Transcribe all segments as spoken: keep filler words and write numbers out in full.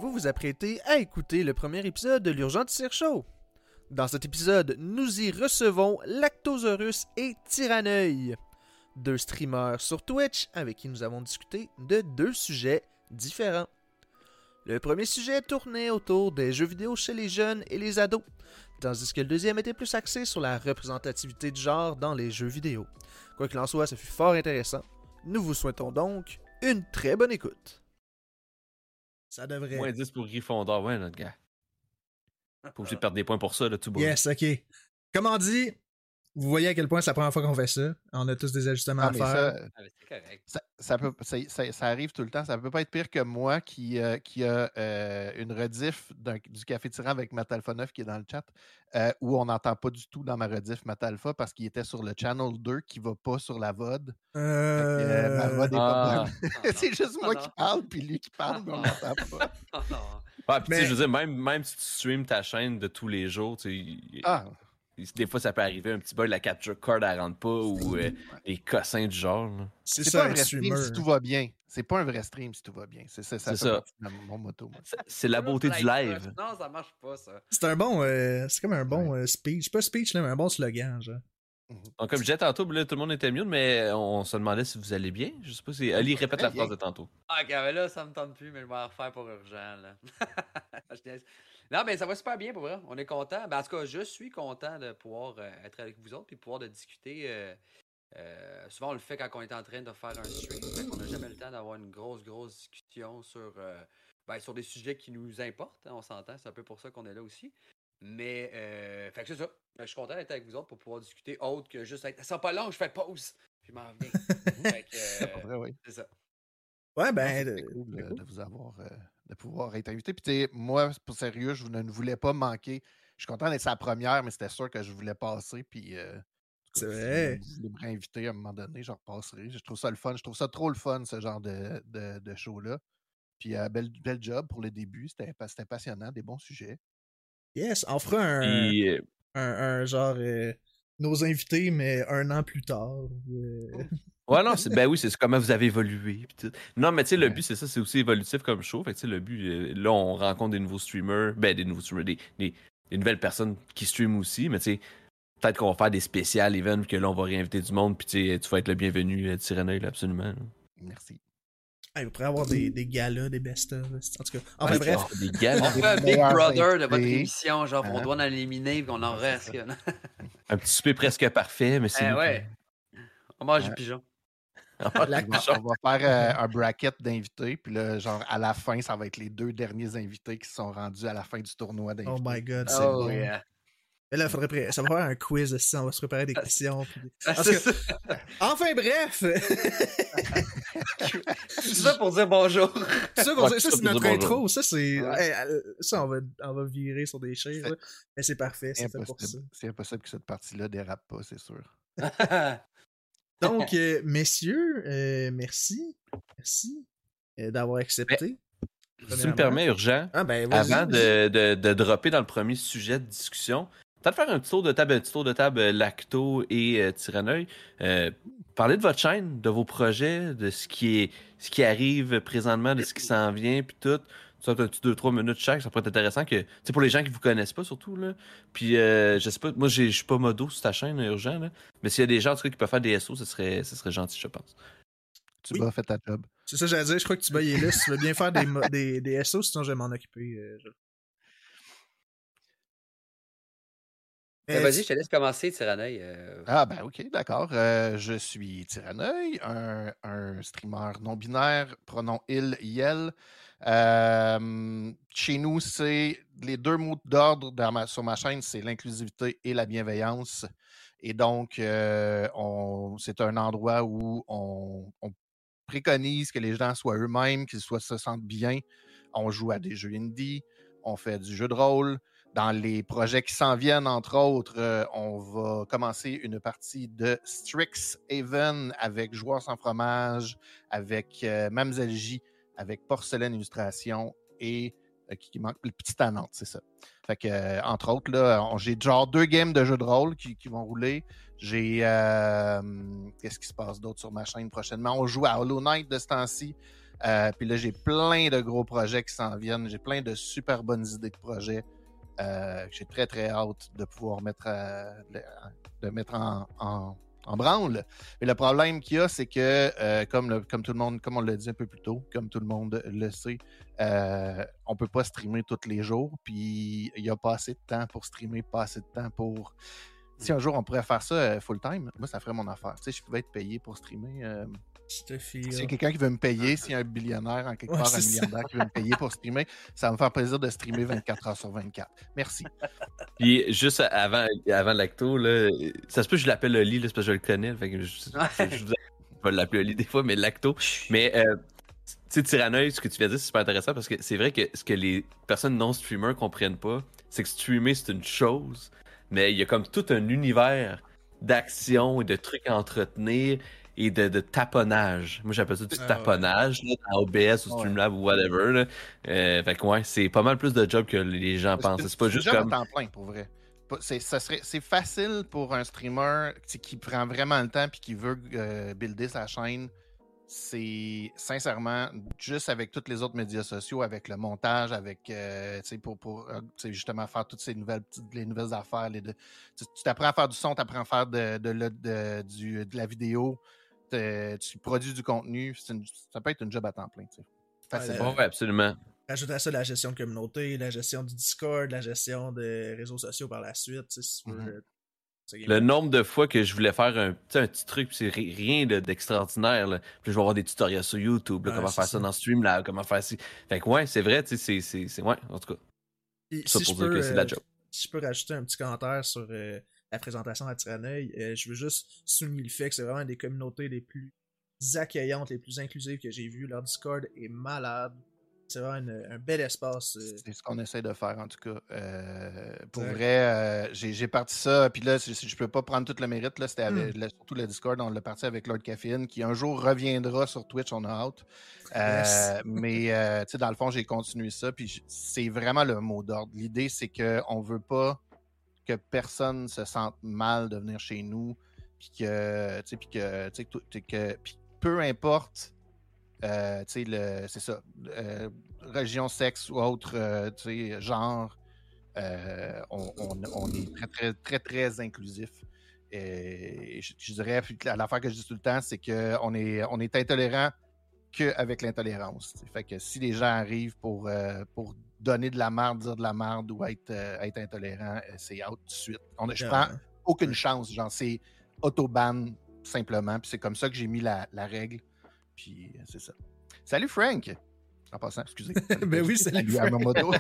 Vous vous apprêtez à écouter le premier épisode de l'Urgent Tire Show. Dans cet épisode, nous y recevons Lactosaurus et Tyranneuil, deux streamers sur Twitch avec qui nous avons discuté de deux sujets différents. Le premier sujet tournait autour des jeux vidéo chez les jeunes et les ados, tandis que le deuxième était plus axé sur la représentativité du genre dans les jeux vidéo. Quoi qu'il en soit, ça fut fort intéressant. Nous vous souhaitons donc une très bonne écoute. Ça devrait. Moins dix pour Gryffondor, ouais, notre gars. Pas obligé de perdre des points pour ça, là, tout beau. Yes, ok. Comment dit, vous voyez à quel point c'est la première fois qu'on fait ça. On a tous des ajustements Ah, à mais faire. ça, Ah, mais c'est correct. ça, ça, peut, ça, ça, ça arrive tout le temps. Ça peut pas être pire que moi qui, euh, qui a euh, une rediff d'un- du Café Tyran avec Matalfa neuf qui est dans le chat, euh, où on n'entend pas du tout dans ma rediff Matalfa parce qu'il était sur le Channel deux qui va pas sur la V O D. Euh... Fait que, euh, ma V O D est Ah. pas bonne. Non, non. C'est juste moi Non, qui non. parle, puis lui qui parle, mais on n'entend pas. Oh, non. Ah, puis Mais- tu sais, je veux dire, même, même si tu streams ta chaîne de tous les jours, tu sais, y- Ah, des fois ça peut arriver un petit bug, la capture card elle rentre pas ou euh, des cossins du genre. là. C'est c'est ça, pas un un vrai stream streamer. si tout va bien. C'est pas un vrai stream si tout va bien. C'est ça, ça C'est fait ça. partie de mon motto. moi. C'est- C'est la beauté du live. Non, ça marche pas, ça. C'est un bon... euh, c'est comme un bon euh, speech. Pas speech, là, mais un bon slogan, genre. Donc, comme je disais tantôt, là, tout le monde était mieux, mais on se demandait si vous allez bien. Je sais pas si. Ali, répète Très la phrase bien. de tantôt. Ah, ok, mais là, ça me tente plus, mais je vais en refaire pour urgent, là. Je niaise. Non, mais ça va super bien, pour vrai. On est content. Ben, en tout cas, je suis content de pouvoir euh, être avec vous autres et de pouvoir de discuter. euh, euh, souvent, on le fait quand on est en train de faire un stream. Fait qu'on n'a jamais le temps d'avoir une grosse, grosse discussion sur, euh, ben, sur des sujets qui nous importent. Hein, on s'entend, c'est un peu pour ça qu'on est là aussi. Mais, euh, fait que c'est ça. Je suis content d'être avec vous autres pour pouvoir discuter autre que juste être. Ça sera pas long, je fais pause. Puis je m'en viens. Fait que, euh, Pour vrai, oui. c'est ça. Ouais, Non, ben... c'était euh, cool, c'est euh, cool. de vous avoir, euh, de pouvoir être invité. Puis, tu sais, moi, pour sérieux, je ne voulais pas manquer. Je suis content d'être sa première, mais c'était sûr que je voulais passer. Puis, euh, en tout C'est cas, vrai. si vous voulez me réinviter à un moment donné, je repasserai. Je trouve ça le fun. Je trouve ça trop le fun, ce genre de, de, de show-là. Puis, euh, bel, bel job pour le début. C'était pa- c'était passionnant, des bons sujets. Yes, on fera un, Puis, euh, un, un genre... euh, nos invités, mais un an plus tard. euh, ouais, non, c'est- ben oui, c'est comment vous avez évolué. pis tout. Non, mais tu sais, le Ouais. but, c'est ça, c'est aussi évolutif comme show. Fait que tu sais, le but, euh, là, on rencontre des nouveaux streamers, ben, des nouveaux streamers, des, des, des nouvelles personnes qui streament aussi, mais tu sais, peut-être qu'on va faire des spéciales events, que là, on va réinviter du monde, puis tu sais, tu vas être le bienvenu, euh, Tyranneuil, là, absolument. là. Merci. hey, vous pourrez avoir des, des galas, des best-of. En tout cas, enfin Ouais, bref. oh, des gars, On là. fait un Big meilleurs Brother de votre invités. émission, genre, on Hein? doit en éliminer, puis on en Ouais, c'est reste. ça. là. Un petit souper presque parfait, mais c'est. Eh nous ouais. On mange Ouais. du pigeon. qui- Ah, La- les On va, gens. on va faire euh, un bracket d'invités. Puis là, genre, à la fin, ça va être les deux derniers invités qui sont rendus à la fin du tournoi d'invités. Oh my god, c'est Oh, bon. yeah. Mais là, faudrait pré- ça va faire un quiz aussi, on va se préparer des questions. puis des- Ah, Parce c'est que- ça. Enfin bref! C'est ça pour dire bonjour. ça, qu'on- Ouais, ça, ça c'est pour notre dire bonjour. intro. Ça, c'est. Ouais. hey, euh, ça, on va, on va virer sur des chaises. C'est- là. Mais c'est parfait, c'est C'est fait pour ça. impossible, c'est impossible que cette partie-là dérape pas, c'est sûr. Donc, euh, messieurs, euh, merci. Merci euh, d'avoir accepté. Si tu me Premièrement. permets, urgent, Ah, ben, vas-y. avant de, de, de dropper dans le premier sujet de discussion, peut-être faire un petit tour de table, un petit tour de table euh, Lacto et euh, Tyranneuil. Euh, parlez de votre chaîne, de vos projets, de ce qui est ce qui arrive présentement, de ce qui s'en vient, puis tout. Ça, un petit deux trois minutes chaque, ça pourrait être intéressant que, tu sais, pour les gens qui vous connaissent pas surtout, là. Puis, euh, je sais pas, moi, j'ai- je suis pas modo sur ta chaîne, urgent, là. Mais s'il y a des gens, en tout cas, qui peuvent faire des S O, ce serait, ce serait gentil, je pense. Tu Oui. vas faire ta job. C'est ça, j'allais dire. Je crois que tu vas y aller là. Si tu veux bien faire des, mo- des, des S O, sinon je vais m'en occuper. euh, je- Ben, Euh, Vas-y, je te laisse commencer, Tyranneuil. euh. Ah ben ok, d'accord. Euh, je suis Tyranneuil, un, un streamer non-binaire, pronom il, yel. Euh, chez nous, c'est les deux mots d'ordre dans ma- sur ma chaîne, c'est l'inclusivité et la bienveillance. Et donc, euh, on- c'est un endroit où on, on préconise que les gens soient eux-mêmes, qu'ils soient, se sentent bien. On joue à des jeux indie, on fait du jeu de rôle. Dans les projets qui s'en viennent, entre autres, euh, on va commencer une partie de Strixhaven avec Joueurs sans fromage, avec euh, Mamzelle J, avec Porcelaine Illustration et euh, qui, qui manque le petit Tanante, c'est ça. Fait que, euh, entre autres, là, on- j'ai genre deux games de jeux de rôle qui, qui vont rouler. J'ai. euh, Qu'est-ce qui se passe d'autre sur ma chaîne prochainement? On joue à Hollow Knight de ce temps-ci. Euh, puis là, j'ai plein de gros projets qui s'en viennent. J'ai plein de super bonnes idées de projets. Euh, j'ai très, très hâte de pouvoir mettre, euh, de mettre en, en, en branle. Mais le problème qu'il y a, c'est que, euh, comme, le, comme tout le monde, comme on l'a dit un peu plus tôt, comme tout le monde le sait, euh, on ne peut pas streamer tous les jours. Puis il n'y a pas assez de temps pour streamer, pas assez de temps pour. Si un jour on pourrait faire ça euh, full-time, moi, ça ferait mon affaire. Tu sais, je pouvais être payé pour streamer. Euh, Je te file. S'il y a quelqu'un qui veut me payer, s'il y a un billionnaire en quelque Ouais, part, c'est un ça. milliardaire qui veut me payer pour streamer, ça va me faire plaisir de streamer vingt-quatre heures sur vingt-quatre. Merci. Puis juste avant, avant l'acto, là, ça se peut que je l'appelle Oli, là, c'est parce que je le connais. Fait que je, je, je, je vais l'appeler Oli des fois, mais l'acto. Mais euh, tu sais, Tyranneuil, ce que tu viens de dire, c'est super intéressant parce que c'est vrai que ce que les personnes non-streamers comprennent pas, c'est que streamer, c'est une chose, mais il y a comme tout un univers d'action et de trucs à entretenir et de, de taponnage. Moi, j'appelle ça du Ah, taponnage, là, dans O B S ou Ouais. Streamlab ou whatever. Là. Euh, fait que ouais, c'est pas mal plus de job que les gens pensent. C'est pas C'est juste un job comme... à temps plein, pour vrai. Pas- C'est, ça serait, c'est facile pour un streamer tu sais, qui prend vraiment le temps et qui veut euh, builder sa chaîne. C'est sincèrement, juste avec tous les autres médias sociaux, avec le montage, avec euh, tu sais, pour, pour euh, tu sais, justement faire toutes ces nouvelles, petites- les nouvelles affaires. Les de- tu tu t'apprends à faire du son, tu apprends à faire de, de, de, de- du- de la vidéo, te- tu produis du contenu. C'est une- ça peut être une job à temps plein. tu sais. Facilement. Ouais, Ouais, ouais, absolument. Ajoute à ça la gestion de communauté, la gestion du Discord, la gestion des réseaux sociaux par la suite. Tu sais, si tu veux, Mhm. euh, c'est game. Le nombre de fois que je voulais faire un, tu sais, un petit truc, puis c'est ri- rien de- d'extraordinaire. Là. Puis je vais avoir des tutoriels sur YouTube, là, Ouais, comment c'est faire ça. ça dans Streamlab, comment faire ci. Fait que ouais, c'est vrai, tu sais, c'est, c'est, c'est... Ouais, en tout cas. Puis, Ça si pour je dire peux, que c'est de la euh, job. si je peux rajouter un petit commentaire sur euh, la présentation à Tyranneuil, euh, je veux juste souligner le fait que c'est vraiment une des communautés les plus accueillantes, les plus inclusives que j'ai vues. Leur Discord est malade. C'est vraiment une- un bel espace. euh, C'est ce qu'on essaie de faire, en tout cas. Euh, pour Exact. vrai, euh, j'ai j'ai parti ça, puis là, je, je peux pas prendre tout le mérite. Là, c'était avec- Mm. le- surtout le Discord, on l'a parti avec Lord Caffeine, qui un jour reviendra sur Twitch, on a hâte. Euh, Yes. mais, euh, tu sais, dans le fond, j'ai continué ça, puis j- c'est vraiment le mot d'ordre. L'idée, c'est qu'on veut pas que personne se sente mal de venir chez nous, puis que, tu sais, puis que, tu sais, tout- que, puis peu importe. Euh, tu sais, le- c'est ça. Euh, religion, sexe ou autre, euh, tu sais, genre, euh, on, on- on est très, très, très, très inclusif. Et je, je dirais, puis la- l'affaire que je dis tout le temps, c'est qu'on est, on est intolérant qu'avec l'intolérance. tu sais. Fait que si les gens arrivent pour, euh, pour donner de la merde, dire de la merde ou être, euh, être intolérant, euh, c'est out tout de suite. On a- je prends Clairement. aucune Ouais. chance. Genre, c'est autoban simplement. Puis c'est comme ça que j'ai mis la, la règle. Puis euh, c'est ça. Salut Frank! En passant, excusez. Ben oui, salut, à Frank. Momodo.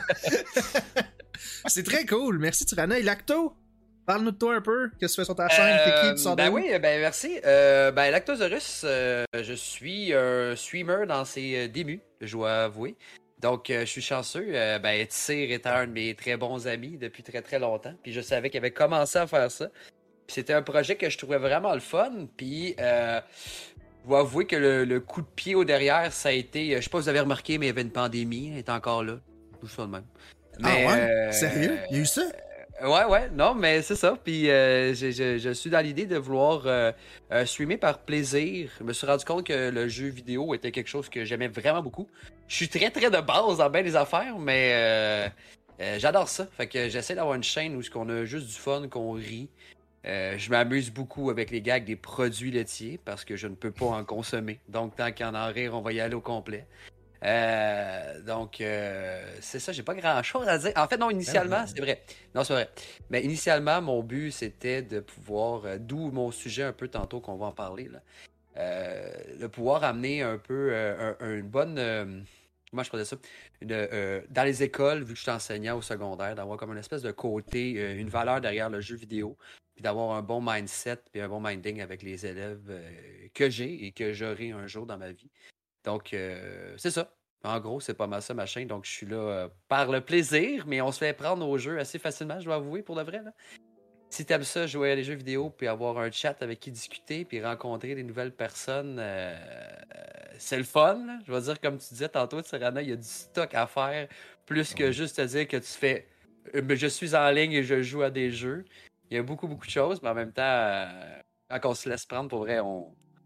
C'est très cool. Merci Tyranneuil. Lacto, parle-nous de toi un peu. Qu'est-ce que tu fais sur ta chaîne? T'es qui? Euh, Tu sors de ben où? oui, ben merci. Euh, ben Lactosaurus, euh, je suis un streamer dans ses euh, débuts, je dois avouer. Donc, euh, je suis chanceux. Euh, ben, Tyr était un de mes très bons amis depuis très très longtemps. Puis je savais qu'il avait commencé à faire ça. Puis c'était un projet que je trouvais vraiment le fun. Puis, euh, je dois avouer que le, le coup de pied au derrière, ça a été. Je sais pas si vous avez remarqué, mais il y avait une pandémie. Elle est encore là. Tout ça de même. Mais, Ah ouais? euh, Sérieux? Il y a eu ça? Ouais, ouais, non, mais c'est ça. Puis euh, je, je- je suis dans l'idée de vouloir euh, euh, streamer par plaisir. Je me suis rendu compte que le jeu vidéo était quelque chose que j'aimais vraiment beaucoup. Je suis très, très de base dans bien des affaires, mais euh, euh, j'adore ça. Fait que j'essaie d'avoir une chaîne où on a juste du fun, qu'on rit. Euh, je m'amuse beaucoup avec les gags des produits laitiers parce que je ne peux pas en consommer. Donc, tant qu'il y en a en rire, on va y aller au complet. Euh, donc, euh, c'est ça, j'ai pas grand chose à dire. En fait, non, initialement, c'est vrai. Non, c'est vrai. Mais initialement, mon but, c'était de pouvoir, euh, d'où mon sujet un peu tantôt qu'on va en parler, là, euh, de pouvoir amener un peu euh, un- une bonne. Euh, comment je pourrais dire ça? Une, euh, dans les écoles, vu que je suis enseignant au secondaire, d'avoir comme une espèce de côté, euh, une valeur derrière le jeu vidéo, puis d'avoir un bon mindset, puis un bon minding avec les élèves euh, que j'ai et que j'aurai un jour dans ma vie. Donc, euh, c'est ça. En gros, c'est pas mal ça, ma chaîne. Donc, je suis là euh, par le plaisir, mais on se fait prendre au jeu assez facilement, je dois avouer, pour de vrai. Là. Si t'aimes ça, jouer à des jeux vidéo, puis avoir un chat avec qui discuter, puis rencontrer des nouvelles personnes, euh, euh, c'est le fun. Là. Je vais dire, comme tu disais tantôt, Tirana, il y a du stock à faire, plus que juste te dire que tu fais euh, je suis en ligne et je joue à des jeux. Il y a beaucoup, beaucoup de choses, mais en même temps, euh, quand on se laisse prendre, pour vrai, on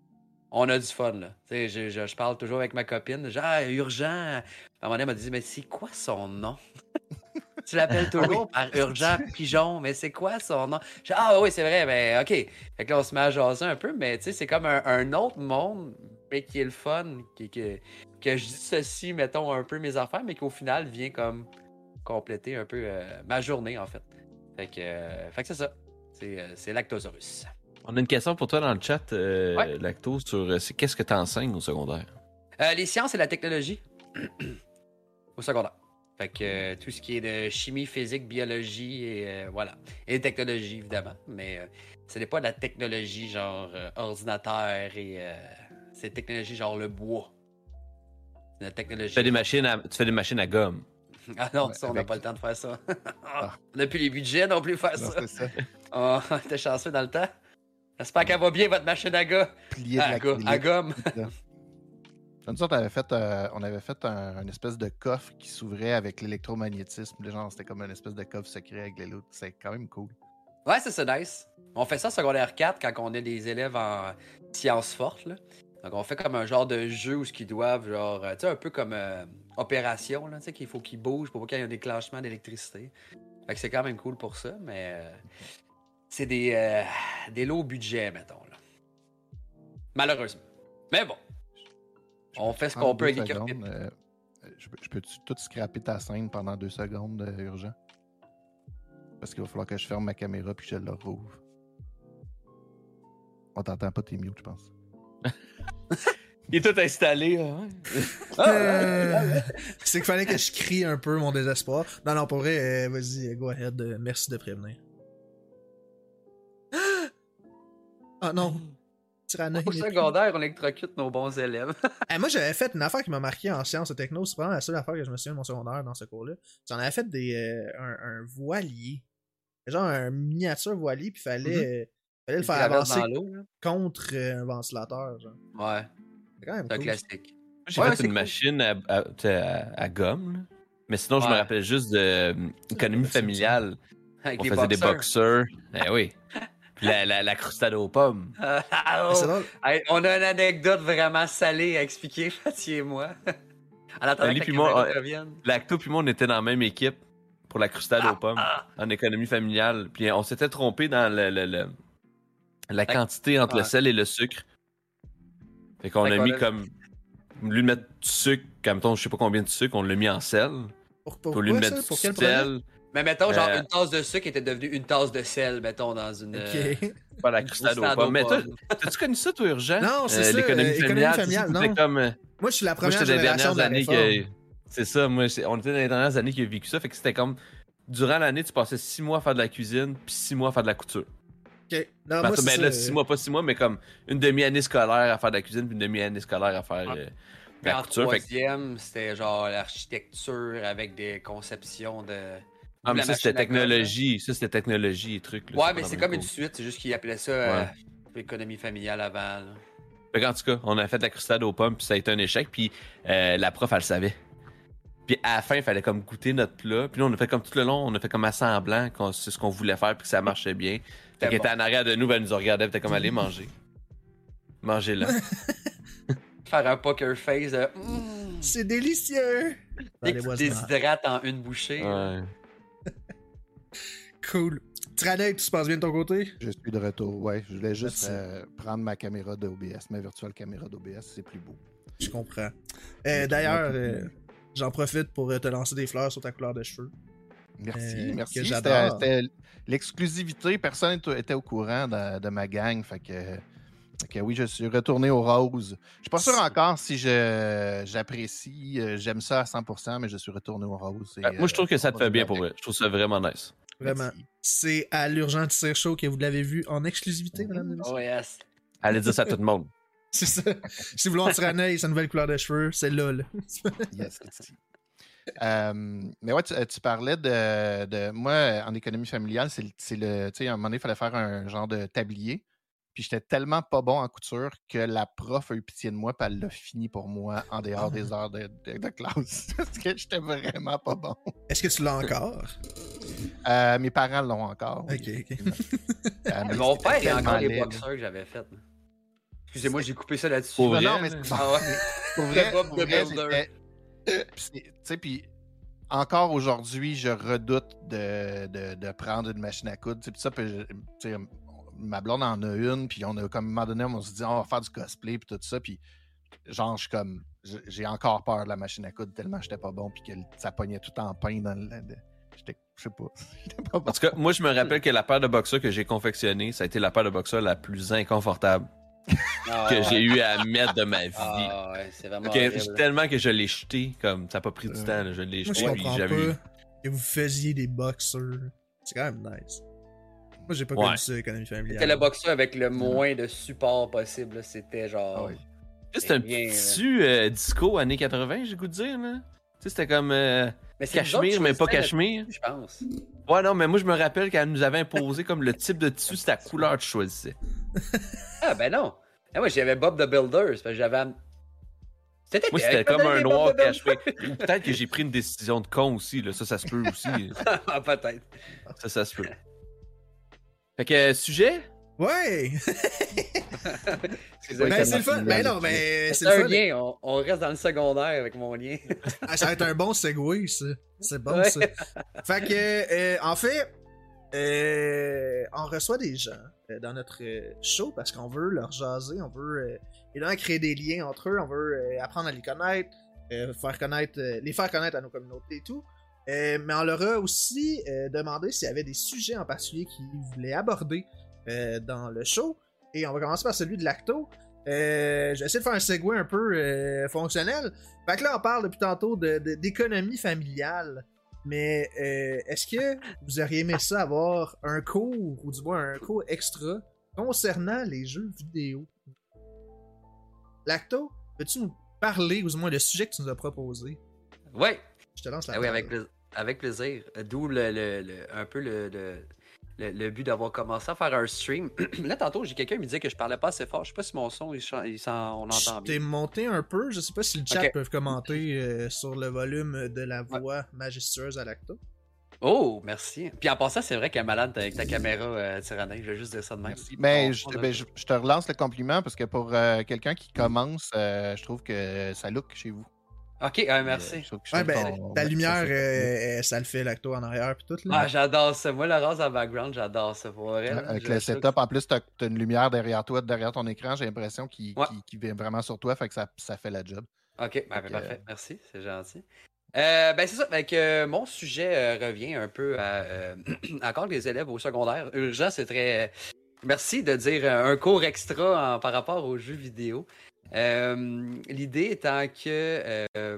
On a du fun, là. Tu sais, je, je, je parle toujours avec ma copine. Genre, ah, urgent. À un moment donné, elle m'a dit, mais c'est quoi son nom? Tu l'appelles toujours par urgent pigeon, mais c'est quoi son nom? Je, ah oui, c'est vrai, ben OK. Fait que là, on se met à jaser un peu, mais tu sais, c'est comme un, un autre monde, mais qui est le fun, qui, qui, que je dissocie, mettons, un peu mes affaires, mais qui au final vient comme compléter un peu euh, ma journée, en fait. Fait que, euh, fait que c'est ça. C'est, euh, c'est Lactosaurus. On a une question pour toi dans le chat, euh, Ouais. Lacto, sur euh, c'est qu'est-ce que tu enseignes au secondaire? Euh, les sciences et la technologie au secondaire. Fait que euh, tout ce qui est de chimie, physique, biologie et euh, voilà. Et technologie, évidemment. Mais euh, ce n'est pas de la technologie genre euh, ordinateur et euh, c'est technologie genre le bois. C'est de la technologie. Tu fais des machines à, tu fais des machines à gomme. Ah non, Ouais, ça, on n'a avec- pas le temps de faire ça. Ah. On n'a plus les budgets non plus pour faire Non, ça. c'est ça. Oh, t'es chanceux dans le temps. J'espère qu'elle va bien, votre machine à gars. Plier de À, go- l'acrylique. à gomme. Nous autres, on avait fait, euh, on avait fait un, une espèce de coffre qui s'ouvrait avec l'électromagnétisme. Les gens, c'était comme une espèce de coffre secret avec les loups. C'est quand même cool. Ouais, c'est ça, nice. On fait ça secondaire quatre quand on est des élèves en sciences fortes. Là. Donc, on fait comme un genre de jeu où ce qu'ils doivent, genre, euh, tu sais, un peu comme euh, opération, là, tu sais, qu'il faut qu'ils bougent pour pas qu'il y ait un déclenchement d'électricité. Fait que c'est quand même cool pour ça, mais euh, c'est des, euh, des lots budget, mettons, là. Malheureusement. Mais bon, on fait ce qu'on peut avec les secondes, carpines. euh, je, peux- je peux-tu tout scraper ta scène pendant deux secondes, euh, urgent? Parce qu'il va falloir que je ferme ma caméra puis que je la rouvre. On t'entend pas, t'es mute, je pense. Il est tout installé. Hein? Euh, c'est qu'il fallait que je crie un peu mon désespoir. Non, non, pour vrai, euh, vas-y, go ahead. euh, merci de prévenir. Ah non. Tyrannoïde. Au secondaire, on électrocute nos bons élèves. Eh, moi, j'avais fait une affaire qui m'a marqué en sciences et techno. C'est vraiment la seule affaire que je me souviens de mon secondaire dans ce cours-là. J'en avais fait des, euh, un, un voilier. Genre un miniature voilier, puis fallait, euh, fallait le faire Traverse avancer dans l'eau, là. contre euh, un ventilateur. Genre. Ouais, C'est quand même c'est un cool. classique. J'ai Ouais, fait c'est une cool. machine à, à, tu sais, à- à gomme. là. Mais sinon, je me Ouais. rappelle juste de euh, économie Ah, c'est familiale. Avec On les faisait des boxeurs. boxeurs. Eh oui. Puis la, la, la crustade aux pommes. Ah, Ah, oh. c'est drôle. Hey, on a une anecdote vraiment salée à expliquer, Fatih et moi. En attendant Ali que puis la moi, caméra ouais. revienne. Lacto puis moi, on était dans la même équipe pour la crustade aux pommes ah. en économie familiale. Puis on s'était trompé dans le, le- le- la La- quantité entre le ouais. sel et le sucre. Fait qu'on Fait a qu'on mis a- comme. Au lieu de mettre du sucre, comme mettons, je sais pas combien de sucre, on l'a mis en sel. Pour, Puis au lieu de pourquoi mettre ça? du Pour quel projet? sel, Mais mettons, genre, Euh. une tasse de sucre était devenue une tasse de sel, mettons, dans une. euh, Ok. pas la une crustade aux crustade pommes. Mais aux toi, pommes. t'as-tu connu ça, toi, Urgent? Non, c'est ça, L'économie euh, économie familiale. tu sais, familiale, c'était non. comme. euh, Moi, je suis la Moi, première j'étais des génération dernières de la années réforme. que. C'est ça, moi, c'est- on était dans les dernières années qui a vécu ça. Fait que c'était comme. Durant l'année, tu passais six mois à faire de la cuisine, puis six mois à faire de la couture. Ok. Non, Ben, moi, attends, c'est ben ça, là, euh, six mois, pas six mois, mais comme une demi-année scolaire à faire de la cuisine, puis une demi-année scolaire à faire euh, de Puis la en couture. Fait que- troisième, c'était genre l'architecture avec des conceptions de. Ah, mais la ça, c'était machine à gomme, là. technologie. Ça, c'était technologie et trucs. là, Ouais, pas mais dans c'est le comme même une cours. suite, c'est juste qu'ils appelaient ça euh, économie familiale avant. là. Fait qu'en tout cas, on a fait de la crustade aux pommes, puis ça a été un échec, puis euh, la prof, elle le savait. Puis à la fin, il fallait comme goûter notre plat. Puis là, on a fait comme tout le long, on a fait comme à semblant qu'on c'est ce qu'on voulait faire, puis que ça marchait bien. Fait C'était qu'elle était bon. en arrière de nous, ben, elle nous regardait, puis elle était comme, allez, manger. Mangez-la. Faire un poker face de. Mmh, C'est délicieux! dès Allez, que moi, tu c'est déshydrates en une bouchée. là. Ouais. cool. Tyrannoïde, tout se passe bien de ton côté? Je suis de retour, ouais. Je voulais juste Merci. euh, prendre ma caméra d'O B S, ma virtuelle caméra d'O B S, c'est plus beau. Je comprends. Euh, D'ailleurs, euh, j'en profite pour euh, te lancer des fleurs sur ta couleur de cheveux. Merci, Euh, merci. que C'était j'adore. c'était l'exclusivité. Personne n'était au courant de, de ma gang. Fait que, fait que oui, je suis retourné au rose. Je suis pas sûr encore si je j'apprécie. euh, J'aime ça à cent pour cent, mais je suis retourné au rose. et, Euh, Moi, je trouve que ça te on fait va bien jouer pour avec. vrai. Je trouve ça vraiment nice. Vraiment. Merci. C'est à l'Urgent Tire Show que vous l'avez vu en exclusivité, madame et messieurs. Oh yes. Allez dire ça à tout le monde. C'est ça. Si vous voulez en Tyrannoïde, sa nouvelle couleur de cheveux, c'est là, là. Yes, merci. Euh, mais ouais, tu, tu parlais de, de. Moi, en économie familiale, c'est le- c'est le. Tu sais, à un moment donné, il fallait faire un genre de tablier. Puis j'étais tellement pas bon en couture que la prof a eu pitié de moi, puis elle l'a fini pour moi en dehors des heures de, de- de classe. Parce que j'étais vraiment pas bon. Est-ce que tu l'as encore? Euh, mes parents l'ont encore. oui. Ok, ok. Euh, mais Mon c'était père, il a tellement encore les laid, là. boxeurs que j'avais fait. là. Excusez-moi, j'ai coupé ça là-dessus. Pour Non, vrai, non, mais là. c'est Ah ouais. pour vrai, Bob pour the vrai, Builder. c'était- Puis, c'est- tu sais, puis encore aujourd'hui, je redoute de, de, de prendre une machine à coudre. Tu sais, puis ça, puis je- tu sais, ma blonde en a une, puis on a comme à un moment donné, on s'est dit, on va faire du cosplay, puis tout ça, puis genre, je suis comme, je- j'ai encore peur de la machine à coudre tellement j'étais pas bon, puis que ça pognait tout en pain dans le. le- J'étais, je sais pas. J'étais pas bon. En tout cas, moi, je me rappelle que la paire de boxeurs que j'ai confectionnée, ça a été la paire de boxeurs la plus inconfortable Ah, que ouais. j'ai eu à mettre de ma vie. Ah ouais, c'est vraiment Que- horrible. tellement que je l'ai jeté, comme ça n'a pas pris du Euh, temps, là, je l'ai Moi, je jeté. puis comprends j'avais eu- pas que vous faisiez des boxers. C'est quand même nice. Moi, j'ai pas Ouais. connu ça, économie familiale. C'était le boxeur avec le moins de support possible. là. C'était genre. Ah oui. Tu sais, C'était un rien, petit là. tissu euh, disco années quatre-vingts, j'ai le goût de dire. Là. Tu sais, c'était comme euh, Mais c'est nous autres cachemire, qui mais pas choisissaient cachemire. le tissu, je pense. Ouais, non, mais moi, je me rappelle qu'elle nous avait imposé comme le type de tissu, c'était la couleur que tu choisissais. Ah ben non. Ah, moi j'avais Bob the Builder. parce que J'avais. C'était Moi, toi c'était qui m'as comme donné un Bob noir the Builder. caché. Ou peut-être que j'ai pris une décision de con aussi, là. Ça, ça se peut aussi. Ah, peut-être. Ça, ça se peut. Fait que, euh, sujet? Ouais! Excusez-moi, Ben, ça c'est le fun. marche Ben bien, non, mais c'est C'est le un fun. lien. On, on reste dans le secondaire avec mon lien. Ah, ça va être un bon segway, ça. C'est bon, Ouais. ça. Fait que, euh, en fait, euh, on reçoit des gens euh, dans notre euh, show parce qu'on veut leur jaser, on veut euh, évidemment créer des liens entre eux, on veut euh, apprendre à les connaître, euh, faire connaître, euh, les faire connaître à nos communautés et tout. Euh, mais on leur a aussi euh, demandé s'il y avait des sujets en particulier qu'ils voulaient aborder euh, dans le show. Et on va commencer par celui de Lacto. Euh, je vais essayer de faire un segway un peu euh, fonctionnel. Fait que là, on parle depuis tantôt de, de- d'économie familiale. Mais euh, est-ce que vous auriez aimé ça avoir un cours, ou du moins un cours extra, concernant les jeux vidéo? Lacto, peux-tu nous parler, ou du moins le sujet que tu nous as proposé? Oui. Je te lance la Ah oui, parole. avec, pla- avec plaisir. D'où le, le- le- un peu le, le, le- le but d'avoir commencé à faire un stream. Là, tantôt, j'ai quelqu'un qui me disait que je parlais pas assez fort. Je sais pas si mon son, il, chan- il s'en- on Je entend t'ai bien. monté un peu, je sais pas si le chat Ok. peut commenter euh, sur le volume de la voix majestueuse à Lacto. Oh, merci. Puis en passant, c'est vrai qu'elle est malade avec ta caméra, euh, Tyrannique. Je vais juste dire ça de même. Merci. Mais On- je, on a- ben, je- je te relance le compliment parce que pour euh, quelqu'un qui commence, euh, je trouve que ça look chez vous. Ok, ouais, merci. Euh, je trouve que- je Ouais, trouve ben, ton- ta ouais, lumière, ça, c'est- euh, euh, ça le fait Lacto en arrière pis tout, là. Ah, j'adore ça. Moi, le rose en background, j'adore ça. Pour vrai, là. Avec Je- le je- setup, en plus, tu as une lumière derrière toi, derrière ton écran, j'ai l'impression qu'il Ouais. qu'il- qu'il vient vraiment sur toi, fait que ça, ça fait la job. Ok, ben, ben, que, parfait. euh, Merci, c'est gentil. Euh, ben c'est ça, fait que, euh, mon sujet euh, revient un peu à euh, encore les élèves au secondaire. Urgent, c'est très. Merci de dire euh, un cours extra en- par rapport aux jeux vidéo. Euh, l'idée étant que euh,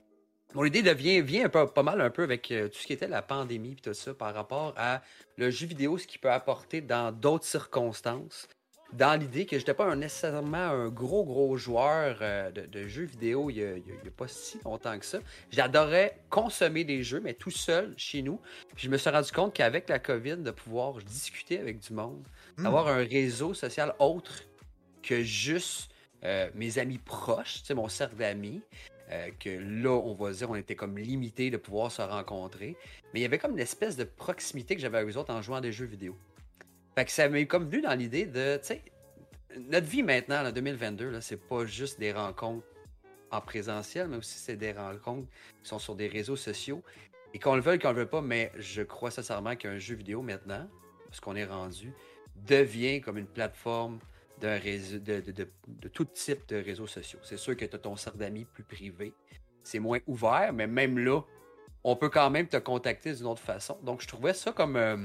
mon idée devient vient un peu, pas mal un peu avec euh, tout ce qui était la pandémie et tout ça par rapport à le jeu vidéo, ce qu'il peut apporter dans d'autres circonstances. Dans l'idée que je n'étais pas un- nécessairement un gros, gros joueur euh, de, de jeux vidéo il n'y a, il y a- il y a pas si longtemps que ça. J'adorais consommer des jeux, mais tout seul, chez nous. Puis je me suis rendu compte qu'avec la COVID, de pouvoir discuter avec du monde, Hmm. d'avoir un réseau social autre que juste euh, mes amis proches, tu sais, mon cercle d'amis, euh, que là, on va dire, on était comme limité de pouvoir se rencontrer. Mais il y avait comme une espèce de proximité que j'avais avec eux autres en jouant à des jeux vidéo. Fait que ça m'est comme venu dans l'idée de, tu sais, notre vie maintenant, en deux mille vingt-deux, là, c'est pas juste des rencontres en présentiel, mais aussi c'est des rencontres qui sont sur des réseaux sociaux. Et qu'on le veuille, qu'on le veuille pas, mais je crois sincèrement qu'un jeu vidéo maintenant, parce qu'on est rendu, devient comme une plateforme d'un réseau, de, de, de, de tout type de réseaux sociaux. C'est sûr que tu as ton cercle d'amis plus privé. C'est moins ouvert, mais même là, on peut quand même te contacter d'une autre façon. Donc, je trouvais ça comme... euh,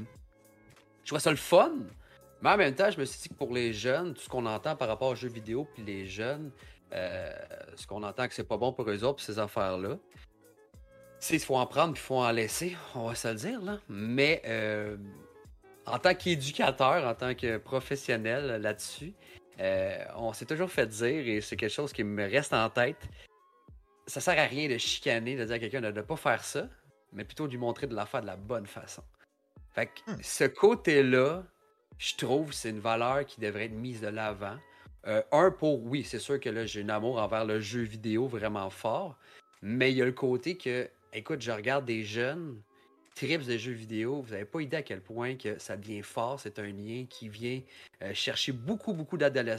je trouvais ça le fun, mais en même temps, je me suis dit que pour les jeunes, tout ce qu'on entend par rapport aux jeux vidéo, puis les jeunes, euh, ce qu'on entend que c'est pas bon pour eux autres, puis ces affaires-là, c'est qu'il faut en prendre, puis il faut en laisser, on va se le dire, là. Mais euh, en tant qu'éducateur, en tant que professionnel là-dessus, euh, on s'est toujours fait dire, et c'est quelque chose qui me reste en tête, ça sert à rien de chicaner, de dire à quelqu'un de ne pas faire ça, mais plutôt de lui montrer de la faire de la bonne façon. Fait que Hmm. ce côté-là, je trouve que c'est une valeur qui devrait être mise de l'avant. Euh, un, pour, oui, c'est sûr que là, j'ai un amour envers le jeu vidéo vraiment fort, mais il y a le côté que, écoute, je regarde des jeunes, trips de jeux vidéo, vous n'avez pas idée à quel point que ça devient fort, c'est un lien qui vient euh, chercher beaucoup, beaucoup d'adolescents,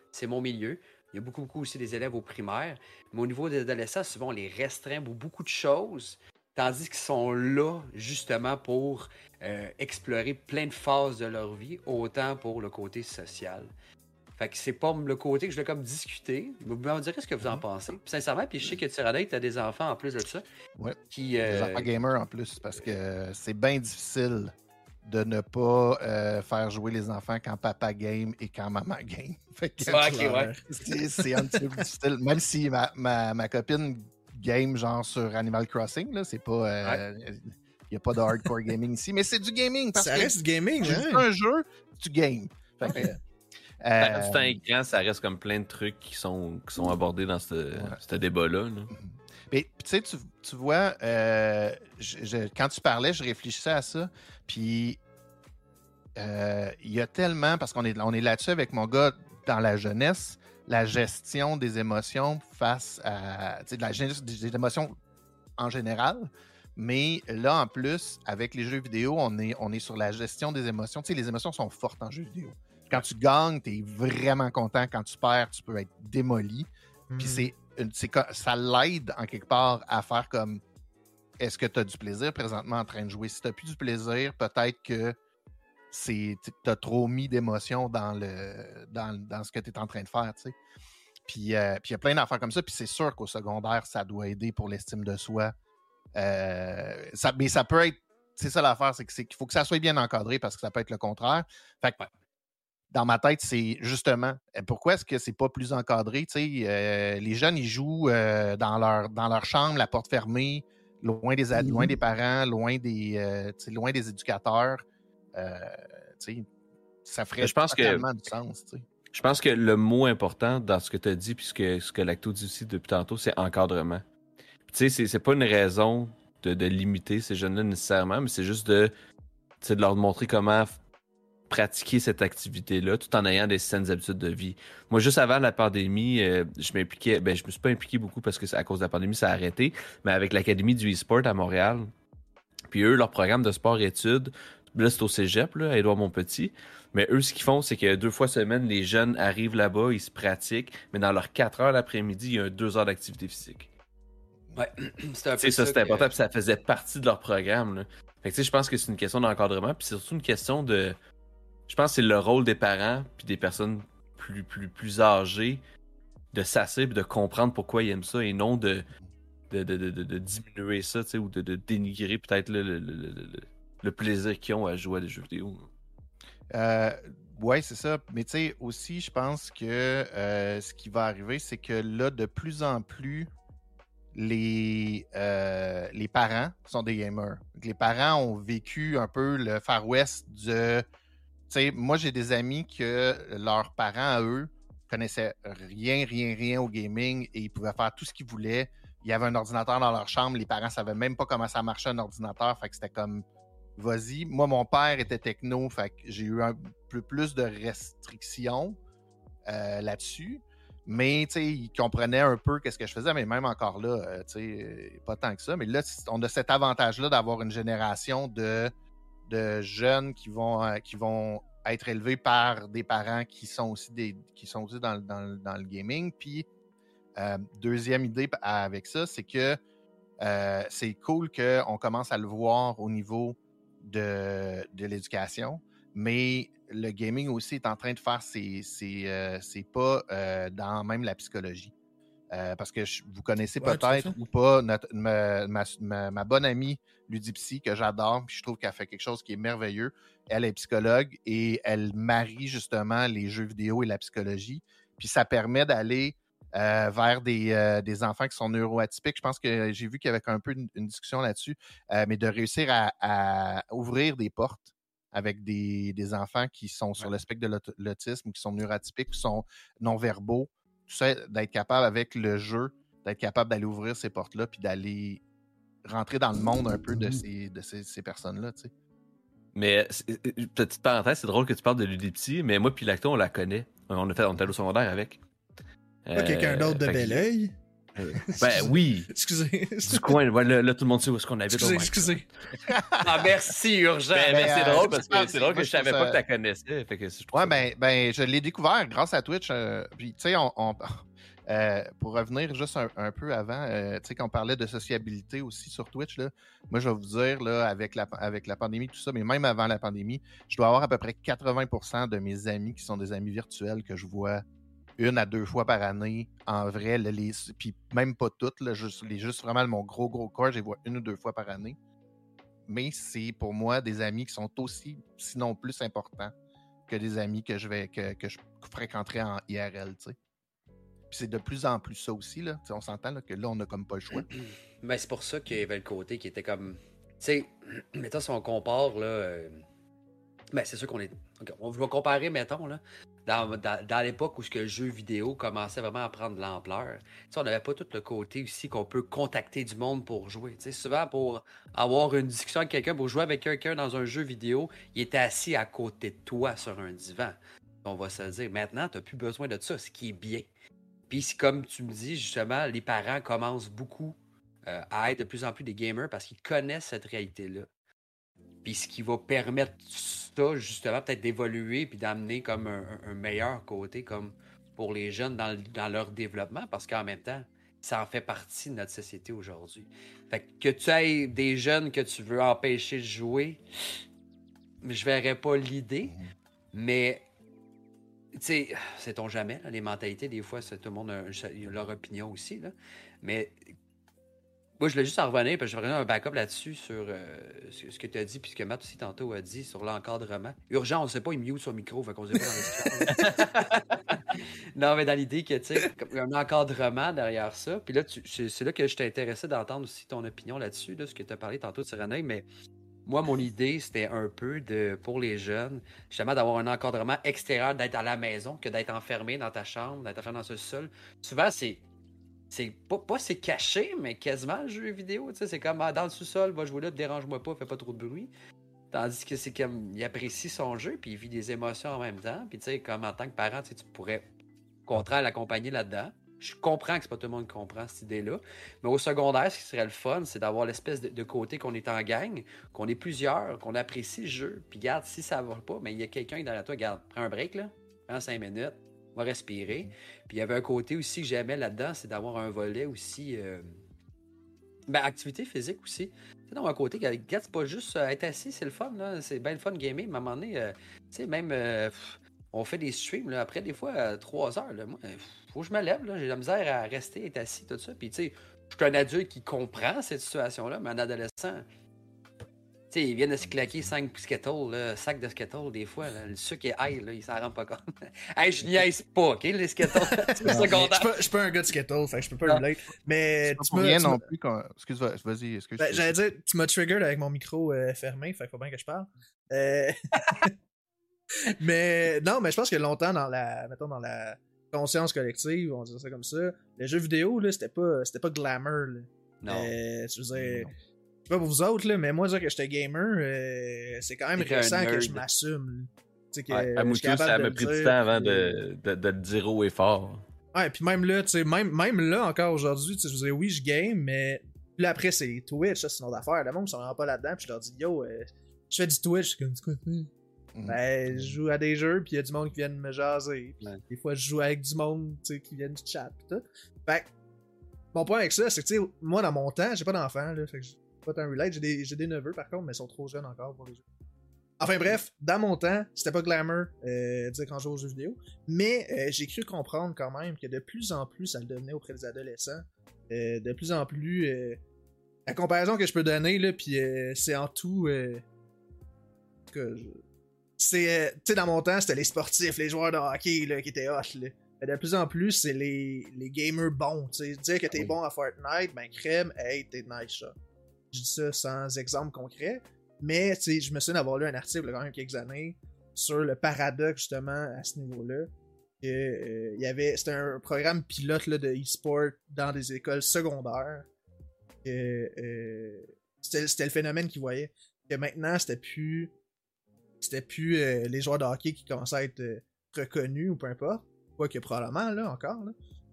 c'est mon milieu. Il y a beaucoup, beaucoup aussi des élèves au primaire. Mais au niveau des adolescents, souvent, on les restreint pour beaucoup de choses. Tandis qu'ils sont là, justement, pour euh, explorer plein de phases de leur vie, autant pour le côté social. Fait que c'est pas le côté que je veux comme discuter. Vous me direz ce que vous en pensez. Puis sincèrement, puis je sais que Tyrannoïde, t'as des enfants en plus de ça. Ouais. Qui, Des euh, enfants gamers en plus, parce que c'est bien difficile de ne pas euh, faire jouer les enfants quand papa game et quand maman game. Fait que, Ouais, ok, ouais. c'est, c'est un petit peu difficile. Même si ma, ma, ma copine game genre sur Animal Crossing, là, c'est pas. Il euh, n'y a pas de hardcore gaming ici, mais c'est du gaming. Parce Ça que reste gaming, tu hein? joues un jeu, tu games. Fait que, Euh... Euh, C'est un écran, ça reste comme plein de trucs qui sont, qui sont abordés dans ce, ouais. ce débat-là. Là. Mais tu sais, tu, tu vois, euh, je, je, quand tu parlais, je réfléchissais à ça. Puis il euh, y a tellement, parce qu'on est, on est là-dessus avec mon gars dans la jeunesse, la gestion des émotions face à de la gestion des émotions en général. Mais là, en plus, avec les jeux vidéo, on est, on est sur la gestion des émotions. Tu sais, les émotions sont fortes en jeux vidéo. Quand tu gagnes, tu es vraiment content. Quand tu perds, tu peux être démoli. Mm. Puis c'est, c'est, ça l'aide en quelque part à faire comme est-ce que tu as du plaisir présentement en train de jouer? Si tu n'as plus du plaisir, peut-être que tu as trop mis d'émotion dans, le, dans, dans ce que tu es en train de faire. T'sais. Puis euh, il y a plein d'affaires comme ça. Puis c'est sûr qu'au secondaire, ça doit aider pour l'estime de soi. Euh, ça, mais ça peut être. C'est ça l'affaire, c'est, que, c'est qu'il faut que ça soit bien encadré parce que ça peut être le contraire. Fait que, dans ma tête, c'est justement pourquoi est-ce que c'est pas plus encadré? Euh, les jeunes, ils jouent euh, dans, leur, dans leur chambre, la porte fermée, loin des, mm-hmm. loin des parents, loin des, euh, loin des éducateurs. Euh, ça ferait je pense totalement que, du sens. T'sais. Je pense que le mot important dans ce que tu as dit, puis ce que, ce que Lacto dit aussi depuis tantôt, c'est encadrement. Tu sais, c'est, c'est pas une raison de, de limiter ces jeunes-là nécessairement, mais c'est juste de, de leur montrer comment pratiquer cette activité-là tout en ayant des saines habitudes de vie. Moi, juste avant la pandémie, euh, je m'impliquais, ben je me suis pas impliqué beaucoup parce que à cause de la pandémie, ça a arrêté, mais avec l'Académie du e-sport à Montréal, puis eux, leur programme de sport-études, là, c'est au cégep, là, à Édouard-Montpetit, mais eux, ce qu'ils font, c'est que deux fois semaine, les jeunes arrivent là-bas, ils se pratiquent, mais dans leurs quatre heures l'après-midi, il y a un deux heures d'activité physique. Ouais, c'était un peu ça, ça c'était que... important, puis ça faisait partie de leur programme, là. Fait que, tu sais, je pense que c'est une question d'encadrement, puis c'est surtout une question de... Je pense que c'est le rôle des parents puis des personnes plus, plus, plus âgées de s'asseoir et de comprendre pourquoi ils aiment ça et non de, de, de, de, de diminuer ça ou de, de dénigrer peut-être le, le, le, le, le plaisir qu'ils ont à jouer à des jeux vidéo. Euh, oui, c'est ça. Mais tu sais, aussi, je pense que euh, ce qui va arriver, c'est que là, de plus en plus, les, euh, les parents sont des gamers. Donc, les parents ont vécu un peu le Far West de... T'sais, moi, j'ai des amis que leurs parents, à eux, connaissaient rien, rien, rien au gaming et ils pouvaient faire tout ce qu'ils voulaient. Il y avait un ordinateur dans leur chambre. Les parents ne savaient même pas comment ça marchait un ordinateur. Fait que c'était comme, vas-y. Moi, mon père était techno. Fait que j'ai eu un peu plus de restrictions euh, là-dessus. Mais, tu sais, ils comprenaient un peu qu'est-ce que je faisais. Mais même encore là, euh, tu sais, pas tant que ça. Mais là, on a cet avantage-là d'avoir une génération de... de jeunes qui vont, euh, qui vont être élevés par des parents qui sont aussi, des, qui sont aussi dans, dans, dans le gaming. Puis, euh, deuxième idée avec ça, c'est que euh, c'est cool qu'on commence à le voir au niveau de, de l'éducation, mais le gaming aussi est en train de faire ses, ses, euh, ses pas euh, dans même la psychologie. Euh, parce que je, vous connaissez ouais, peut-être ou pas notre, ma, ma, ma, ma bonne amie Ludipsy, que j'adore, puis je trouve qu'elle fait quelque chose qui est merveilleux. Elle est psychologue et elle marie justement les jeux vidéo et la psychologie. Puis ça permet d'aller euh, vers des, euh, des enfants qui sont neuroatypiques. Je pense que j'ai vu qu'il y avait un peu une, une discussion là-dessus, euh, mais de réussir à, à ouvrir des portes avec des, des enfants qui sont sur ouais. le spectre de l'autisme, qui sont neuroatypiques, qui sont non-verbaux. Tout ça, d'être capable avec le jeu, d'être capable d'aller ouvrir ces portes-là puis d'aller rentrer dans le monde un peu de ces, de ces, ces personnes-là, tu sais. Mais, petite parenthèse, c'est drôle que tu parles de Ludipsy, mais moi puis Lacto, on la connaît. On, a fait, on est allé au secondaire avec. Pas euh, quelqu'un d'autre de Belleuil? Euh, ben oui. Excusez. Du coin, ouais, là, là, tout le monde sait où est-ce qu'on habite. Excusez, oh my excusez. Ah, merci, urgent. Ben, Ben, ben, c'est euh, drôle parce que c'est- c'est drôle moi, que je je savais trouve pas ça- que tu la connaissais. Fait que je trouve Ouais, ça- ben, ben, je l'ai découvert grâce à Twitch. euh, puis, tu sais, on, on- euh, pour revenir juste un, un peu avant, euh, tu sais, quand on parlait de sociabilité aussi sur Twitch, là, moi, je vais vous dire, là, avec la, avec la pandémie, tout ça, mais même avant la pandémie, je dois avoir à peu près quatre-vingts pour cent de mes amis qui sont des amis virtuels que je vois une à deux fois par année en vrai. Là, les, puis même pas toutes, là, juste, les, juste vraiment mon gros, gros corps, je les vois une ou deux fois par année. Mais c'est pour moi des amis qui sont aussi, sinon plus importants que des amis que je vais que, que je fréquenterai en I R L, tu sais. Puis c'est de plus en plus ça aussi, là. T'sais, on s'entend là, que là, on a comme pas le choix. Mais c'est pour ça qu'il y avait le côté qui était comme. Tu sais, mettons, si on compare, là. euh, Ben, c'est sûr qu'on est. ok, on va comparer, mettons, là. Dans, dans, dans l'époque où ce que le jeu vidéo commençait vraiment à prendre de l'ampleur, tu sais, on n'avait pas tout le côté aussi qu'on peut contacter du monde pour jouer. Tu sais, souvent, pour avoir une discussion avec quelqu'un, pour jouer avec quelqu'un dans un jeu vidéo, il était assis à côté de toi sur un divan. On va se le dire. Maintenant, tu n'as plus besoin de ça, ce qui est bien. Puis, c'est comme tu me dis, justement, les parents commencent beaucoup euh, à être de plus en plus des gamers parce qu'ils connaissent cette réalité-là. Puis ce qui va permettre ça, justement, peut-être d'évoluer puis d'amener comme un, un meilleur côté comme pour les jeunes dans, le- dans leur développement, parce qu'en même temps, ça en fait partie de notre société aujourd'hui. Fait que, que tu aies des jeunes que tu veux empêcher de jouer, je verrais pas l'idée, mais tu sais, sait-on jamais, là, les mentalités, des fois, c'est, tout le monde a, a leur opinion aussi, là. Mais moi, je voulais juste en revenir, parce que je vais revenir un backup là-dessus sur euh, ce ce que tu as dit, puis ce que Matt aussi tantôt a dit sur l'encadrement. Urgent, on ne sait pas, il mute son micro, fait qu'on ne sait pas dans les Non, mais dans l'idée que, tu sais, comme un encadrement derrière ça. Puis là, tu- c'est c'est là que je t'ai intéressé d'entendre aussi ton opinion là-dessus, là, ce que tu as parlé tantôt de Cyranoï, mais moi, mon idée, c'était un peu de, pour les jeunes, justement, d'avoir un encadrement extérieur, d'être à la maison, que d'être enfermé dans ta chambre, d'être enfermé dans ce sol. Souvent, c'est. C'est pas, pas c'est caché, mais quasiment le jeu vidéo. Tu sais, c'est comme ah, dans le sous-sol, va jouer là, dérange-moi pas, fais pas trop de bruit. Tandis que c'est comme il apprécie son jeu, puis il vit des émotions en même temps. Puis tu sais, comme en tant que parent, tu sais, tu pourrais au contraire l'accompagner là-dedans. Je comprends que c'est pas tout le monde qui comprend cette idée-là. Mais au secondaire, ce qui serait le fun, c'est d'avoir l'espèce de, de côté qu'on est en gang, qu'on est plusieurs, qu'on apprécie le jeu. Puis garde, si ça va pas, mais il y a quelqu'un qui est derrière toi, garde, prends un break, là, prends cinq minutes, va respirer. Puis il y avait un côté aussi que j'aimais là-dedans, c'est d'avoir un volet aussi. Euh... Ben, activité physique aussi. Tu sais, dans un côté, regarde, c'est pas juste euh, être assis, c'est le fun, là. C'est bien le fun de gamer. Mais à un moment donné, euh, tu sais, même, euh, pff, on fait des streams, là, après des fois, euh, trois heures, là. Moi, euh, faut que je me lève, là. J'ai de la misère à rester, être assis, tout ça. Puis, tu sais, je suis un adulte qui comprend cette situation-là, mais un adolescent. Tu sais, ils viennent de se claquer cinq Skittles, là, sacs de Skittles, des fois. Là, le sucre est high, là, ils s'en rendent pas compte. Hey, je niaise pas, OK, les Skittles. C'est Non, mais secondaire. Je suis pas- je suis pas un gars de Skittles, fait que je peux pas Non. relate. Mais C'est pas tu pour m'as- rien tu non m'as- plus. Quand... Excuse-moi, vas-y, excuse. ben, j'allais dire, tu m'as triggered avec mon micro euh, fermé, fait qu'il faut bien que je parle. Euh, mais non, mais je pense que longtemps dans la, mettons, dans la conscience collective, on dirait ça comme ça, le jeu vidéo, là, c'était pas, c'était pas glamour, là. Non. Euh, tu veux dire, Non. je sais pas pour vous autres, là, mais moi, dire que j'étais gamer, euh, c'est quand même T'étais un récent que nerd. je m'assume. là. Tu sais, que Ouais, à je suis Moutou, capable ça de m'a le pris du dire, temps avant puis, de, de, de le dire haut et fort. Ouais, puis même là, tu sais, même, même là encore aujourd'hui, tu sais, je vous dis oui, je game, mais puis là après c'est Twitch, ça c'est une autre affaire. Le monde ils sont vraiment pas là-dedans, puis je leur dis yo, euh, je fais du Twitch, c'est comme du quoi? Mhm. Ben, je joue à des jeux, puis il y a du monde qui vient me jaser. Puis Ouais. des fois, je joue avec du monde, tu sais, qui vient du chat, pis tout. Fait que, mon point avec ça, c'est que, tu sais, moi dans mon temps, j'ai pas d'enfants, là, fait que j'ai pas tant relate. J'ai des, j'ai des neveux par contre, mais ils sont trop jeunes encore pour les jeux. Enfin bref, dans mon temps, c'était pas glamour, euh, dire quand je jouais aux jeux vidéo, mais euh, j'ai cru comprendre quand même que de plus en plus ça le devenait auprès des adolescents. Euh, de plus en plus, euh, la comparaison que je peux donner, là, puis euh, c'est en tout. Euh, en tout cas, je- c'est, euh, tu sais, dans mon temps, c'était les sportifs, les joueurs de hockey là, qui étaient hot. Là. Mais de plus en plus, c'est les, les gamers bons. Tu sais, dire que t'es Oui. bon à Fortnite, ben crème, hey, t'es nice shot. Je dis ça sans exemple concret. Mais tu sais, je me souviens d'avoir lu un article il y a quand même quelques années sur le paradoxe justement à ce niveau-là. Que, euh, il y avait, c'était un programme pilote là, de e-sport dans des écoles secondaires. Que, euh, c'était, c'était le phénomène qu'ils voyaient. Que maintenant, c'était plus. C'était plus euh, les joueurs de hockey qui commençaient à être euh, reconnus ou peu importe. Quoique probablement là encore. Là.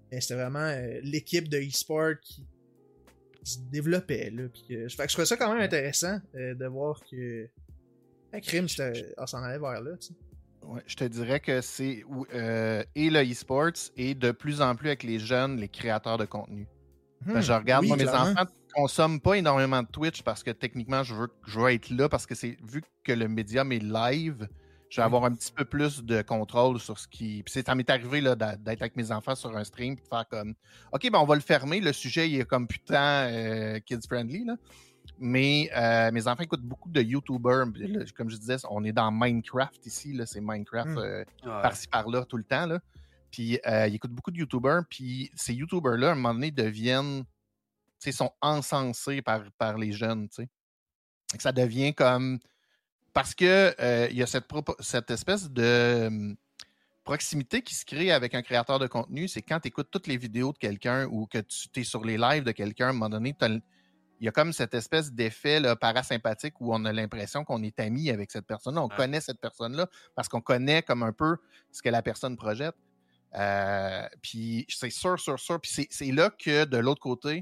Mais c'était vraiment euh, l'équipe de e-sport qui, qui se développait. Là, puis que, fait que je trouvais ça quand même intéressant euh, de voir que un crime c'était, on s'en allait vers là. Tu sais. Ouais, je te dirais que c'est euh, et le e-sports et de plus en plus avec les jeunes, les créateurs de contenu. Hmm, je regarde, oui, moi, mes clairement. enfants ne consomment pas énormément de Twitch parce que techniquement, je veux, je veux être là parce que c'est vu que le médium est live, je vais Oui. avoir un petit peu plus de contrôle sur ce qui. Puis c'est, ça m'est arrivé là, d'être avec mes enfants sur un stream et de faire comme OK, ben on va le fermer, le sujet il est comme putain euh, kids-friendly. Là. Mais euh, mes enfants écoutent beaucoup de YouTubers. Comme je disais, on est dans Minecraft ici. Là, c'est Minecraft Mm. euh, Ouais. par-ci par-là tout le temps. Là. Puis euh, ils écoutent beaucoup de YouTubers. Puis ces YouTubers-là, à un moment donné, deviennent. Ils sont encensés par, par les jeunes. T'sais. Et que ça devient comme. Parce que euh, il y a cette, pro- cette espèce de hum, proximité qui se crée avec un créateur de contenu. C'est quand tu écoutes toutes les vidéos de quelqu'un ou que tu es sur les lives de quelqu'un, à un moment donné, tu as il y a comme cette espèce d'effet là, parasympathique où on a l'impression qu'on est ami avec cette personne-là. On Ouais. connaît cette personne-là parce qu'on connaît comme un peu ce que la personne projette. Euh, puis c'est sûr, sûr, sûr. Puis c'est, c'est là que de l'autre côté,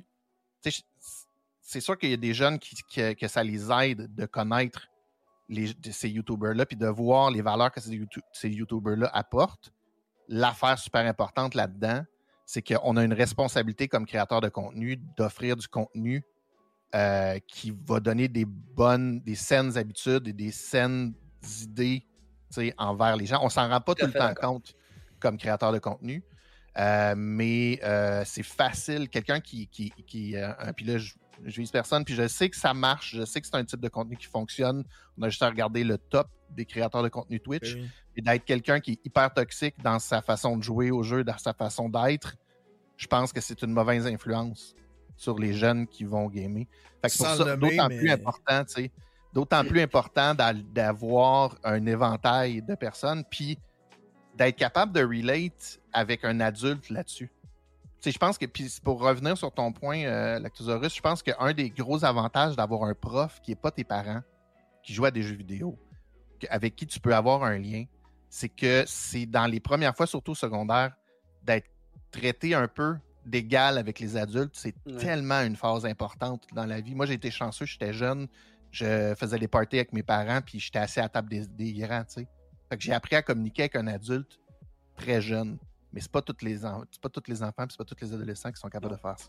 c'est sûr qu'il y a des jeunes qui, que, que ça les aide de connaître les, ces YouTubers-là puis de voir les valeurs que ces, YouTube, ces YouTubers-là apportent. L'affaire super importante là-dedans, c'est qu'on a une responsabilité comme créateur de contenu d'offrir du contenu Euh, qui va donner des bonnes, des saines habitudes et des saines idées envers les gens. On s'en rend pas tout, tout le temps d'accord. compte comme créateur de contenu, euh, mais euh, c'est facile. Quelqu'un qui... qui, qui euh, puis là, je, je vise personne, puis je sais que ça marche, je sais que c'est un type de contenu qui fonctionne. On a juste à regarder le top des créateurs de contenu Twitch oui. et d'être quelqu'un qui est hyper toxique dans sa façon de jouer au jeu, dans sa façon d'être. Je pense que c'est une mauvaise influence sur les jeunes qui vont gamer. Fait que pour ça, nommer, d'autant mais... plus important, tu sais, d'autant plus important d'avoir un éventail de personnes, puis d'être capable de relate avec un adulte là-dessus. Tu sais, je pense que, puis pour revenir sur ton point, euh, Lactosaurus, je pense qu'un des gros avantages d'avoir un prof qui n'est pas tes parents, qui joue à des jeux vidéo, avec qui tu peux avoir un lien, c'est que c'est dans les premières fois, surtout au secondaire, d'être traité un peu d'égal avec les adultes, c'est ouais. tellement une phase importante dans la vie. Moi, j'ai été chanceux, j'étais jeune, je faisais des parties avec mes parents, puis j'étais assis à la table des, des grands, tu sais. Fait que j'ai appris à communiquer avec un adulte très jeune, mais c'est pas tous les, en... c'est pas tous les enfants, puis c'est pas tous les adolescents qui sont capables non. de faire ça.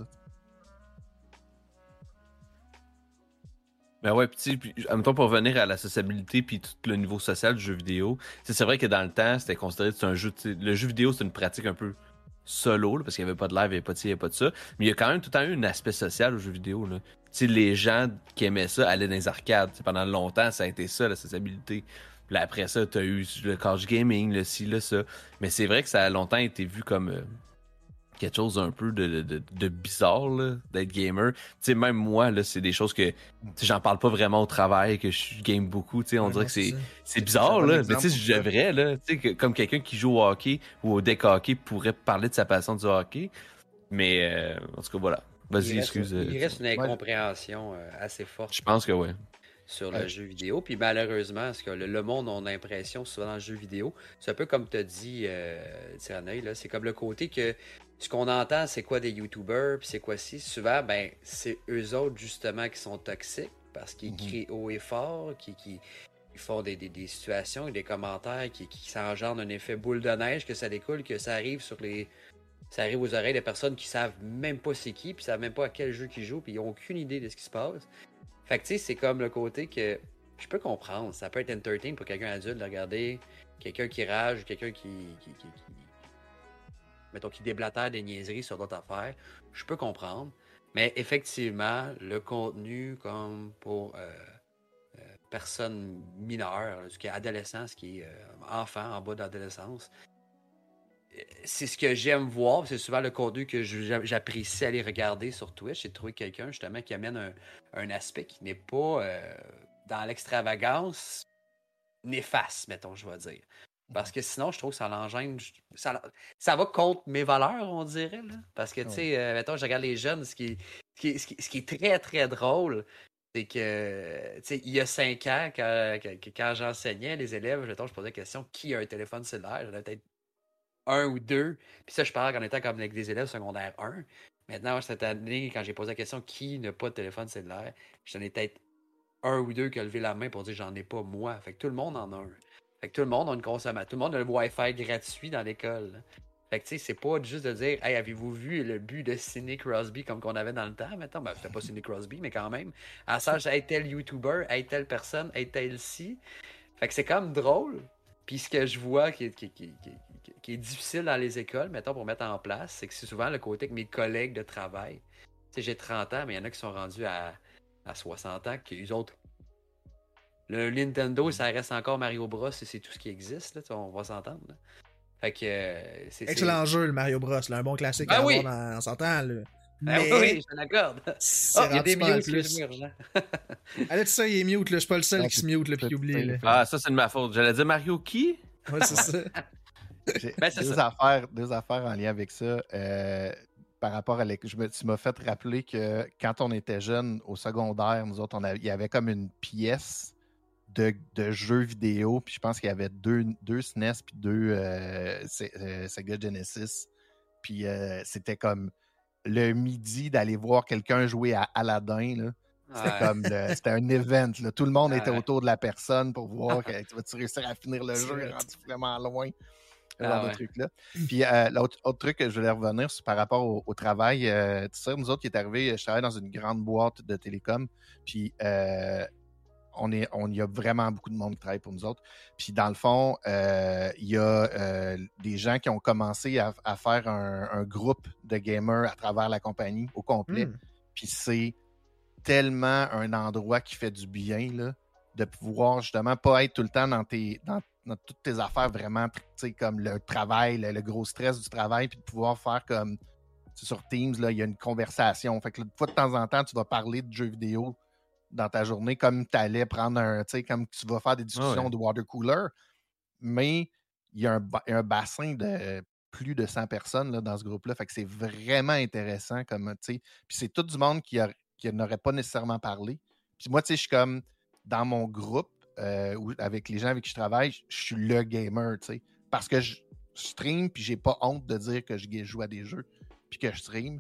Ben ouais, puis en même temps, pour revenir à la sociabilité puis tout le niveau social du jeu vidéo, c'est vrai que dans le temps, c'était considéré que c'est un jeu, le jeu vidéo, c'est une pratique un peu solo, là, parce qu'il n'y avait pas de live, il n'y avait pas de ci, il n'y avait pas de ça. Mais il y a quand même tout le temps eu un aspect social aux jeux vidéo. Là. Les gens qui aimaient ça allaient dans les arcades. T'sais, pendant longtemps, ça a été ça, la sociabilité. Puis après ça, tu as eu le couch gaming, le ci, le ça. Mais c'est vrai que ça a longtemps été vu comme euh, quelque chose d'un peu de, de, de bizarre là, d'être gamer. T'sais, même moi, là, c'est des choses que j'en parle pas vraiment au travail, que je game beaucoup. On ouais, dirait non, que c'est, c'est bizarre, là. Mais tu sais, je devrais, là. Que, comme quelqu'un qui joue au hockey ou au deck hockey pourrait parler de sa passion du hockey. Mais euh, en tout cas, voilà. Vas-y, il excuse. Reste, il reste une incompréhension ouais. assez forte. Je pense que oui. Sur le ouais. jeu vidéo. Puis malheureusement, parce que le, le monde, on a l'impression, souvent dans le jeu vidéo, c'est un peu comme tu as dit, euh, Tyraneuil, là, c'est comme le côté que ce qu'on entend, c'est quoi des YouTubers, puis c'est quoi ci. Souvent, ben, c'est eux autres, justement, qui sont toxiques, parce qu'ils mm-hmm. crient haut et fort, qui, qui ils font des, des, des situations et des commentaires qui, qui s'engendrent un effet boule de neige, que ça découle, que ça arrive sur les... Ça arrive aux oreilles de personnes qui savent même pas c'est qui, puis savent même pas à quel jeu qu'ils jouent, puis ils ont aucune idée de ce qui se passe. Fait que tu sais, c'est comme le côté que je peux comprendre. Ça peut être entertaining pour quelqu'un adulte de regarder quelqu'un qui rage, quelqu'un qui, qui, qui, qui mettons, qui déblatère des niaiseries sur d'autres affaires. Je peux comprendre. Mais effectivement, le contenu comme pour euh, euh, personnes mineures, ce qui est adolescent, ce qui est euh, enfant en bas d'adolescence, c'est ce que j'aime voir, c'est souvent le contenu que j'apprécie aller regarder sur Twitch, c'est de trouver quelqu'un justement qui amène un, un aspect qui n'est pas euh, dans l'extravagance néfaste, mettons, je vais dire. Parce que sinon, je trouve que ça l'engêne, ça, ça va contre mes valeurs, on dirait. Là. Parce que, tu sais, euh, mettons, je regarde les jeunes, ce qui, ce qui, ce qui, ce qui est très, très drôle, c'est que, tu sais, il y a cinq ans, quand, quand, quand j'enseignais les élèves, mettons, je posais la question, qui a un téléphone cellulaire? J'avais peut-être un ou deux. Puis ça, je parle quand on était comme avec des élèves secondaire un. Maintenant, cette année, quand j'ai posé la question qui n'a pas de téléphone cellulaire, j'en ai peut-être un ou deux qui ont levé la main pour dire j'en ai pas moi. Fait que tout le monde en a un. Fait que tout le monde a une consommation. Tout le monde a le Wi-Fi gratuit dans l'école. Là. Fait que tu sais, c'est pas juste de dire hey, avez-vous vu le but de Sidney Crosby comme qu'on avait dans le temps maintenant? Ben, c'était pas Sidney Crosby, mais quand même. À ça, hey, tel YouTuber, hey, telle personne, hey, tel ci. Fait que c'est quand même drôle. Puis ce que je vois qui est, qui, qui, qui, qui, qui est difficile dans les écoles, mettons, pour mettre en place, c'est que c'est souvent le côté que mes collègues de travail. Tu sais, j'ai trente ans, mais il y en a qui sont rendus à, à soixante ans, qui eux autres. Le Nintendo, ça reste encore Mario Bros, et c'est tout ce qui existe, là, on va s'entendre. Là. Fait que. Euh, c'est, Excellent c'est... jeu, le Mario Bros. Là, un bon classique ah, à oui! avoir dans, en s'entend. Là. Mais... Mais... Ah oui, je l'accorde. C'est oh, il y a des rendu mutes, plus. c'est urgent. Allez, tu sais, il est mute, là. Je suis pas le seul Ah, qui se mute, là, puis qui oublie. Là. Ah, ça, c'est de ma faute. J'allais dire Mario qui? Ouais, c'est ça. J'ai Ben, c'est deux, ça. affaires, deux affaires en lien avec ça. Euh, par rapport à l'école, je me, tu m'as fait rappeler que quand on était jeune au secondaire, nous autres, on avait, il y avait comme une pièce de, de jeux vidéo. Puis je pense qu'il y avait deux, deux S N E S puis deux euh, euh, Sega Genesis. Puis euh, c'était comme le midi d'aller voir quelqu'un jouer à Aladdin. Là. C'était Ouais. comme le, c'était un event. Là. Tout le monde Ah était ouais. autour de la personne pour voir que tu vas-tu réussir à finir le jeu rendu vraiment loin. Ce genre Ah de ouais. truc-là. Puis euh, l'autre autre truc que je voulais revenir, c'est par rapport au, au travail. Euh, tu sais, nous autres qui est arrivé, je travaille dans une grande boîte de télécom. Puis euh, on est, on y a vraiment beaucoup de monde qui travaille pour nous autres. Puis dans le fond, euh, il y a euh, des gens qui ont commencé à, à faire un, un groupe de gamers à travers la compagnie au complet. Mm. Puis c'est tellement un endroit qui fait du bien, là, de pouvoir justement pas être tout le temps dans tes dans, dans toutes tes affaires vraiment, tu sais, comme le travail, le, le gros stress du travail, puis de pouvoir faire comme sur Teams, là, il y a une conversation. Fait que là, de fois de temps en temps, tu vas parler de jeux vidéo dans ta journée comme tu allais prendre un, tu sais, comme tu vas faire des discussions Ouais. de water cooler, mais il y a un, ba- un bassin de plus de cent personnes là, dans ce groupe-là. Fait que c'est vraiment intéressant comme, tu sais. Puis c'est tout du monde qui, a, qui n'aurait pas nécessairement parlé. Puis moi, tu sais, je suis comme dans mon groupe, euh, où, avec les gens avec qui je travaille, je suis le gamer, tu sais. Parce que je stream, puis j'ai pas honte de dire que je joue à des jeux, puis que je stream.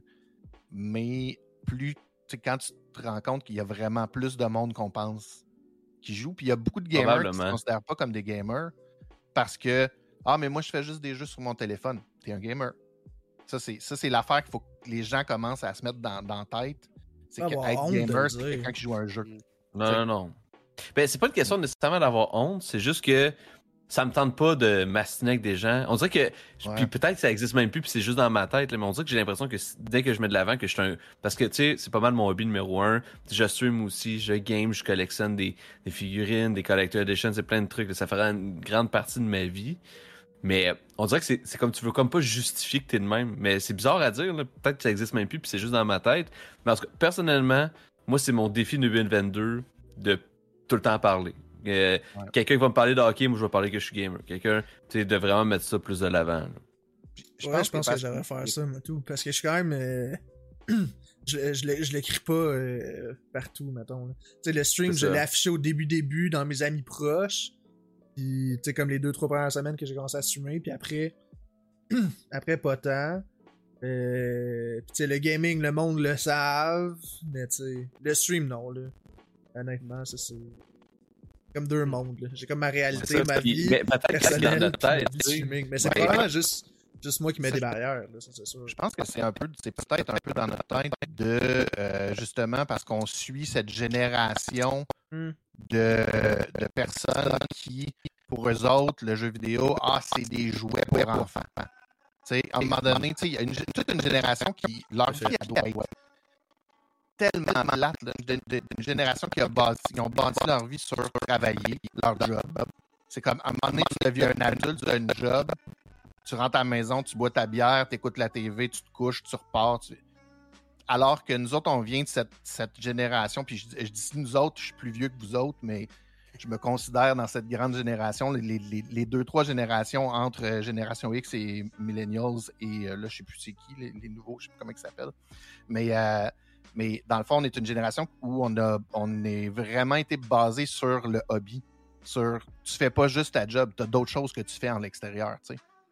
Mais plus, tu sais, quand tu te rends compte qu'il y a vraiment plus de monde qu'on pense qui joue, puis il y a beaucoup de gamers qui ne se Probablement. considèrent pas comme des gamers parce que ah, mais moi, je fais juste des jeux sur mon téléphone. T'es un gamer. Ça, c'est, ça, c'est l'affaire qu'il faut que les gens commencent à se mettre dans, dans la tête. C'est Avoir qu'être honte de gamer, le c'est dire. quelqu'un qui joue à un jeu. Non, non, non. Ben, c'est pas une question nécessairement d'avoir honte, c'est juste que ça me tente pas de m'astiner avec des gens. On dirait que, Ouais. puis peut-être que ça existe même plus, puis c'est juste dans ma tête, là, mais on dirait que j'ai l'impression que c- dès que je mets de l'avant, que je suis un. Parce que, tu sais, c'est pas mal mon hobby numéro un. Je stream aussi, je game, je collectionne des, des figurines, des collector editions, c'est plein de trucs. Là, ça fera une grande partie de ma vie. Mais euh, on dirait que c'est, c'est comme tu veux comme pas justifier que t'es de même. Mais c'est bizarre à dire, là. Peut-être que ça existe même plus, puis c'est juste dans ma tête. Mais en tout cas, personnellement, moi, c'est mon défi deux mille vingt-deux de tout le temps parler. Euh, Ouais. Quelqu'un qui va me parler de hockey, moi je vais parler que je suis gamer. Quelqu'un, tu sais, de vraiment mettre ça plus de l'avant. là. Je Ouais, je pense que, parce j'aurais faire ça, moi, tout. Parce que je suis quand même. euh, je, je, le- je l'écris pas euh, partout, mettons. là. Tu sais, le stream, C'est je ça. l'ai affiché au début-début dans mes amis proches. Puis, tu sais, comme les deux, trois premières semaines que j'ai commencé à streamer. Puis après, après, pas tant. Euh, puis, tu sais, le gaming, le monde le savent. Mais, tu sais, le stream, non, là. Honnêtement, ça, c'est. Comme deux mondes, là. J'ai comme ma réalité, C'est ça, ma puis- vie mais peut-être que c'est dans personnelle, notre puis ma tête. vie de tu sais. streaming. Mais c'est Ouais. probablement juste, juste moi qui mets Ça, des je- barrières, là, ça, c'est sûr. Je pense que c'est un peu, c'est peut-être un peu dans notre tête de euh, justement parce qu'on suit cette génération Hmm. de, de personnes qui, pour eux autres, le jeu vidéo, ah, c'est des jouets pour enfants. Tu sais, à un moment donné, tu sais, il y a une, toute une génération qui, leur vie, elle doit être tellement malade, là, d'une d'une génération qui a bâti, qui ont bâti leur vie sur travailler, leur job. C'est comme, à un moment donné, tu deviens un adulte, tu as une job, tu rentres à la maison, tu bois ta bière, tu écoutes la T V, tu te couches, tu repars. tu- Alors que nous autres, on vient de cette, cette génération, puis je, je dis nous autres, je suis plus vieux que vous autres, mais je me considère dans cette grande génération, les, les, les deux, trois générations entre euh, Génération X et Millennials, et euh, là, je sais plus c'est qui, les, les nouveaux, je sais plus comment ils s'appellent. Mais, euh, mais dans le fond, on est une génération où on a on est vraiment été basé sur le hobby. Sur tu fais pas juste ta job, tu as d'autres choses que tu fais en l'extérieur, tu sais.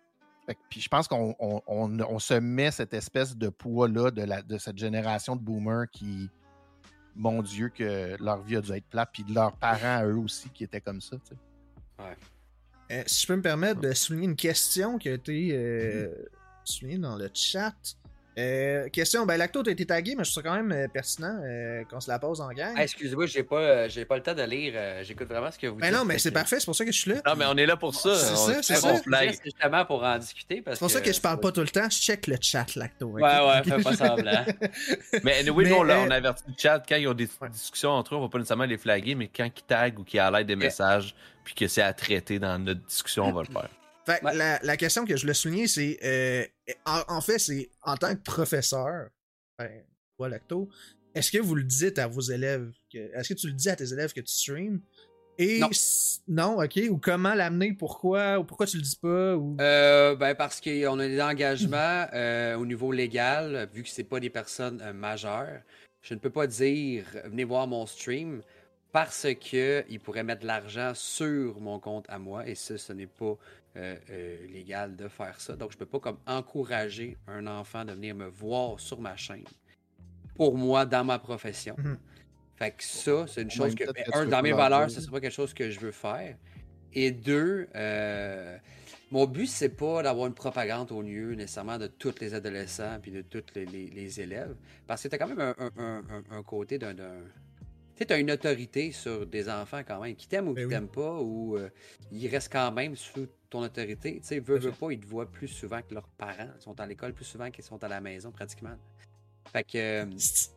Fait que, puis je pense qu'on on, on, on se met cette espèce de poids-là de, la, de cette génération de boomers qui, mon Dieu, que leur vie a dû être plate, puis de leurs parents à eux aussi qui étaient comme ça. Tu sais. Ouais. Euh, si je peux me permettre de souligner une question qui a été euh, soulignée dans le chat. Euh, question, ben Lacto, t'as été tagué, mais je trouve ça quand même euh, pertinent euh, qu'on se la pose en gang. Ah, excusez-moi, j'ai pas, euh, j'ai pas le temps de lire. euh, J'écoute vraiment ce que vous Ben dites. non, mais fait c'est que- parfait, c'est pour ça que je suis là. Non, mais on est là pour ça. C'est On- ça, c'est on ça. flag. C'est justement pour en discuter. Parce C'est pour ça que je parle pas tout le temps, je check le chat, Lacto. ok? Ouais, ouais, fais pas semblant. Mais anyway, Mais, nous, on, l'a- euh, on avertit le chat quand ils ont des Ouais. discussions entre eux, on va pas nécessairement les flaguer, mais quand ils taguent ou qu'ils alertent des messages, puis que c'est à traiter dans notre discussion, on va le faire. Fait que Ouais. la, la question que je voulais souligner, c'est euh, en, en fait, c'est en tant que professeur, ben, toi, Lacto, est-ce que vous le dites à vos élèves que, est-ce que tu le dis à tes élèves que tu streams? Et Non. s- non, ok, ou comment l'amener, pourquoi, ou pourquoi tu le dis pas, ou Euh, ben parce qu'on a des engagements euh, au niveau légal, vu que c'est pas des personnes euh, majeures. Je ne peux pas dire venez voir mon stream parce que ils pourraient mettre de l'argent sur mon compte à moi et ça, ce n'est pas euh, euh, légal de faire ça. Donc je peux pas comme encourager un enfant de venir me voir sur ma chaîne pour moi dans ma profession. Mhm. Fait que ça, c'est une Au chose même que, titre que tu un, veux dans pas mes leur valeurs, dire. ce serait pas quelque chose que je veux faire. Et deux, euh, mon but, c'est pas d'avoir une propagande au lieu nécessairement de tous les adolescents puis de tous les, les- les élèves. Parce que tu as quand même un, un- un- un- un côté d'un. d'un- Tu sais, tu as une autorité sur des enfants quand même, qui t'aiment ou Ben qui oui. t'aiment pas, ou euh, ils restent quand même sous ton autorité. Tu sais, veux, veux pas, ils te voient plus souvent que leurs parents. Ils sont à l'école plus souvent qu'ils sont à la maison pratiquement. Fait que. euh,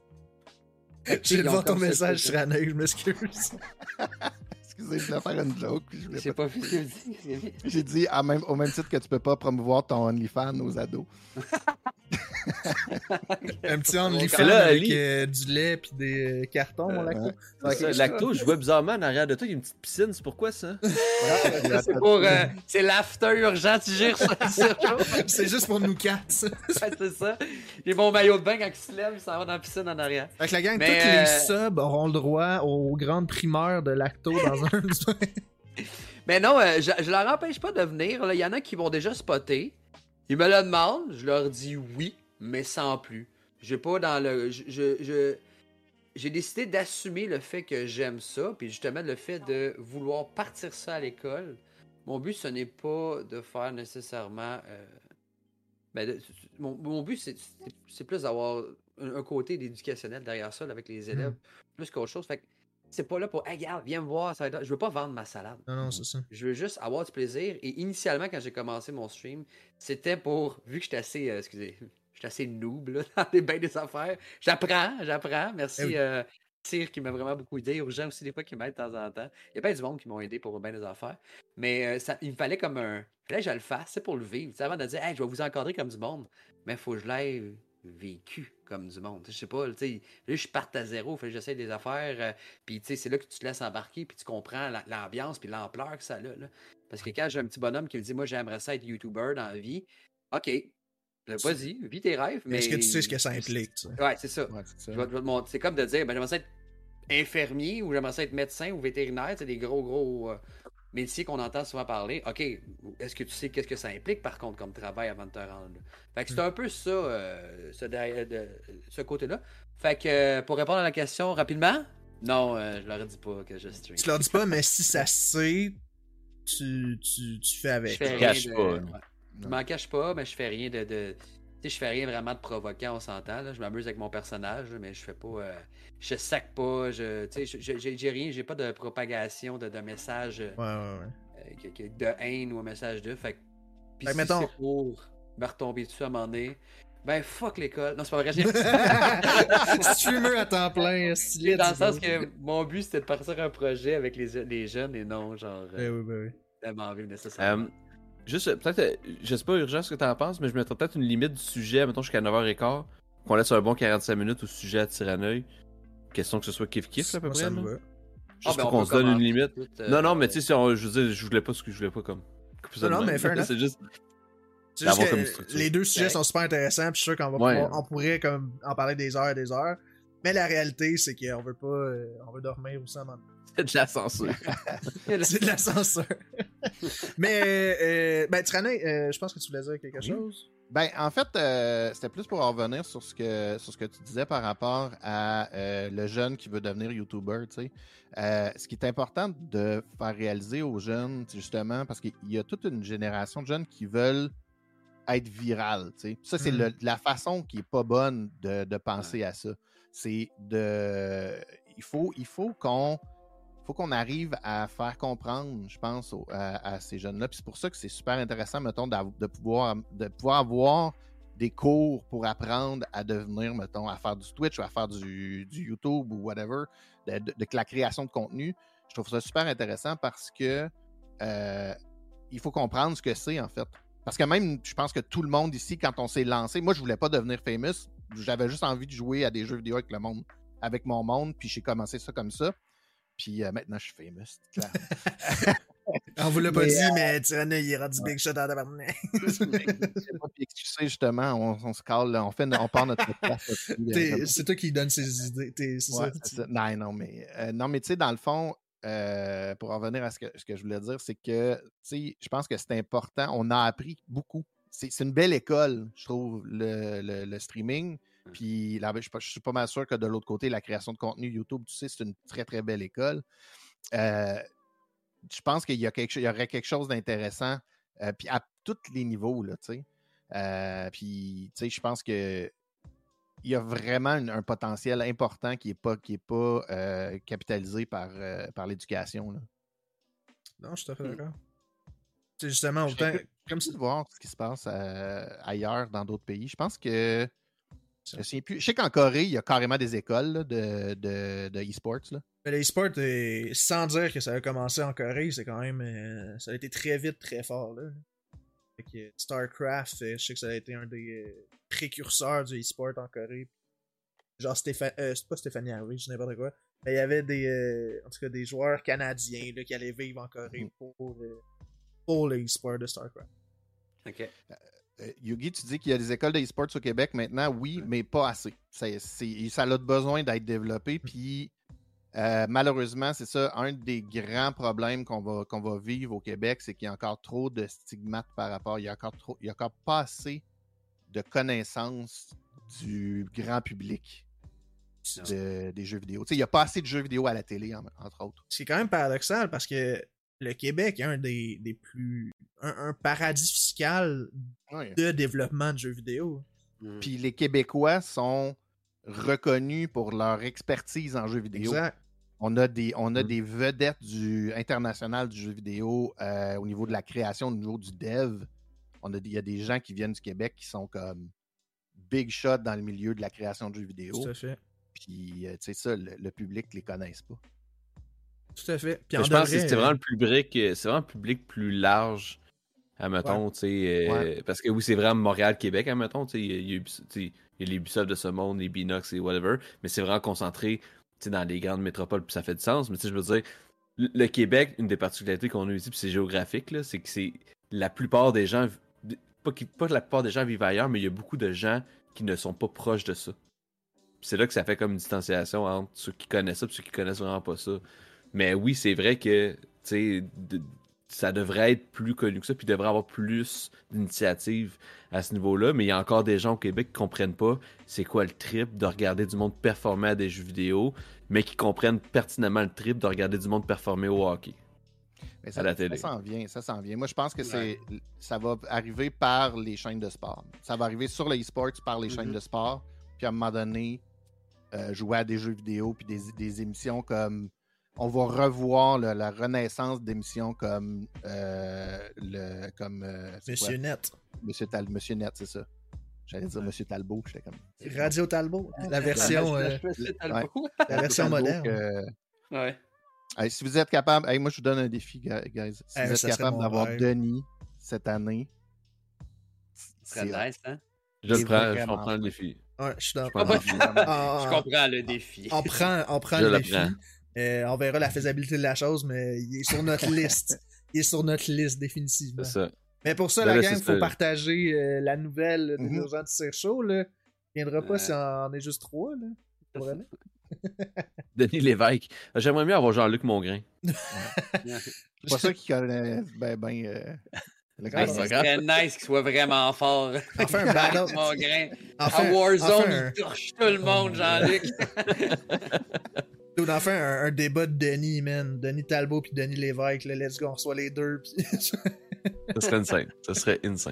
fait que, j'ai ils de ont voir ton comme ce message truc-là. sur Anna, je m'excuse. Excusez, je voulais faire une joke. Puis je voulais C'est pas- pas fait ce que je dis. J'ai dit à même, au même titre que tu peux pas promouvoir ton OnlyFans aux ados. Un petit C'est OnlyFans là, avec Ali. euh, du lait puis des euh, cartons, mon Euh, Lacto. ouais. Ok, Ça, je- Lacto, je vois bizarrement en arrière de toi, il y a une petite piscine, c'est pourquoi ça? Ça, c'est pour. euh, c'est l'after urgent, tu gires ça. C'est juste pour nous quatre, ça. C'est ça. J'ai mon maillot de bain quand il se lève, il s'en va dans la piscine en arrière. Fait que la gang, Mais, tous euh, les subs auront le droit aux grandes primeurs de Lacto dans un. Mais non, euh, je, je leur empêche pas de venir. là. Il y en a qui vont déjà spotter. Ils me le demandent, je leur dis oui, mais sans plus. J'ai pas dans le. Je, je- je- j'ai décidé d'assumer le fait que j'aime ça, puis justement le fait de vouloir partir ça à l'école. Mon but, ce n'est pas de faire nécessairement. euh, ben, de- mon, mon but, c'est, c'est- c'est plus d'avoir un, un côté éducationnel derrière ça, là, avec les élèves, plus qu'autre chose. Fait que c'est pas là pour, hey, regarde, viens me voir. Ça va être... Je veux pas vendre ma salade. Non, non, c'est ça. Je veux juste avoir du plaisir. Et initialement, quand j'ai commencé mon stream, c'était pour, vu que j'étais assez, euh, excusez, j'étais assez noob là, dans les bains des affaires, j'apprends, j'apprends. Merci, Eh oui. euh, Cyr qui m'a vraiment beaucoup aidé. Urgent aussi, des fois, qui m'aide de temps en temps. Il y a pas du monde qui m'ont aidé pour le bain des affaires. Mais euh, ça, il me fallait comme un. Il fallait que je le fasse, c'est pour le vivre. Tu sais, avant de dire, hey, je vais vous encadrer comme du monde. Mais il faut que je l'aie vécu comme du monde. Je sais pas, tu sais, là, je parte à zéro, il faut que j'essaie des affaires. euh, puis, tu sais, c'est là que tu te laisses embarquer, puis tu comprends la- l'ambiance, puis l'ampleur que ça a. Là. Parce que quand j'ai un petit bonhomme qui me dit, moi, j'aimerais ça être YouTuber dans la vie, OK, là, vas-y, vis tes rêves. Mais Est-ce que tu sais ce que ça implique, tu sais? Ouais, c'est ça. Ouais, c'est ça. Je vais- je vais te montrer. C'est comme de dire, ben, j'aimerais ça être infirmier ou j'aimerais ça être médecin ou vétérinaire, c'est des gros, gros euh, métiers qu'on entend souvent parler. OK, est-ce que tu sais qu'est-ce que ça implique par contre comme travail avant de te rendre là? Fait que c'est un peu ça, euh, ce, derrière- de- ce côté-là. Fait que euh, pour répondre à la question rapidement, non, euh, je leur dis pas que je stream. Tu leur dis pas, mais si ça se sait, tu, tu, tu fais Je avec. fais Tu rien caches de- pas, ouais. là. Je m'en cache pas, mais je fais rien de. de... Tu sais, je fais rien vraiment de provoquant, on s'entend. Là. Je m'amuse avec mon personnage, là, mais je fais pas. euh, Je sac pas, je. Tu sais, je- je- j'ai j'ai rien, j'ai pas de propagation de, de messages euh, Ouais, ouais, ouais. euh, que- que- de haine ou un message de. Fait que. Puis Fait que si mettons- c'est pour me retomber dessus à un moment donné, ben fuck l'école. Non, c'est pas vrai, j'ai Streamer à temps plein, stylé. dans le sens que mon but c'était de partir un projet avec les, les jeunes et non, genre, Ben euh, oui, ben oui. tellement vivre nécessairement. Euh, juste, euh, peut-être, euh, je sais pas, Urgent, ce que t'en penses, mais je mettrais peut-être une limite du sujet, mettons jusqu'à neuf heures quinze, qu'on laisse un bon quarante-cinq minutes au sujet à Tiraneuil. Question que ce soit kiff-kiff, à peu Moi, près. ça me là. va. Juste Ah, ben, pour on qu'on peut se donne une commencer limite. tout de suite, euh, Non, non, mais tu sais, si on- je veux dire, je voulais pas ce que je voulais pas comme. couper ça Non, de non, même. mais fair enough. C'est juste. C'est juste D'avoir que comme structure. les deux sujets Ouais. sont super intéressants, puis je suis sûr qu'on va Ouais. pouvoir- on pourrait comme en parler des heures et des heures. Mais la réalité, c'est qu'on veut pas, euh, on veut dormir aussi en même temps. C'est de la censure. C'est de la censure. Mais, euh, ben, Tyranny, euh, je pense que tu voulais dire quelque Oui. chose. Ben, en fait, euh, c'était plus pour en revenir sur ce que sur ce que tu disais par rapport à euh, le jeune qui veut devenir YouTuber, tu sais. Euh, ce qui est important de faire réaliser aux jeunes, c'est justement, parce qu'il y a toute une génération de jeunes qui veulent être viral, tu sais. Ça, c'est Mm. le- la façon qui est pas bonne de, de penser à ça. C'est de... Il faut, il faut qu'on... faut qu'on arrive à faire comprendre, je pense, au- à, à ces jeunes-là. Puis c'est pour ça que c'est super intéressant, mettons, d'av- de pouvoir, de pouvoir avoir des cours pour apprendre à devenir, mettons, à faire du Twitch ou à faire du, du YouTube ou whatever, de, de- de la création de contenu. Je trouve ça super intéressant parce que euh, il faut comprendre ce que c'est, en fait. Parce que même, je pense que tout le monde ici, quand on s'est lancé, moi, je voulais pas devenir famous. J'avais juste envie de jouer à des jeux vidéo avec le monde, avec mon monde, puis j'ai commencé ça comme ça. Puis euh, maintenant, je suis famous, clairement. On vous l'a pas Mais, dit, mais Tyranny, il ira du big shot à tabarnak. Puis excusez, justement, on, on se cale, là, on, fait, on part notre podcast. T'es- C'est toi qui donne ses idées. T'es- C'est Ouais, ça. c'est ça. Non, non, mais, euh, non, mais tu sais, dans le fond, euh, pour en revenir à ce que, ce que je voulais dire, c'est que, tu sais, je pense que c'est important. On a appris beaucoup. C'est c'est une belle école, je trouve, le, le- le streaming. Puis, là, je, suis pas- je suis pas mal sûr que de l'autre côté, la création de contenu YouTube, tu sais, c'est une très, très belle école. Euh, je pense qu'il y, a quelque, il y aurait quelque chose d'intéressant, euh, puis à tous les niveaux, là, tu sais. Euh, puis, tu sais, je pense que il y a vraiment un, un potentiel important qui n'est pas, qui est pas euh, capitalisé par, euh, par l'éducation. Là. Non, je suis tout à fait d'accord. C'est justement Je autant. serais Comme curieux ça. de voir ce qui se passe euh, ailleurs, dans d'autres pays. Je pense que. Je, sais plus, je sais qu'en Corée, il y a carrément des écoles là, de, de, de e-sports. Là. Mais l'e-sport, euh, sans dire que ça a commencé en Corée, c'est quand même. euh, ça a été très vite, très fort. Là. Fait que StarCraft, euh, je sais que ça a été un des euh, précurseurs du e-sport en Corée. Genre Stéphane. Euh, c'est pas Stéphanie Harvey, je sais n'importe quoi. Mais il y avait des. euh, en tout cas, des joueurs canadiens là, qui allaient vivre en Corée Mm. pour, euh, pour le e-sport de StarCraft. Ok. Euh, Yugi, tu dis qu'il y a des écoles de e-sports au Québec maintenant, oui, mais pas assez. C'est, c'est, ça a besoin d'être développé, puis euh, malheureusement, c'est ça, un des grands problèmes qu'on va, qu'on va vivre au Québec, c'est qu'il y a encore trop de stigmates par rapport, il y a encore, trop, il y a encore pas assez de connaissances du grand public de- des jeux vidéo. Tu sais, il n'y a pas assez de jeux vidéo à la télé, en- entre autres. C'est quand même paradoxal parce que le Québec est un des, des plus. Un, un paradis fiscal Ouais. de développement de jeux vidéo. Mm. Puis les Québécois sont reconnus pour leur expertise en jeux vidéo. Exact. On a des, on a Mm. des vedettes du international du jeu vidéo euh, au niveau de la création, au niveau du dev. On a des- Il y a des gens qui viennent du Québec qui sont comme big shot dans le milieu de la création de jeux vidéo. Tout à fait. Puis, euh, tu sais, ça, le, le public ne les connaisse pas. Tout à fait. Puis Mais en je pense que devrait, c'était vraiment le public, euh, c'est vraiment un public plus large, admettons, tu sais, euh, Ouais. parce que oui, c'est vraiment Montréal-Québec, admettons, tu sais, il y a- il y a Ubis- tu sais, il y a les Ubisoft de ce monde, les Binox et whatever, mais c'est vraiment concentré, tu sais, dans les grandes métropoles, puis ça fait du sens, mais tu sais, je veux dire, le, le Québec, une des particularités qu'on a ici, puis c'est géographique, là, c'est que c'est la plupart des gens, pas, qui- pas que la plupart des gens vivent ailleurs, mais il y a beaucoup de gens qui ne sont pas proches de ça. Puis c'est là que ça fait comme une distanciation entre ceux qui connaissent ça et ceux qui connaissent vraiment pas ça. Mais oui, c'est vrai que, tu sais, de- ça devrait être plus connu que ça, puis il devrait avoir plus d'initiatives à ce niveau-là. Mais il y a encore des gens au Québec qui comprennent pas c'est quoi le trip de regarder du monde performer à des jeux vidéo, mais qui comprennent pertinemment le trip de regarder du monde performer au hockey. Mais ça, À la télé. ça s'en vient, ça s'en vient. Moi, je pense que c'est, ça va arriver par les chaînes de sport. Ça va arriver sur le e-sport par les Mhm. chaînes de sport. Puis à un moment donné, euh, jouer à des jeux vidéo, puis des, des émissions comme... On va revoir le- la renaissance d'émissions comme... euh, le, comme euh, c'est Monsieur quoi? Net. Monsieur, Tal, Monsieur Net, c'est ça. J'allais dire Monsieur Talbot, j'étais comme... Radio Talbot. La version, euh, la version Talbot moderne. que- Ouais. Hey, si vous êtes capable, hey, moi je vous donne un défi, gu- guys. Si Hey, vous êtes ça serait capable mon d'avoir rêve. Denis cette année, Ce serait nice, hein? Je le C'est prends, je vraiment comprends le défi. Ouais, je suis dans. Je prends le défi. Ah, Je comprends le défi. On prend, on prend Je le le défi. prends. Euh, on verra la faisabilité de la chose, mais il est sur notre liste. Il est sur notre liste, définitivement. C'est ça. Mais pour ça, Ben la là, gang, c'est il faut ça. partager euh, la nouvelle de Mhm. nos gens de Tire Show. Là. Il viendra pas Ouais. si on est juste trois. Là. Vraiment. Denis Lévesque. J'aimerais mieux avoir Jean-Luc Mongrain. Puis pas ça qui connaît ben, ben euh, le Hey, grand ça serait nice qu'il soit vraiment fort. Enfin, un battle. Mon grain. Enfin, à Warzone, enfin, il un- torche tout le monde, Jean-Luc. Dude, enfin, un, un débat de Denis, man. Denis Talbot puis Denis Lévesque, là, let's go, on reçoit les deux. Puis... Ça serait insane. Ça serait insane.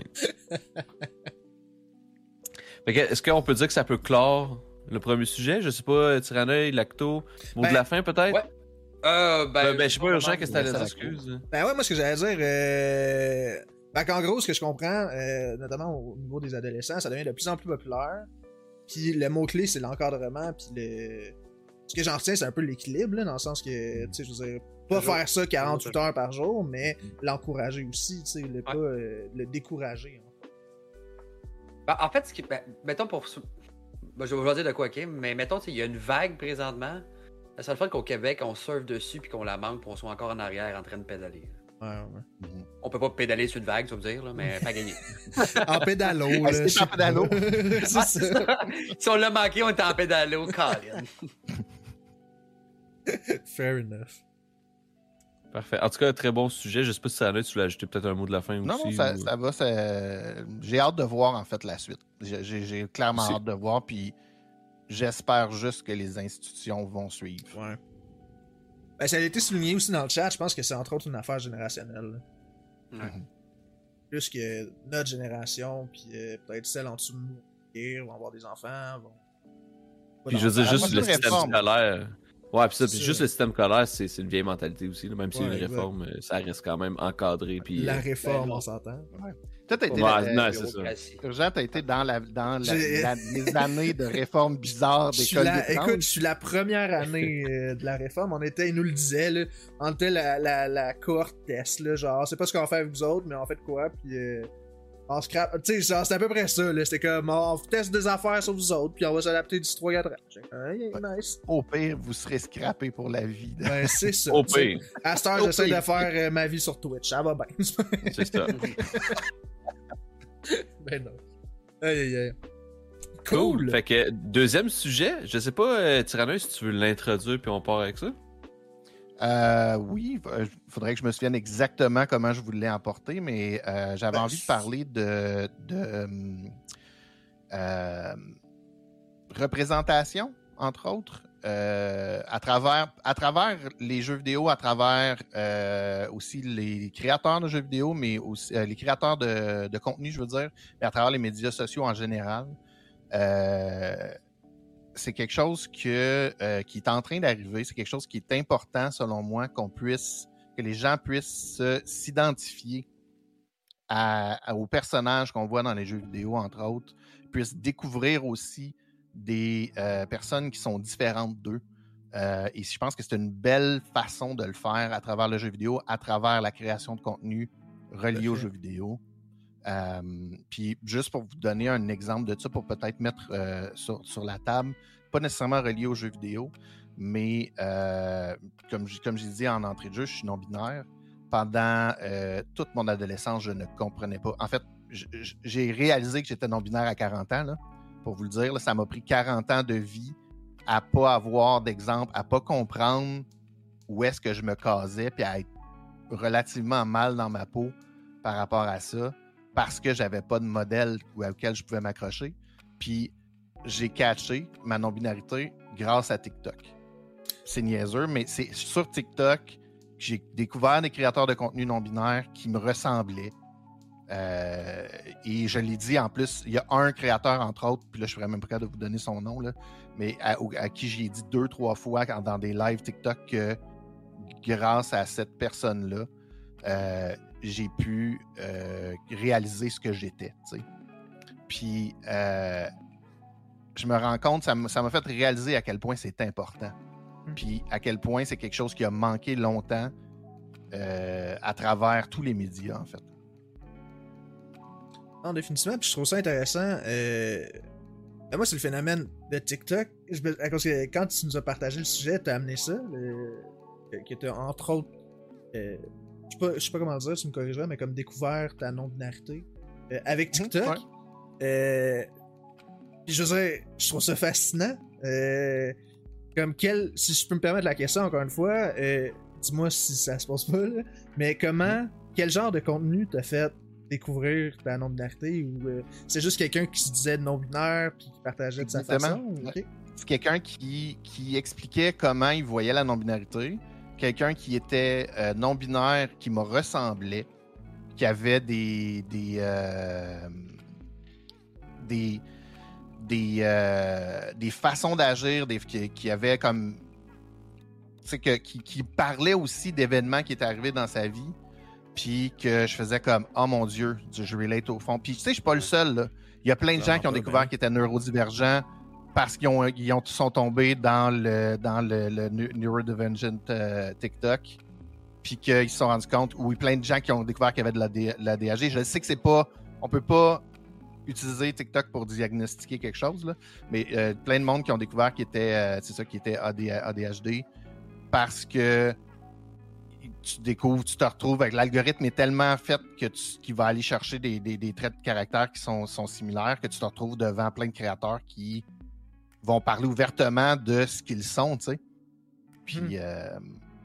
Fait que, est-ce qu'on peut dire que ça peut clore le premier sujet? Je sais pas, Tyranneuil, Lacto, mot Ben, de la fin peut-être? Ouais. Euh, ben, Euh, ben, je sais pas, Urgent, qu'est-ce que t'allais dire? ça Excuse. Ben ouais, moi, ce que j'allais dire, euh... ben, qu'en gros, ce que je comprends, euh, notamment au niveau des adolescents, ça devient de plus en plus populaire. Puis le mot-clé, c'est l'encadrement, puis le... Ce que j'en retiens, c'est un peu l'équilibre, là, dans le sens que, tu sais, je veux dire, pas Toujours. faire ça quarante-huit heures par jour, mais l'encourager aussi, tu sais, le, pas euh, le décourager. Hein. Ben, en fait, ce qui, ben, mettons pour. Ben, je vais dire de quoi, ok, mais mettons, il y a une vague présentement. Ça serait le fun qu'au Québec, on surfe dessus puis qu'on la manque puis on soit encore en arrière en train de pédaler. Ouais, ouais. On peut pas pédaler sur une vague, tu vas me dire, là, mais pas gagner. En pédalo, Ah, là. c'est je sais en pédalo. pas. C'est Ah, ça. c'est ça. Si on l'a manqué, on était en pédalo, Colin. Fair enough. Parfait. En tout cas, très bon sujet. Je sais pas si ça tu voulais ajouter peut-être un mot de la fin Non, aussi. non, ça, ou- ça va. ça- J'ai hâte de voir, en fait, la suite. J'ai j'ai- j'ai clairement Aussi. hâte de voir, puis j'espère juste que les institutions vont suivre. Ouais. Ben, ça a été souligné aussi dans le chat, je pense que c'est entre autres une affaire générationnelle. là. Ouais. Plus que notre génération, puis euh, peut-être celle en dessous de nous, qui vont avoir des enfants, vont... Pas Puis je veux dire, Ah, juste moi, le c'est une système réforme. scolaire. Ouais, puis ça, puis C'est juste ça. le système scolaire, c'est c'est une vieille mentalité aussi. là. Même si Ouais, c'est une exact. réforme, euh, ça reste quand même encadré. Puis, La euh, réforme, ben, on s'entend. Toi, t'as été, Ouais, euh, non, c'est ça. Bureaucratie. Urgent, t'as été dans, la, dans la, J'ai- la- les années de réformes bizarres Je suis d'école la- d'étrange. écoute, je suis la première année euh, de la réforme. On était, il nous le disait, là, on était la, la, la cohorte test, là, genre, c'est pas ce qu'on fait avec vous autres, mais on fait de quoi, puis euh, on scrap. Tu sais, genre, c'était à peu près ça, là. C'était comme, on teste des affaires sur vous autres, puis on va s'adapter d'ici trois quatre ans. J'étais comme, hey, nice. Au pire, vous serez scrappé pour la vie. de- Ben, c'est ça. Au tu sais. pire, À cette heure, Au j'essaie pire. de faire euh, ma vie sur Twitch. Ça va bien. c'est ça. ben non. Aïe, aïe, aïe. Cool. Cool. Fait que deuxième sujet, je sais pas, euh, Tyranneux, si tu veux l'introduire puis on part avec ça. Euh, oui, il faudrait que je me souvienne exactement comment je voulais emporter, mais euh, j'avais Ben, envie de parler de, de euh, euh, représentation, entre autres, euh, à, travers, à travers les jeux vidéo, à travers euh, aussi les créateurs de jeux vidéo, mais aussi euh, les créateurs de, de contenu, je veux dire, mais à travers les médias sociaux en général. Euh, c'est quelque chose que, euh, qui est en train d'arriver. C'est quelque chose qui est important, selon moi, qu'on puisse, que les gens puissent euh, s'identifier à, à- aux personnages qu'on voit dans les jeux vidéo, entre autres, puissent découvrir aussi des euh, personnes qui sont différentes d'eux. Euh, et je pense que c'est une belle façon de le faire à travers le jeu vidéo, à travers la création de contenu relié aux jeux vidéo. Euh, puis juste pour vous donner un exemple de ça, pour peut-être mettre euh, sur, sur la table, pas nécessairement relié aux jeux vidéo, mais euh, comme, j- comme j'ai dit en entrée de jeu, je suis non-binaire. Pendant euh, toute mon adolescence, je ne comprenais pas. En fait, j- j- j'ai réalisé que j'étais non-binaire à quarante ans, là, pour vous le dire. Là, ça m'a pris quarante ans de vie à pas avoir d'exemple, à pas comprendre où est-ce que je me casais, puis à être relativement mal dans ma peau par rapport à ça, parce que j'avais pas de modèle auquel je pouvais m'accrocher. Puis j'ai catché ma non-binarité grâce à TikTok. C'est niaiseux, mais c'est sur TikTok que j'ai découvert des créateurs de contenu non-binaires qui me ressemblaient. Euh, et je l'ai dit en plus, il y a un créateur, entre autres, puis là, je serais même prêt de vous donner son nom, là, mais à, à qui j'ai dit deux, trois fois quand- dans des lives TikTok que grâce à cette personne-là, euh, j'ai pu euh, réaliser ce que j'étais, tu sais. Puis, euh, je me rends compte, ça m- ça m'a fait réaliser à quel point c'est important. Puis, à quel point c'est quelque chose qui a manqué longtemps euh, à travers tous les médias, en fait. Non, définitivement, puis je trouve ça intéressant. Euh... ben, moi, c'est le phénomène de TikTok. Je me- à cause que quand tu nous as partagé le sujet, t'as amené ça. Le... Que, que t'as, entre autres, euh... je sais pas, je sais pas comment le dire, tu me corrigeras, mais comme découvert ta non-binarité euh, avec TikTok. ouais. Euh... Puis je veux dire, je trouve ça fascinant. Euh... Comme quel, si je peux me permettre la question encore une fois, euh... tu dis-moi si ça se passe pas, là. Mais comment, quel genre de contenu t'a fait découvrir ta non-binarité ou euh, c'est juste quelqu'un qui se disait non-binaire puis qui partageait de sa Exactement. façon? Ou... Okay. C'est quelqu'un qui, qui expliquait comment il voyait la non-binarité, quelqu'un qui était euh, non-binaire, qui me ressemblait, qui avait des des euh, des des, euh, des façons d'agir, des, qui, qui avait comme tu sais que qui, qui parlait aussi d'événements qui étaient arrivés dans sa vie, puis que je faisais comme oh mon Dieu, je relate au fond. Puis tu sais, je suis pas le seul là. Il y a plein de gens qui ont découvert qu'ils étaient neurodivergents parce qu'ils ont, ils ont, sont tombés dans le, dans le, le neurodivergent euh, TikTok, puis qu'ils se sont rendus compte, ou plein de gens qui ont découvert qu'il y avait de la, D, la D A G. Je sais que c'est pas, on peut pas utiliser TikTok pour diagnostiquer quelque chose, là, mais euh, plein de monde qui ont découvert qu'ils étaient, euh, c'est ça, qui était A D H D, parce que tu découvres, tu te retrouves avec l'algorithme est tellement fait que tu, qu'il va aller chercher des, des, des traits de caractère qui sont, sont similaires, que tu te retrouves devant plein de créateurs qui vont parler ouvertement de ce qu'ils sont, tu sais. Puis... Hmm. Euh...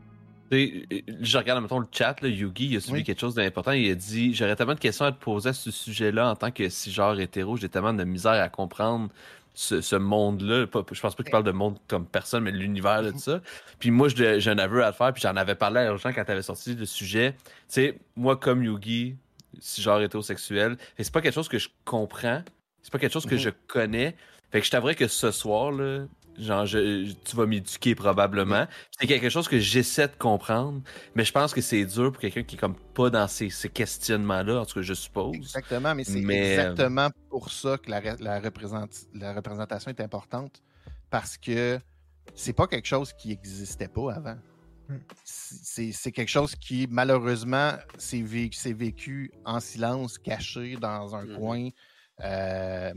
Je regarde, mettons, le chat, là, Yugi, il a suivi oui. quelque chose d'important. Il a dit « J'aurais tellement de questions à te poser à ce sujet-là en tant que cisgenre hétéro. J'ai tellement de misère à comprendre ce, ce monde-là. » Je pense pas qu'il parle de monde comme personne, mais de l'univers de ça. Puis moi, j'ai un aveu à te faire, puis j'en avais parlé à gens quand t'avais sorti le sujet. Tu sais, moi, comme Yugi, cisgenre hétérosexuel, et c'est pas quelque chose que je comprends. C'est pas quelque chose que mm-hmm. je connais. Fait que je t'avouerais que ce soir, là, genre, je, tu vas m'éduquer probablement. C'est quelque chose que j'essaie de comprendre, mais je pense que c'est dur pour quelqu'un qui est comme pas dans ces, ces questionnements-là, en tout cas, je suppose. Exactement, mais c'est mais... exactement pour ça que la, la, représent... la représentation est importante, parce que c'est pas quelque chose qui n'existait pas avant. Hmm. C'est, c'est quelque chose qui, malheureusement, s'est vécu, vécu en silence, caché dans un hmm. coin. Euh,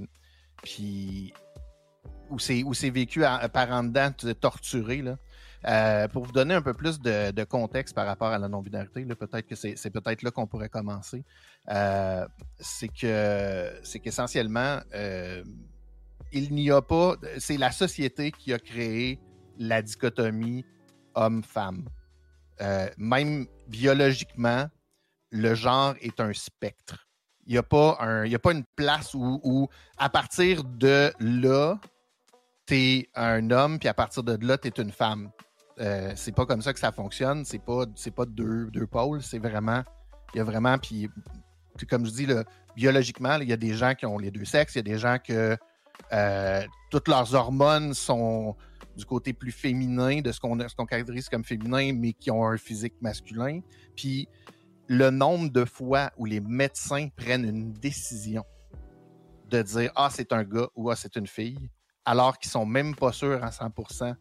Puis, où c'est, où c'est vécu à, par en dedans, torturé. Là. Euh, pour vous donner un peu plus de, de contexte par rapport à la non-binarité, là, peut-être que c'est, c'est peut-être là qu'on pourrait commencer. Euh, c'est, que, c'est qu'essentiellement, euh, il n'y a pas... C'est la société qui a créé la dichotomie homme-femme. Euh, même biologiquement, le genre est un spectre. Il n'y a pas un, il y a pas une place où, où, à partir de là, t'es un homme, puis à partir de là, t'es une femme. Euh, c'est pas comme ça que ça fonctionne. C'est pas, c'est pas deux, deux pôles. C'est vraiment, il y a vraiment, puis comme je dis, là, biologiquement, il y a des gens qui ont les deux sexes. Il y a des gens que euh, toutes leurs hormones sont du côté plus féminin, de ce qu'on, ce qu'on caractérise comme féminin, mais qui ont un physique masculin. Puis le nombre de fois où les médecins prennent une décision de dire « Ah, c'est un gars » ou « Ah, c'est une fille », alors qu'ils sont même pas sûrs à cent pour cent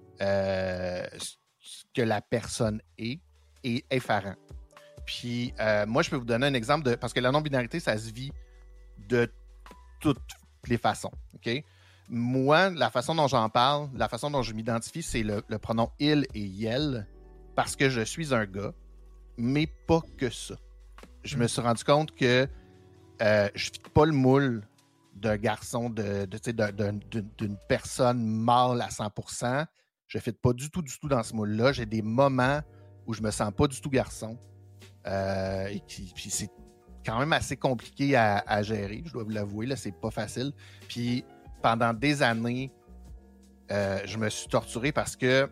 euh, ce que la personne est, est effarant. Puis, euh, moi, je peux vous donner un exemple de... Parce que la non-binarité, ça se vit de toutes les façons, OK? Moi, la façon dont j'en parle, la façon dont je m'identifie, c'est le, le pronom « il » et « yel » parce que je suis un gars, mais pas que ça. Je me suis rendu compte que euh, je ne fit pas le moule d'un garçon, de, de, de, de, de, d'une personne mâle à cent pour cent. Je ne fit pas du tout, du tout dans ce moule-là. J'ai des moments où je me sens pas du tout garçon. Euh, et qui, puis c'est quand même assez compliqué à, à gérer, je dois vous l'avouer. Là, c'est pas facile. Puis pendant des années, euh, je me suis torturé parce que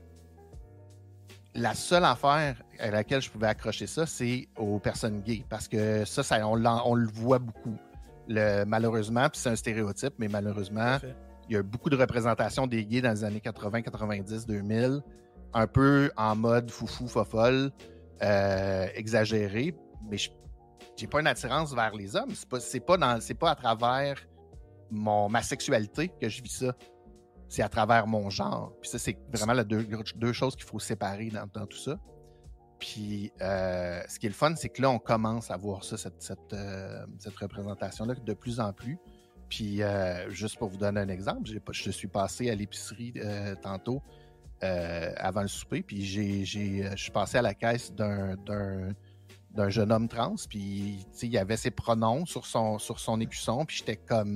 la seule affaire à laquelle je pouvais accrocher ça, c'est aux personnes gays. Parce que ça, ça on, on le voit beaucoup. Le, malheureusement, puis c'est un stéréotype, mais malheureusement, il y a beaucoup de représentation des gays dans les années quatre-vingts, quatre-vingt-dix, deux mille, un peu en mode foufou, fofolle, euh, exagéré, mais je j'ai pas une attirance vers les hommes. C'est pas, c'est pas, dans, c'est pas à travers mon, ma sexualité que je vis ça. C'est à travers mon genre. Puis ça, c'est vraiment les deux, deux choses qu'il faut séparer dans, dans tout ça. Puis euh, ce qui est le fun, c'est que là, on commence à voir ça, cette, cette, euh, cette représentation-là, de plus en plus. Puis euh, juste pour vous donner un exemple, j'ai, je suis passé à l'épicerie euh, tantôt, euh, avant le souper, puis j'ai, j'ai, je suis passé à la caisse d'un, d'un, d'un jeune homme trans, puis il y avait ses pronoms sur son, sur son écusson, puis j'étais comme...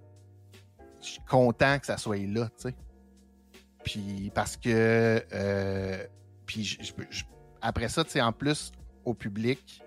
Je suis content que ça soit là, tu sais. Puis parce que... Euh, puis je, je, je, après ça, tu sais, en plus, au public,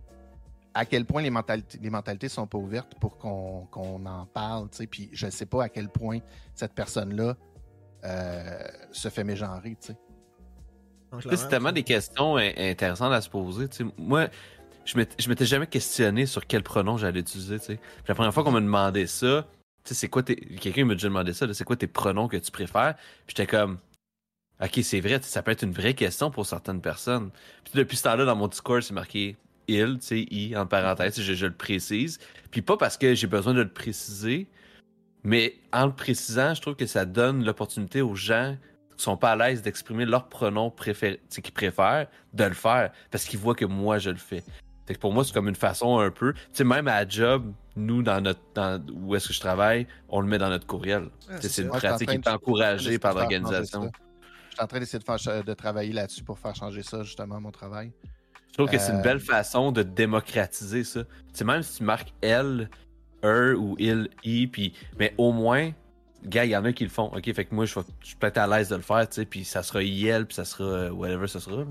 à quel point les mentalités, les mentalités sont pas ouvertes pour qu'on, qu'on en parle, tu sais. Puis je sais pas à quel point cette personne-là euh, se fait mégenrer, tu sais. Donc, Tu sais, c'est tellement des questions in- intéressantes à se poser. Tu sais, moi, je m'étais, je m'étais jamais questionné sur quel pronom j'allais utiliser. Tu sais. Puis la première fois qu'on m'a demandé ça, tu sais, c'est quoi tes... quelqu'un m'a déjà demandé ça, là, c'est quoi tes pronoms que tu préfères? Puis j'étais comme, ok, c'est vrai, ça peut être une vraie question pour certaines personnes. Puis depuis ce temps-là, dans mon Discord, c'est marqué il, tu sais, i, en parenthèse, je, je le précise. Puis pas parce que j'ai besoin de le préciser, mais en le précisant, je trouve que ça donne l'opportunité aux gens qui sont pas à l'aise d'exprimer leur pronom préféré, tu sais, qu'ils préfèrent, de le faire, parce qu'ils voient que moi, je le fais. Fait que pour moi, c'est comme une façon un peu... Tu sais, même à la job, nous, dans notre... Dans, où est-ce que je travaille, on le met dans notre courriel. Ah, Tu sais, c'est c'est une ça. Moi, je suis en pratique qui train est de- encouragée par de faire changer l'organisation. ça. Je suis en train d'essayer de, faire, cha- de travailler là-dessus pour faire changer ça, justement, mon travail. Je trouve que c'est une Euh, belle façon de démocratiser ça. Tu sais, même si tu marques elle, eux ou il, i, puis... Mais au moins... Gars, il y en a qui le font. Ok, fait que moi, je, vais- je suis peut-être à l'aise de le faire, tu sais, puis ça sera Yel, puis ça sera euh, whatever ça sera. là.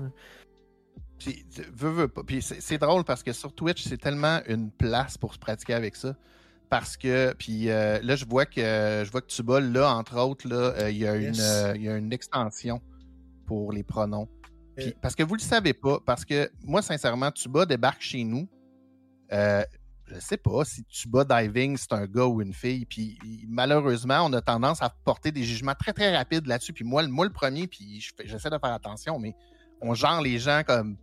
Puis, tu- veux, veux pas. Puis c'est, c'est drôle parce que sur Twitch, c'est tellement une place pour se pratiquer avec ça. Parce que, puis euh, là, je vois que je vois que Tuba, là, entre autres, là, euh, il y a Yes. une, euh, il y a une extension pour les pronoms. Puis, Euh. parce que vous le savez pas, parce que moi, sincèrement, Tuba débarque chez nous. Euh, je sais pas si Tuba Diving, c'est un gars ou une fille. Puis il- malheureusement, on a tendance à porter des jugements très, très rapides là-dessus. Puis moi, le- moi le premier, puis je fais- j'essaie de faire attention, mais on genre les gens comme.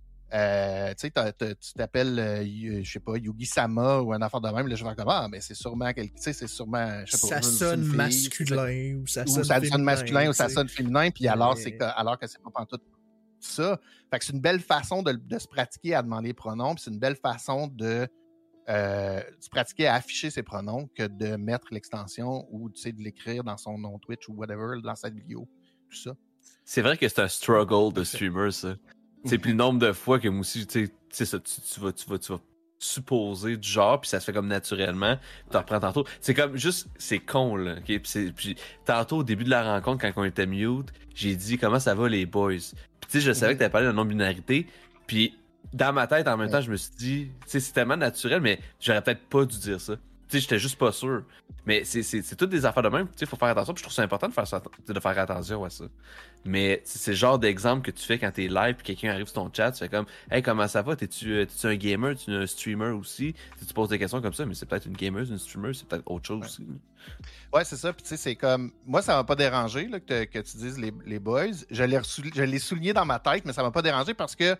euh, tu sais, t'as- t'as- tu t'appelles, euh, Yu- je sais pas, Yugi Sama ou un affaire de même. Là, je vais faire comme, ah, mais c'est sûrement quelqu'un. Tu sais, c'est sûrement. Je sais pas, Ça c'est sonne une fille, masculin ou ça ou sonne ça féminin, sonne masculin ou ça tu sais. sonne féminin, puis alors, Mais- c'est que, alors que c'est pas pantoute ça. Fait que c'est une belle façon de, de se pratiquer à demander les pronoms, puis c'est une belle façon de euh, se pratiquer à afficher ses pronoms que de mettre l'extension ou tu sais, de l'écrire dans son nom Twitch ou whatever, dans sa vidéo, tout ça. C'est vrai que c'est un struggle de Parfait. streamer, ça. Tu sais, puis le nombre de fois que moi aussi, tu sais, tu sais, ça, tu, tu vas, tu vas, tu vas supposer du genre, puis ça se fait comme naturellement, puis tu reprends tantôt. C'est comme juste, c'est con, là. ok? Puis, c'est- puis tantôt, au début de la rencontre, quand on était mute, j'ai dit comment ça va les boys. Puis tu sais, je savais Mhm. que t'avais parlé de non-binarité, puis dans ma tête, en même temps, je me suis dit, tu sais, c'est tellement naturel, mais j'aurais peut-être pas dû dire ça. Tu sais, j'étais juste pas sûr. Mais c'est, c'est, c'est toutes des affaires de même. Tu sais, faut faire attention. Puis je trouve ça important de faire, ça, de faire attention à ça. Mais c'est c'est le genre d'exemple que tu fais quand t'es live puis quelqu'un arrive sur ton chat, tu fais comme hey, comment ça va? T'es-tu, euh, t'es-tu un gamer? T'es-tu un streamer aussi? Tu te poses des questions comme ça, mais c'est peut-être une gamer, une streamer, c'est peut-être autre chose Ouais. aussi. Ouais, c'est ça. Puis tu sais, c'est comme. Moi, ça m'a pas dérangé là, que, te- que tu dises les, les boys. Je l'ai, reçu- je l'ai souligné dans ma tête, mais ça m'a pas dérangé parce que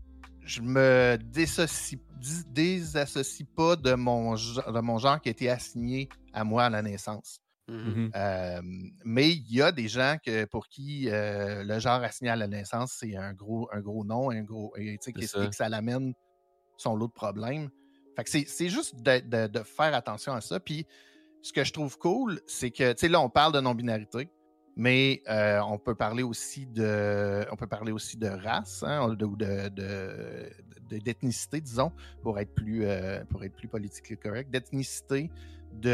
je me désassocie, dis- désassocie pas de mon, ge- de mon genre qui a été assigné à moi à la naissance. Mhm. Mhm. Euh, mais il y a des gens que, pour qui euh, le genre assigné à la naissance, c'est un gros, un gros nom, un gros. Et, tu sais, C'est qu'est-ce ça. qui que ça l'amène son lot de problèmes. Fait que c'est, c'est juste de, de- de faire attention à ça. Puis ce que je trouve cool, c'est que, tu sais, là, on parle de non-binarité, mais euh, on peut parler aussi de, on peut parler aussi de race, hein, ou de, de, de- de- d'ethnicité, disons, pour être plus, euh, pour être plus politiquement correct, d'ethnicité, de,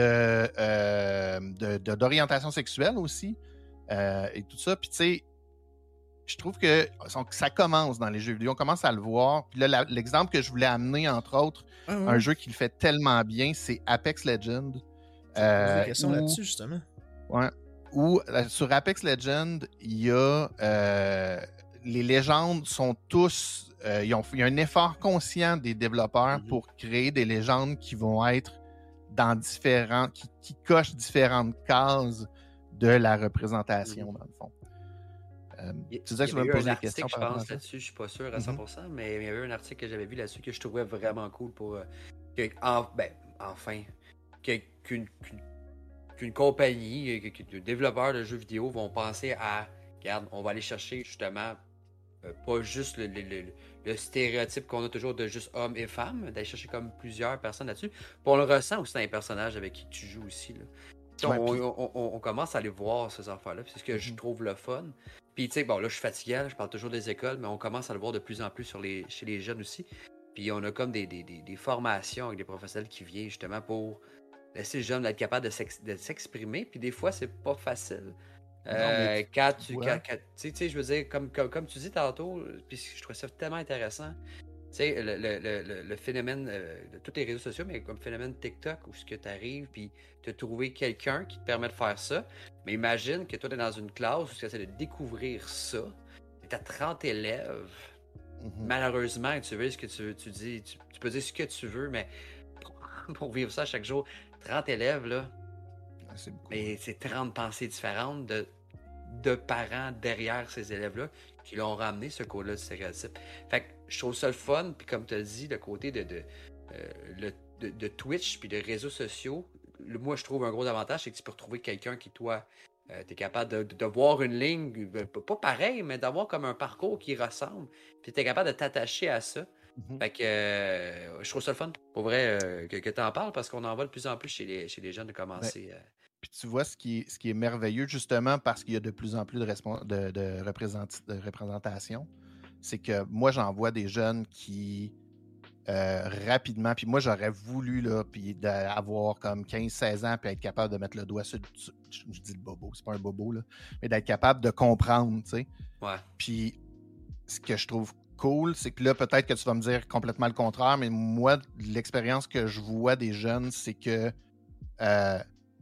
euh, de- de- d'orientation sexuelle aussi, euh, et tout ça. Puis tu sais, je trouve que ça commence dans les jeux vidéo, on commence à le voir. Puis là, la- l'exemple que je voulais amener, entre autres, Ah, ouais. un jeu qui le fait tellement bien, c'est Apex Legends. Je vais poser Euh, des questions où- là-dessus, justement. Ouais. Où euh, sur Apex Legends, il y a euh, les légendes sont tous. euh, ils ont, il y a un effort conscient des développeurs Mhm. pour créer des légendes qui vont être dans différents. qui, qui cochent différentes cases de la représentation, Mhm. dans le fond. Euh, Il y- tu disais que il tu y vas avait me eu poser un des questions article, par je rapport à pense, ça. là-dessus, je suis pas sûr à Mhm. cent pour cent, mais il y avait eu un article que j'avais vu là-dessus que je trouvais vraiment cool pour. euh, que, en- ben, enfin, que- qu'une, qu'une, qu'une compagnie, que, que des développeurs de jeux vidéo vont penser à. Regarde, on va aller chercher justement euh, pas juste le, le- le- le stéréotype qu'on a toujours de juste hommes et femmes, d'aller chercher comme plusieurs personnes là-dessus. Puis on le ressent aussi dans les personnages avec qui tu joues aussi. Là. Tu sais, Ouais, on, puis- on- on- on commence à aller voir ces affaires-là. puis C'est ce que je Mhm. trouve le fun. Puis tu sais, bon là je suis fatigué, là, je parle toujours des écoles, mais on commence à le voir de plus en plus sur les, chez les jeunes aussi. Puis on a comme des, des- des- des formations avec des professionnels qui viennent justement pour laisser les jeunes être capables de, s'ex- de s'exprimer. Puis des fois, c'est pas facile. Euh, mais tu- quand tu tu. vois. Quand, quand- tu sais, tu sais, je veux dire, comme, comme, comme tu dis tantôt, puis je trouvais ça tellement intéressant. Tu sais, le, le, le, le- le phénomène euh, de tous les réseaux sociaux, mais comme phénomène TikTok, où ce que tu arrives, puis tu as trouvé quelqu'un qui te permet de faire ça. Mais imagine que toi, tu es dans une classe où tu essaies de découvrir ça. Tu as trente élèves. Mhm. Malheureusement, tu veux ce que tu veux, tu dis, tu, tu peux dire ce que tu veux, mais pour vivre ça chaque jour, trente élèves, là, Ouais, c'est beaucoup. mais c'est trente pensées différentes de, de parents derrière ces élèves-là qui l'ont ramené, ce cours-là du stéréotype. Fait que je trouve ça le fun, puis comme tu as dit, le côté de, de, euh, le- de, de Twitch puis de réseaux sociaux, le- moi, je trouve un gros avantage, c'est que tu peux retrouver quelqu'un qui, toi, tu es capable de, de, de voir une ligne, euh, pas pareil, mais d'avoir comme un parcours qui ressemble, puis tu es capable de t'attacher à ça. Mhm. Fait que euh, je trouve ça le fun, pour vrai, euh, que, que tu en parles, parce qu'on en voit de plus en plus chez les, chez les jeunes de Ben, commencer. euh, puis tu vois, ce qui est, ce qui est merveilleux, justement, parce qu'il y a de plus en plus de, respon- de, de, représent- de représentation, c'est que moi, j'en vois des jeunes qui, euh, rapidement, puis moi, j'aurais voulu, là, puis d'avoir comme quinze seize ans, puis être capable de mettre le doigt sur, sur- je je dis le bobo, c'est pas un bobo, là, mais d'être capable de comprendre, tu sais. Ouais. Puis ce que je trouve cool, c'est que là, peut-être que tu vas me dire complètement le contraire, mais moi, l'expérience que je vois des jeunes, c'est que euh,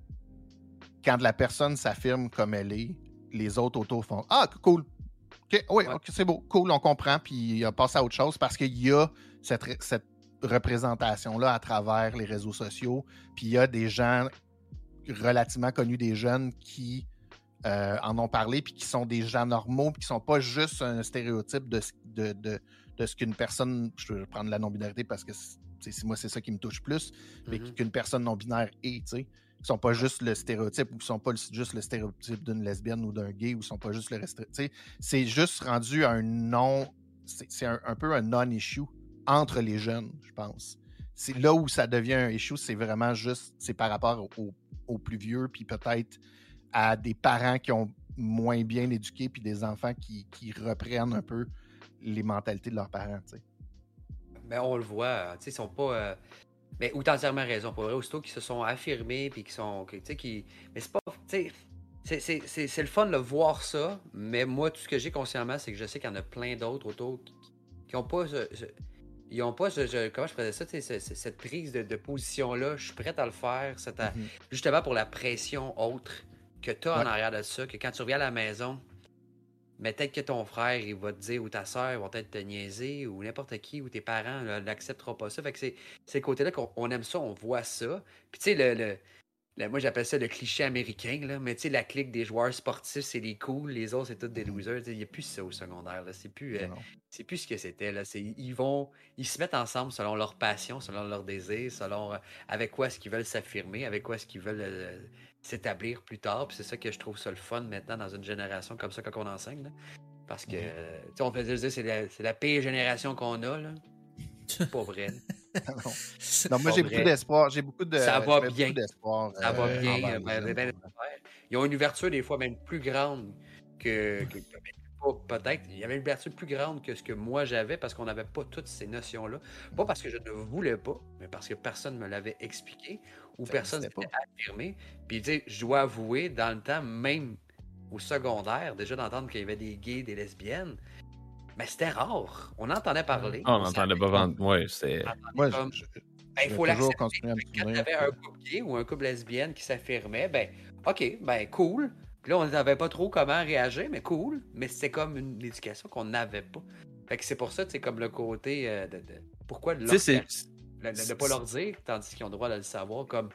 quand la personne s'affirme comme elle est, les autres autour font « Ah, cool! OK, oui, Ouais. OK, c'est beau, cool, on comprend, puis on passe à autre chose parce qu'il y a cette, ré- cette représentation-là à travers les réseaux sociaux, puis il y a des gens relativement connus, des jeunes qui euh, en ont parlé, puis qui sont des gens normaux, puis qui sont pas juste un stéréotype de, ce- de, de, de ce qu'une personne, je vais prendre la non-binarité parce que c'est, c'est- moi, c'est ça qui me touche plus, mais Mhm. qu'une personne non-binaire est, tu sais. Ils sont pas juste le stéréotype, ou ils sont pas le- juste le stéréotype d'une lesbienne ou d'un gay, ou ils sont pas juste le restri- tu sais. C'est juste rendu un non, c'est, c'est un, un peu un non-issue entre les jeunes, je pense. C'est là où ça devient un issue, c'est vraiment juste, c'est par rapport aux, aux plus vieux, puis peut-être à des parents qui ont moins bien éduqué, puis des enfants qui, qui reprennent un peu les mentalités de leurs parents, tu sais. Mais on le voit, tu sais, ils sont pas. euh, Mais où t'as entièrement raison, pour vrai, aussitôt qu'ils se sont affirmés, puis qu'ils sont. que- Tu sais, qui. Mais c'est pas. Tu sais, c'est- c'est c'est- c'est le fun de voir ça, mais moi, tout ce que j'ai consciemment, c'est que je sais qu'il y en a plein d'autres autour qui, qui ont pas. ce- ce- ils ont pas. ce- ce- comment je faisais ça, tu sais, ce- ce- cette prise de, de position-là. Je suis prêt à le faire. c'est à- Mhm. Justement pour la pression autre que t'as en Ouais. arrière de ça, que quand tu reviens à la maison. Mais peut-être que ton frère, il va te dire, ou ta soeur, ils vont peut-être te niaiser, ou n'importe qui, ou tes parents là, n'accepteront pas ça. Fait que c'est ces côtés-là qu'on on aime ça, on voit ça. Puis tu sais, le, le- le- moi j'appelle ça le cliché américain, là, mais tu sais, la clique des joueurs sportifs, c'est les cools, les autres, c'est tous des Mhm. losers. Il n'y a plus ça au secondaire. Là. C'est plus, euh, Non, non. c'est plus ce que c'était. Là. C'est, ils vont, ils se mettent ensemble selon leur passion, selon leur désir, selon euh, avec quoi est-ce qu'ils veulent s'affirmer, avec quoi est-ce qu'ils veulent euh, s'établir plus tard. Puis c'est ça que je trouve ça le fun maintenant dans une génération comme ça quand on enseigne. Là. Parce que, Mhm. euh, tu sais, on faisait dire c'est la, c'est la pire génération qu'on a, là. C'est pas vrai. non. Non, moi, Pas j'ai vrai. beaucoup d'espoir. J'ai beaucoup de, Ça je va mets bien. beaucoup d'espoir. Ça va euh, bien. envers euh, les ben, jeunes, ben, ben, pour vrai. ouais. Ils ont une ouverture des fois même plus grande que. que- que- pas- peut-être. Il y avait une ouverture plus grande que ce que moi j'avais parce qu'on n'avait pas toutes ces notions-là. Pas parce que je ne voulais pas, mais parce que personne ne me l'avait expliqué ou Ça personne ne n'existait s'était pas. affirmé. Puis, tu sais, je dois avouer, dans le temps, même au secondaire, déjà d'entendre qu'il y avait des gays, des lesbiennes, mais c'était rare. On entendait parler. Ah, on on n'entendait savait pas vendre. Ouais, c'est. Moi, je, comme, je- ben, je il vais faut toujours l'accepter. continuer à me Quand souvenir tu avais que... un couple gay ou un couple lesbienne qui s'affirmait, ben, OK, ben, cool. Puis là, on ne savait pas trop comment réagir, mais cool. Mais c'était comme une éducation qu'on n'avait pas. Fait que c'est pour ça, c'est comme le côté euh, de, de- pourquoi de Tu sais, leur c'est. de ne pas leur dire, tandis qu'ils ont le droit de le savoir, comme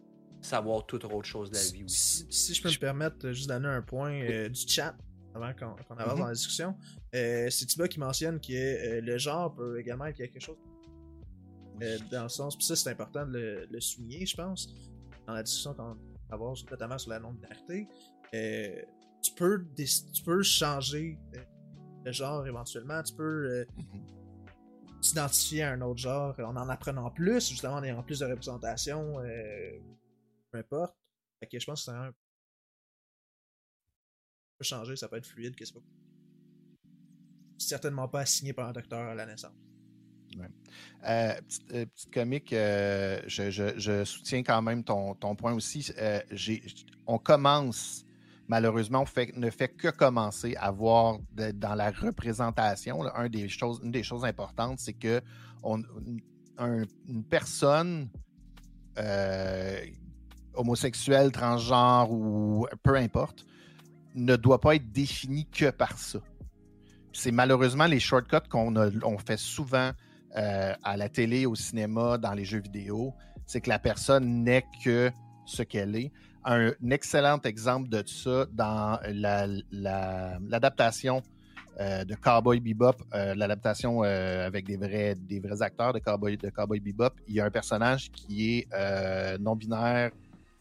savoir toute autre chose de la vie aussi. Si, si je peux me permettre, euh, juste donner un point euh, du chat avant qu'on qu'on avance Mhm. dans la discussion. Euh, c'est Thibaut qui mentionne que euh, le genre peut également être quelque chose euh, dans le sens, puis ça c'est important de le, le souligner, je pense, dans la discussion qu'on va avoir, notamment sur la non-binarité. Euh, tu peux déc- tu peux changer euh, le genre éventuellement, tu peux euh, Mhm. t'identifier à un autre genre en en apprenant plus, justement en ayant plus de représentation, euh, peu importe. Fait que je pense que c'est un peut changer, ça peut être fluide, qu'est-ce que c'est pas. Certainement pas assigné par un docteur à la naissance. Euh, petite, euh, petite comique, euh, je, je- je soutiens quand même ton, ton point aussi. Euh, j'ai- on commence malheureusement, on fait, ne fait que commencer à voir de, dans la représentation, là, un des choses, une des choses importantes, c'est que on, un, une personne euh, homosexuelle, transgenre ou peu importe, ne doit pas être définie que par ça. C'est malheureusement les shortcuts qu'on a, on fait souvent euh, à la télé, au cinéma, dans les jeux vidéo, c'est que la personne n'est que ce qu'elle est. Un, un excellent exemple de ça dans la, la, l'adaptation euh, de Cowboy Bebop, euh, l'adaptation euh, avec des vrais, des vrais acteurs de Cowboy, de Cowboy Bebop. Il y a un personnage qui est euh, non-binaire,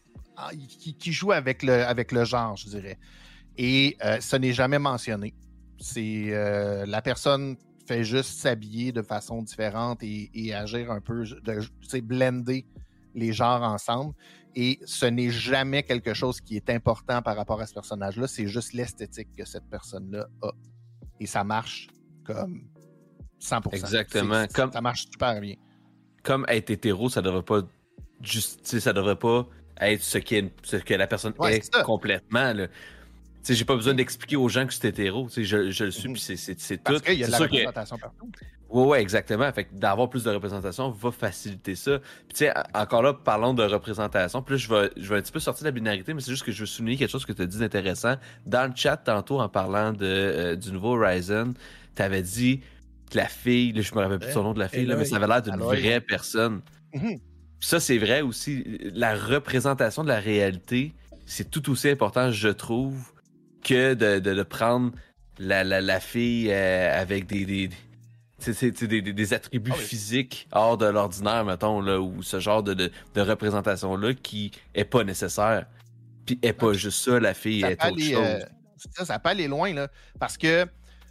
qui, qui joue avec le, avec le genre, je dirais. Et euh, ce n'est jamais mentionné. C'est euh, la personne fait juste s'habiller de façon différente et, et agir un peu, de, c'est blender les genres ensemble. Et ce n'est jamais quelque chose qui est important par rapport à ce personnage-là. C'est juste l'esthétique que cette personne-là a. Et ça marche comme cent pour cent. Exactement. C'est, comme, ça marche super bien. Comme être hétéro, ça devrait pas juste, ça devrait pas être ce, qui est, ce que la personne ouais, est, est complètement. Là. T'sais, j'ai pas besoin d'expliquer aux gens que c'est hétéro. Je, je le suis, puis c'est, c'est, c'est tout. Parce qu'il y a de c'est la représentation que... partout. Oui, ouais, exactement. Fait que d'avoir plus de représentation va faciliter ça. Puis tu sais, encore là, parlons de représentation. Puis là, je vais, je vais un petit peu sortir de la binarité, mais c'est juste que je veux souligner quelque chose que tu as dit d'intéressant. Dans le chat, tantôt, en parlant de, euh, du nouveau Horizon, tu avais dit que la fille, là, je me rappelle plus de son nom de la fille, là, mais ça avait l'air d'une Aloy. vraie personne. Mm-hmm. Ça, c'est vrai aussi. La représentation de la réalité, c'est tout aussi important, je trouve, que de, de, de prendre la, la, la fille euh, avec des, des, des, des, des, des attributs oh oui. physiques hors de l'ordinaire, mettons, là, ou ce genre de, de, de représentation-là qui est pas nécessaire. Puis est pas okay. juste ça, la fille, ça est autre aller, chose. Euh, ça, ça peut aller loin, là, parce que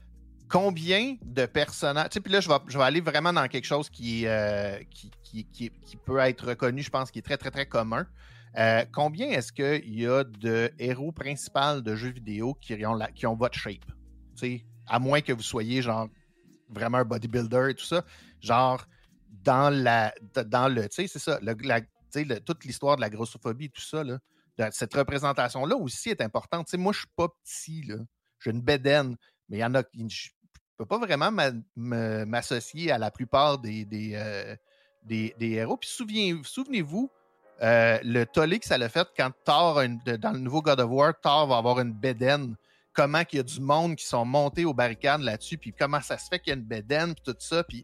combien de personnages... Tu sais, puis là, je vais, je vais aller vraiment dans quelque chose qui, euh, qui, qui, qui, qui peut être reconnu, je pense, qui est très, très, très commun. Euh, combien est-ce qu'il y a de héros principaux de jeux vidéo qui ont, la, qui ont votre shape? T'sais, à moins que vous soyez genre vraiment un bodybuilder et tout ça. Genre, dans la dans le... Tu sais, c'est ça. Le, la, le, toute l'histoire de la grossophobie et tout ça, là, cette représentation-là aussi est importante. T'sais, moi, je suis pas petit, là. J'ai une bédaine, mais il y en a qui... Je peux pas vraiment m'a, m'a, m'associer à la plupart des, des, euh, des, des héros. Puis souvenez, souvenez-vous, Euh, le tollé que ça l'a fait quand Thor, a une, de, dans le nouveau God of War, Thor va avoir une bédaine. Comment qu'il y a du monde qui sont montés aux barricades là-dessus, puis comment ça se fait qu'il y a une bédaine, puis tout ça, puis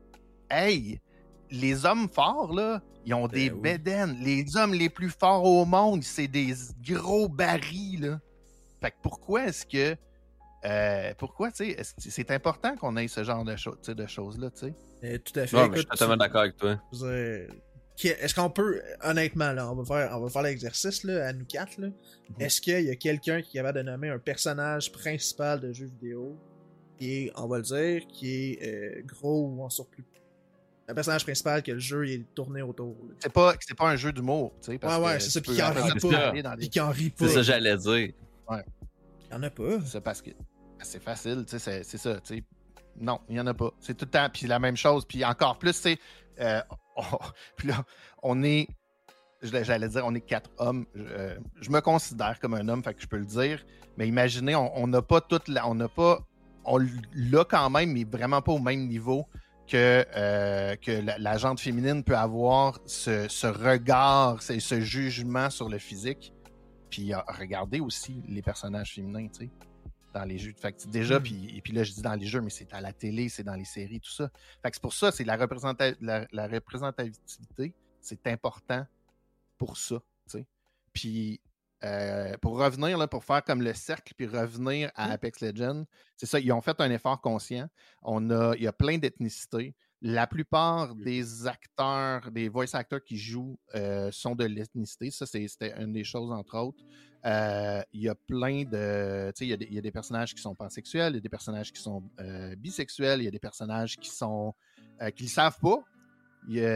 hey, les hommes forts, là, ils ont des oui. bédaines. Les hommes les plus forts au monde, c'est des gros barils, là. Fait que pourquoi est-ce que euh, pourquoi, tu sais, c'est important qu'on ait ce genre de, cho- de choses-là, tu sais? Euh, tout à fait. Non, écoute, mais je suis totalement d'accord avec toi. Euh... Est-ce qu'on peut, honnêtement, là, on va faire, on va faire l'exercice là, à nous quatre, là. Mm-hmm. Est-ce qu'il y a quelqu'un qui est capable de nommer un personnage principal de jeu vidéo qui est, on va le dire, qui est euh, gros ou en surplus? Un personnage principal que le jeu est tourné autour. Là. C'est pas, c'est pas un jeu d'humour, tu sais. Ouais, ouais, c'est ça, puis qui en rit pas. Puis qui en rit pas. C'est ça que j'allais dire. Ouais. Il y en a pas. C'est parce que c'est facile, tu sais, c'est, c'est ça, tu sais. Non, il y en a pas. C'est tout le temps, puis la même chose, puis encore plus, tu sais. Euh, oh, puis là, on est, j'allais dire, on est quatre hommes. Je, euh, je me considère comme un homme, fait que je peux le dire. Mais imaginez, on n'a pas toute la, on n'a pas, on l'a quand même, mais vraiment pas au même niveau que, euh, que la, la gente féminine peut avoir ce, ce regard, ce, ce jugement sur le physique. Puis euh, regardez aussi les personnages féminins, tu sais. Dans les jeux. Fait que déjà, mm. puis, et puis là, je dis dans les jeux, mais c'est à la télé, c'est dans les séries, tout ça. Fait que c'est pour ça, c'est la, représenta- la, la représentativité, c'est important pour ça, tu sais. Puis, euh, pour revenir, là, pour faire comme le cercle, puis revenir à mm. Apex Legends, c'est ça, ils ont fait un effort conscient. On a, il y a plein d'ethnicités. La plupart mm. des acteurs, des voice actors qui jouent euh, sont de l'ethnicité. Ça, c'est, c'était une des choses, entre autres. Il euh, y a plein de... Tu sais, il y, y a des personnages qui sont pansexuels, il y a des personnages qui sont euh, bisexuels, il y a des personnages qui sont... Euh, qui le savent pas. Il y,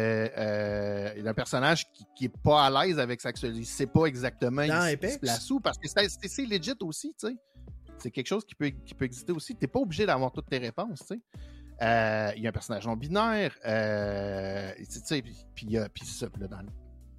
euh, y a un personnage qui, qui est pas à l'aise avec sa sexualité. Il sait pas exactement non, il, il se place où, parce que c'est, c'est, c'est legit aussi, tu sais. C'est quelque chose qui peut, qui peut exister aussi. T'es pas obligé d'avoir toutes tes réponses, tu sais. Il euh, y a un personnage non binaire, euh, tu sais, puis il y a... Puis ça, puis là, dans le...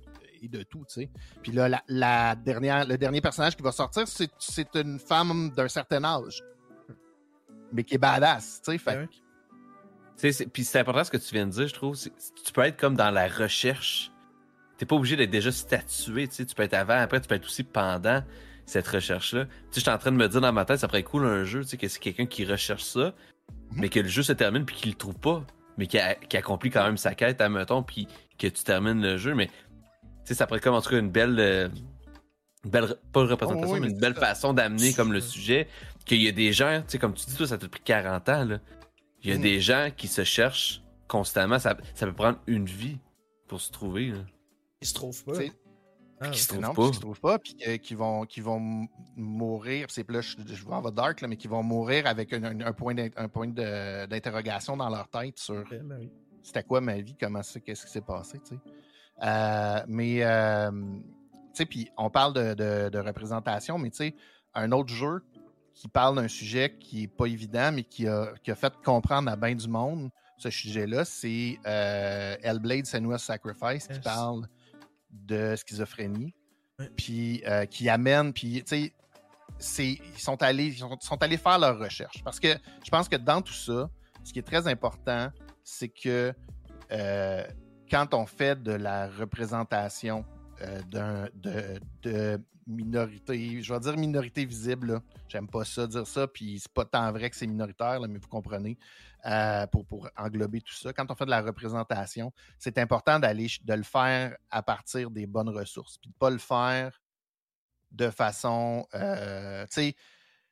et de tout, tu sais. Puis là, la, la dernière, le dernier personnage qui va sortir, c'est, c'est une femme d'un certain âge, mais qui est badass, tu sais. Fait Ouais. C'est, c'est, puis c'est important ce que tu viens de dire, je trouve. C'est, tu peux être comme dans la recherche. T'es pas obligé d'être déjà statué, tu sais. Tu peux être avant, après, tu peux être aussi pendant cette recherche-là. Tu sais, je suis en train de me dire dans ma tête, ça pourrait être cool un jeu, tu sais, que c'est quelqu'un qui recherche ça, mm-hmm. mais que le jeu se termine puis qu'il le trouve pas, mais qui, a, qui accomplit quand même sa quête, admettons, puis que tu termines le jeu. Mais, tu sais, ça pourrait être comme en tout cas une belle. Euh, une belle, pas une représentation, oh, oui, mais une belle ça. façon d'amener comme le sujet. Qu'il y a des gens, tu sais, comme tu dis, toi, ça t'a pris quarante ans, là. Il y a mmh. des gens qui se cherchent constamment. Ça, ça peut prendre une vie pour se trouver. Là. Ils se trouvent pas. Ah, qui se trouvent non, pas. Qui se trouvent pas, puis euh, qui vont, qui vont mourir. C'est là, je, je vois en va dark, là, mais qui vont mourir avec un, un, un point, un point de, d'interrogation dans leur tête sur okay, ben oui. c'était quoi ma vie, comment ça, qu'est-ce qui s'est passé, tu sais. Euh, mais, euh, tu sais, puis on parle de, de, de représentation, mais tu sais, un autre jeu qui parle d'un sujet qui n'est pas évident, mais qui a, qui a fait comprendre à bien du monde ce sujet-là, c'est euh, Hellblade Senua's Sacrifice, yes. qui parle de schizophrénie, oui. puis euh, qui amène, puis tu sais, ils sont allés, ils sont, sont allés faire leurs recherches. Parce que je pense que dans tout ça, ce qui est très important, c'est que euh, quand on fait de la représentation euh, d'un, de, de minorité, je vais dire minorité visible, là. J'aime pas ça dire ça, puis c'est pas tant vrai que c'est minoritaire, là, mais vous comprenez, euh, pour, pour englober tout ça. Quand on fait de la représentation, c'est important d'aller de le faire à partir des bonnes ressources, puis de pas le faire de façon, euh, tu sais,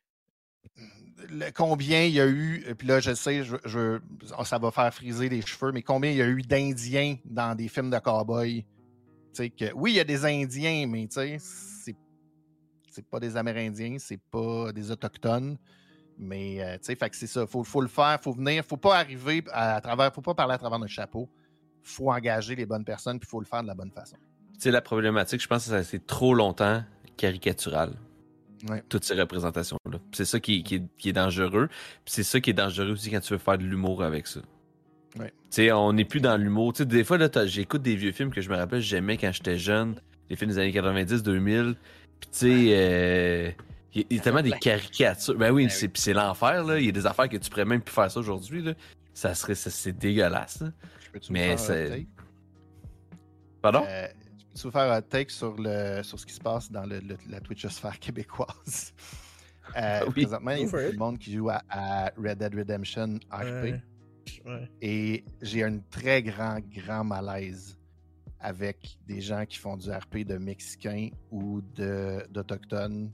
le, combien il y a eu, puis là, je sais, je, je, ça va faire friser les cheveux, mais combien il y a eu d'Indiens dans des films de cow-boys? Que, oui, il y a des Indiens, mais c'est, c'est pas des Amérindiens, c'est pas des Autochtones. Mais euh, fait que c'est ça, il faut, faut le faire, il faut venir, faut pas arriver à, à travers, faut pas parler à travers notre chapeau. Il faut engager les bonnes personnes, puis il faut le faire de la bonne façon. Tu sais, la problématique, je pense que c'est trop longtemps caricatural. Ouais. Toutes ces représentations-là. Puis c'est ça qui, qui, est, qui est dangereux. Puis c'est ça qui est dangereux aussi quand tu veux faire de l'humour avec ça. Ouais. Tu sais, on n'est plus dans l'humour. Tu sais, des fois, là, j'écoute des vieux films que je me rappelle, j'aimais quand j'étais jeune, les films des années quatre-vingt-dix deux mille. Puis tu sais, euh, il y a tellement des caricatures. Ben oui, c'est, c'est l'enfer, là. Il y a des affaires que tu pourrais même plus faire ça aujourd'hui, là. Ça serait, ça, c'est dégueulasse, là. Mais c'est... Pardon? Euh, tu veux faire un take sur, le, sur ce qui se passe dans le, le, la Twitchosphère québécoise? Euh, oui. Présentement, il y a beaucoup de monde qui joue à, à Red Dead Redemption R P. Ouais. Ouais. Et j'ai un très grand, grand malaise avec des gens qui font du R P de Mexicains ou de, d'Autochtones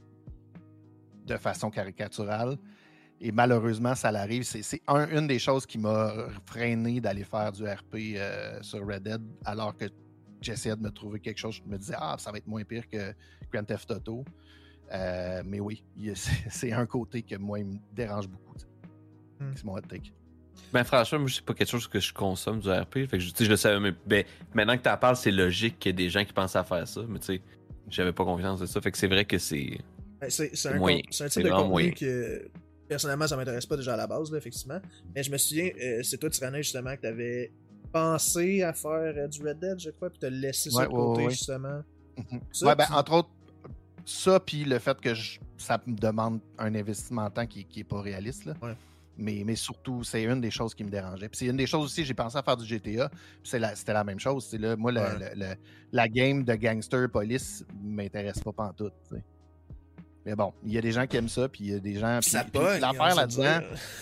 de façon caricaturale. Et malheureusement, ça l'arrive. C'est, c'est un, une des choses qui m'a freiné d'aller faire du R P euh, sur Red Dead, alors que j'essayais de me trouver quelque chose. Je me disais, ah, ça va être moins pire que Grand Theft Auto. Euh, mais oui, c'est, c'est un côté que moi, il me dérange beaucoup. Hmm. C'est mon hot take. Ben franchement, moi, c'est pas quelque chose que je consomme du R P. Fait que je, je le savais, mais ben, maintenant que t'en parles, c'est logique qu'il y ait des gens qui pensent à faire ça. Mais tu sais, j'avais pas confiance de ça. Fait que c'est vrai que c'est. Ben, c'est, c'est, un, moyen. c'est un type c'est de contenu moyen. Que personnellement, ça m'intéresse pas déjà à la base, là, effectivement. Mais je me souviens, euh, c'est toi, Tyrannoï, justement, que t'avais pensé à faire euh, du Red Dead, je crois, puis t'as laissé ça ouais, de côté, ouais, justement. Mm-hmm. Ça, ouais, ben, puis... entre autres, ça, puis le fait que je, ça me demande un investissement en temps qui, qui est pas réaliste, là. Ouais. Mais, mais surtout, c'est une des choses qui me dérangeait. Puis c'est une des choses aussi, j'ai pensé à faire du G T A, puis c'est la, c'était la même chose. C'est là, moi, ouais. le, le, le, la game de gangster police m'intéresse pas pantoute, t'sais. Mais bon, il y a des gens qui aiment ça, puis il y a des gens... Puis, ça puis, pogne, puis l'affaire là-dedans...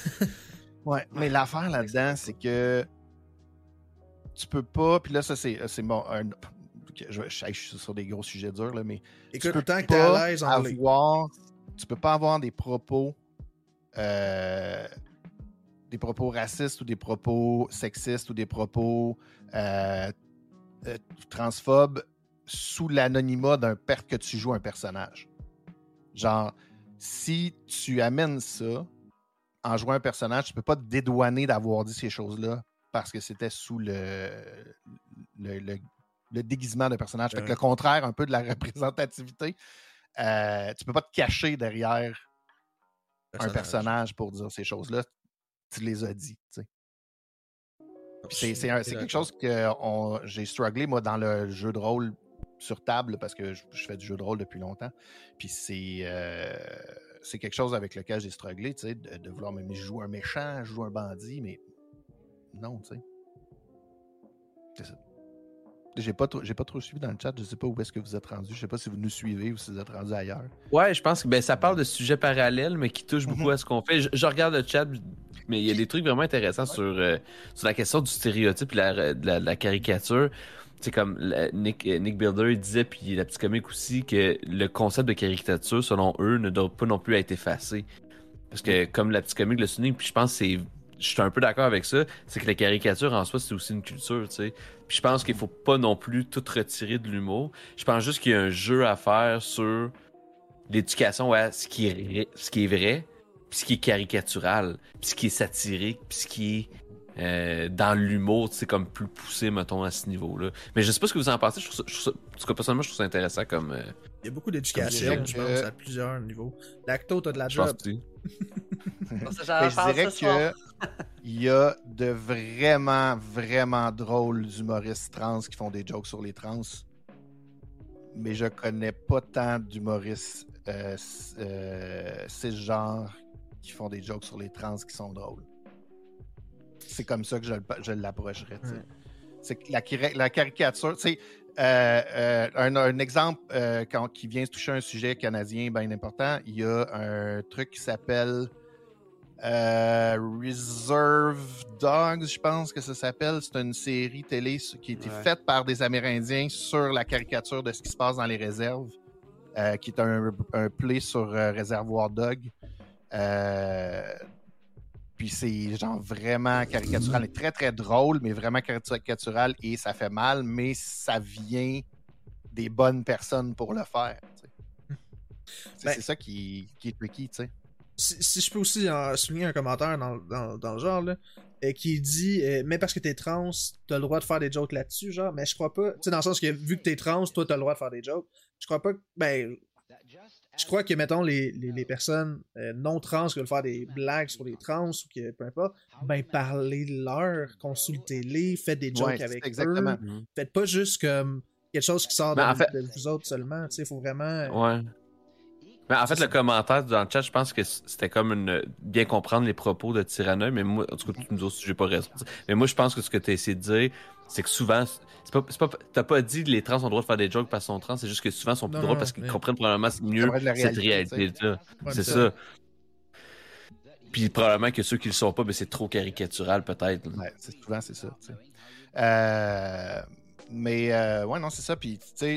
ouais, mais l'affaire là-dedans, c'est que tu peux pas... Puis là, ça, c'est, c'est bon... Un, je, je, je suis sur des gros sujets durs, là, mais... Écoute, tu peux tant que t'es à l'aise en avoir, tu peux pas avoir des propos... Euh, des propos racistes ou des propos sexistes ou des propos euh, euh, transphobes sous l'anonymat d'un per que tu joues un personnage. Genre, si tu amènes ça en jouant un personnage, tu peux pas te dédouaner d'avoir dit ces choses-là parce que c'était sous le, le, le, le déguisement d'un personnage. Fait que le contraire un peu de la représentativité, euh, tu peux pas te cacher derrière personnage. un personnage pour dire ces choses-là. Tu les as dit, tu sais. C'est, c'est, un, c'est quelque chose que on, j'ai strugglé, moi, dans le jeu de rôle sur table parce que je, je fais du jeu de rôle depuis longtemps. Puis c'est, euh, c'est quelque chose avec lequel j'ai strugglé, tu sais, de, de vouloir, mais je joue un méchant, je joue un bandit, mais non, tu sais. C'est ça. J'ai pas, trop, j'ai pas trop suivi dans le chat, je sais pas où est-ce que vous êtes rendu, je sais pas si vous nous suivez ou si vous êtes rendu ailleurs. Ouais, je pense que ben, ça parle de sujets parallèles, mais qui touchent beaucoup mm-hmm. à ce qu'on fait. Je, je regarde le chat, mais il y a des trucs vraiment intéressants ouais. sur, euh, sur la question du stéréotype et la, la, la caricature. C'est comme la, Nick, Nick Builder il disait, puis la petite comique aussi, que le concept de caricature, selon eux, ne doit pas non plus être effacé. Parce que, comme la petite comique le souligne, puis je pense que c'est... Je suis un peu d'accord avec ça, c'est que la caricature en soi, c'est aussi une culture, tu sais. Puis je pense qu'il faut pas non plus tout retirer de l'humour. Je pense juste qu'il y a un jeu à faire sur l'éducation à ce qui est, ce qui est vrai, puis ce qui est caricatural, puis ce qui est satirique, puis ce qui est euh, dans l'humour, tu sais, comme plus poussé, mettons, à ce niveau-là. Mais je sais pas ce que vous en pensez, je trouve ça, je trouve ça, en tout cas, personnellement, je trouve ça intéressant comme... Euh, il y a beaucoup d'éducation, je pense, à plusieurs niveaux. Lacto, t'as de la job. Ben, je dirais qu'il y a de vraiment, vraiment drôles humoristes trans qui font des jokes sur les trans, mais je connais pas tant d'humoristes euh, euh, cisgenres qui font des jokes sur les trans qui sont drôles. C'est comme ça que je, je l'approcherais. Ouais. C'est que la, la caricature, tu sais, euh, euh, un, un exemple euh, quand, qui vient se toucher un sujet canadien bien important, il y a un truc qui s'appelle Euh, Reserve Dogs, je pense que ça s'appelle. C'est une série télé qui a été ouais. faite par des Amérindiens sur la caricature de ce qui se passe dans les réserves, euh, qui est un, un play sur euh, Réservoir Dog. Euh, puis c'est genre vraiment caricatural, très très drôle, mais vraiment caricatural et ça fait mal, mais ça vient des bonnes personnes pour le faire. C'est, ben, c'est ça qui, qui est tricky, tu sais. Si, si je peux aussi en souligner un commentaire dans, dans, dans le genre, là, euh, qui dit euh, mais parce que t'es trans, t'as le droit de faire des jokes là-dessus, genre, mais je crois pas, tu sais, dans le sens que vu que t'es trans, toi t'as le droit de faire des jokes. Je crois pas que, ben, je crois que, mettons, les, les, les personnes euh, non trans qui veulent faire des blagues sur les trans ou que peu importe, ben, parlez-leur, consultez-les, faites des jokes ouais, avec exactement. eux. Mmh. Faites pas juste comme quelque chose qui sort de, en fait... de vous autres seulement, tu sais, faut vraiment. Euh... Ouais. Mais en fait, le commentaire dans le chat, je pense que c'était comme une bien comprendre les propos de Tyranneuil, mais moi, en tout cas, tu nous aussi, j'ai pas raison. Mais moi, je pense que ce que tu as essayé de dire, c'est que souvent, c'est pas, c'est pas, t'as pas dit que les trans ont le droit de faire des jokes parce qu'ils sont trans, c'est juste que souvent, ils sont plus non, drôles parce qu'ils mais... comprennent probablement mieux cette réalité-là. Ouais, c'est ça. Puis probablement que ceux qui le sont pas, ben, c'est trop caricatural, peut-être. Ouais, c'est, souvent, c'est ça. Euh, mais, euh, ouais, non, c'est ça. Puis, tu sais,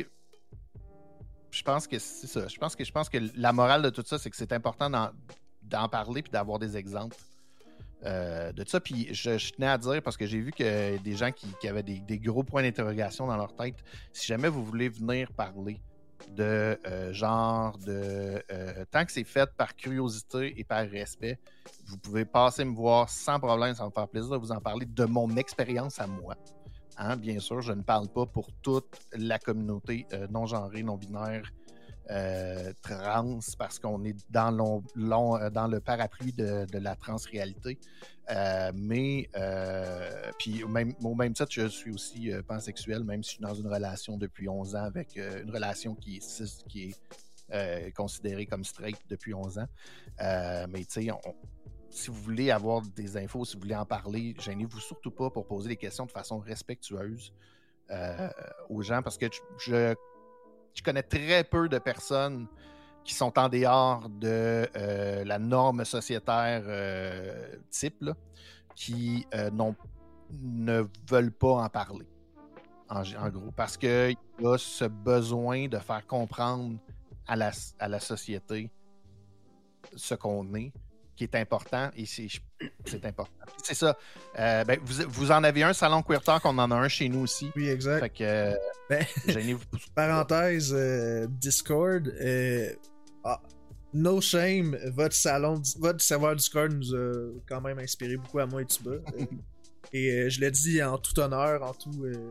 je pense que c'est ça. Je pense que, je pense que la morale de tout ça, c'est que c'est important d'en, d'en parler puis d'avoir des exemples euh, de tout ça. Puis je, je tenais à dire, parce que j'ai vu que des gens qui, qui avaient des, des gros points d'interrogation dans leur tête, si jamais vous voulez venir parler de euh, genre de... Euh, tant que c'est fait par curiosité et par respect, vous pouvez passer me voir sans problème, ça va me faire plaisir de vous en parler de mon expérience à moi. Hein, bien sûr, je ne parle pas pour toute la communauté euh, non-genrée, non-binaire, euh, trans, parce qu'on est dans, long, long, euh, dans le parapluie de, de la transréalité. Euh, mais, euh, puis au même, au même titre, je suis aussi euh, pansexuel, même si je suis dans une relation depuis onze ans, avec euh, une relation qui est, qui est euh, considérée comme straight depuis onze ans. Euh, mais tu sais, on... si vous voulez avoir des infos, si vous voulez en parler, gênez-vous surtout pas pour poser des questions de façon respectueuse euh, aux gens, parce que je, je connais très peu de personnes qui sont en dehors de euh, la norme sociétaire euh, type, là, qui euh, n'ont, ne veulent pas en parler, en, en gros, parce qu'il y a ce besoin de faire comprendre à la, à la société ce qu'on est, qui est important, et c'est, c'est important. C'est ça. Euh, ben, vous, vous en avez un, Salon Queer Talk, on en a un chez nous aussi. Oui, exact. Fait que, euh, ben, gênez-vous. Parenthèse, euh, Discord, euh, ah, no shame, votre salon, votre serveur Discord nous a quand même inspiré beaucoup à moi et Tuba. euh, et euh, je le dis en tout honneur, en tout... Euh,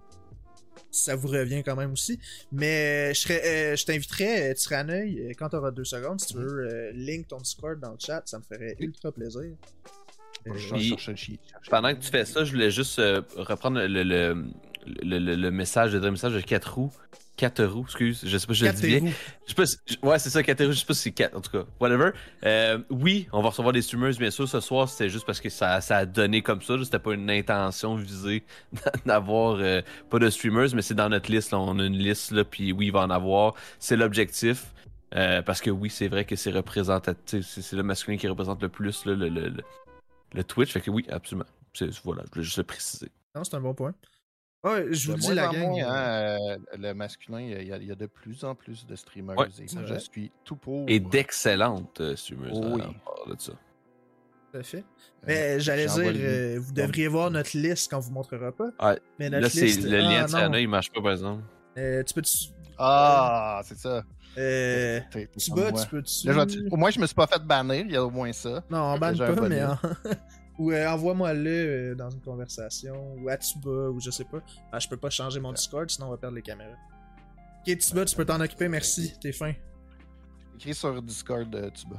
ça vous revient quand même aussi. Mais je, serais, euh, je t'inviterais, euh, Tyranneuil, euh, quand tu auras deux secondes, si tu veux, euh, link ton Discord dans le chat, ça me ferait ultra plaisir. Euh, Puis, pendant que tu fais ça, je voulais juste euh, reprendre le, le, le, le, le message, le message de quatre roues Cateroux, excuse, je sais pas si je le dis bien. Cateroux. Je sais pas si... Ouais, c'est ça, Cateroux, je sais pas si c'est quatre, en tout cas, whatever. Euh, oui, on va recevoir des streamers, bien sûr, ce soir, c'était juste parce que ça, ça a donné comme ça, c'était pas une intention visée d'avoir euh, pas de streamers, mais c'est dans notre liste, là, on a une liste, là, puis oui, il va en avoir, c'est l'objectif. Euh, parce que oui, c'est vrai que c'est représentatif, c'est, c'est le masculin qui représente le plus là, le, le, le, le Twitch, fait que oui, absolument. C'est, voilà, je voulais juste le préciser. Non, c'est un bon point. Ouais, je vous De le dis, moins la en gang. moins, euh, hein, euh, le masculin, il y, a, il y a de plus en plus de streamers Ouais. et C'est je vrai. suis tout pour. Et d'excellentes euh, streamers Oh à- oui. à part de ça. Tout à fait. Euh, Mais j'allais j'envoie dire, le lien. euh, vous devriez voir notre liste quand on vous montrera pas. Ouais. Mais notre Là, c'est liste. le lien ah, de non. Tiana, il marche pas, par exemple. Euh, tu peux. Tu, Ah, c'est ça. euh, T'es- t'es tu comme bats, moi. tu peux. Tu... Là, je vais te- Au moins, je me suis pas fait bannir, il y a au moins ça. Non, on banne J'ai un pas, bonnet. mais. en- ou euh, envoie-moi-le euh, dans une conversation. Ou à Tuba, ou je sais pas. Ah, je peux pas changer mon Discord, sinon on va perdre les caméras. Ok, Tuba, tu peux t'en occuper, merci. T'es fin. Écris sur Discord, euh, Tuba.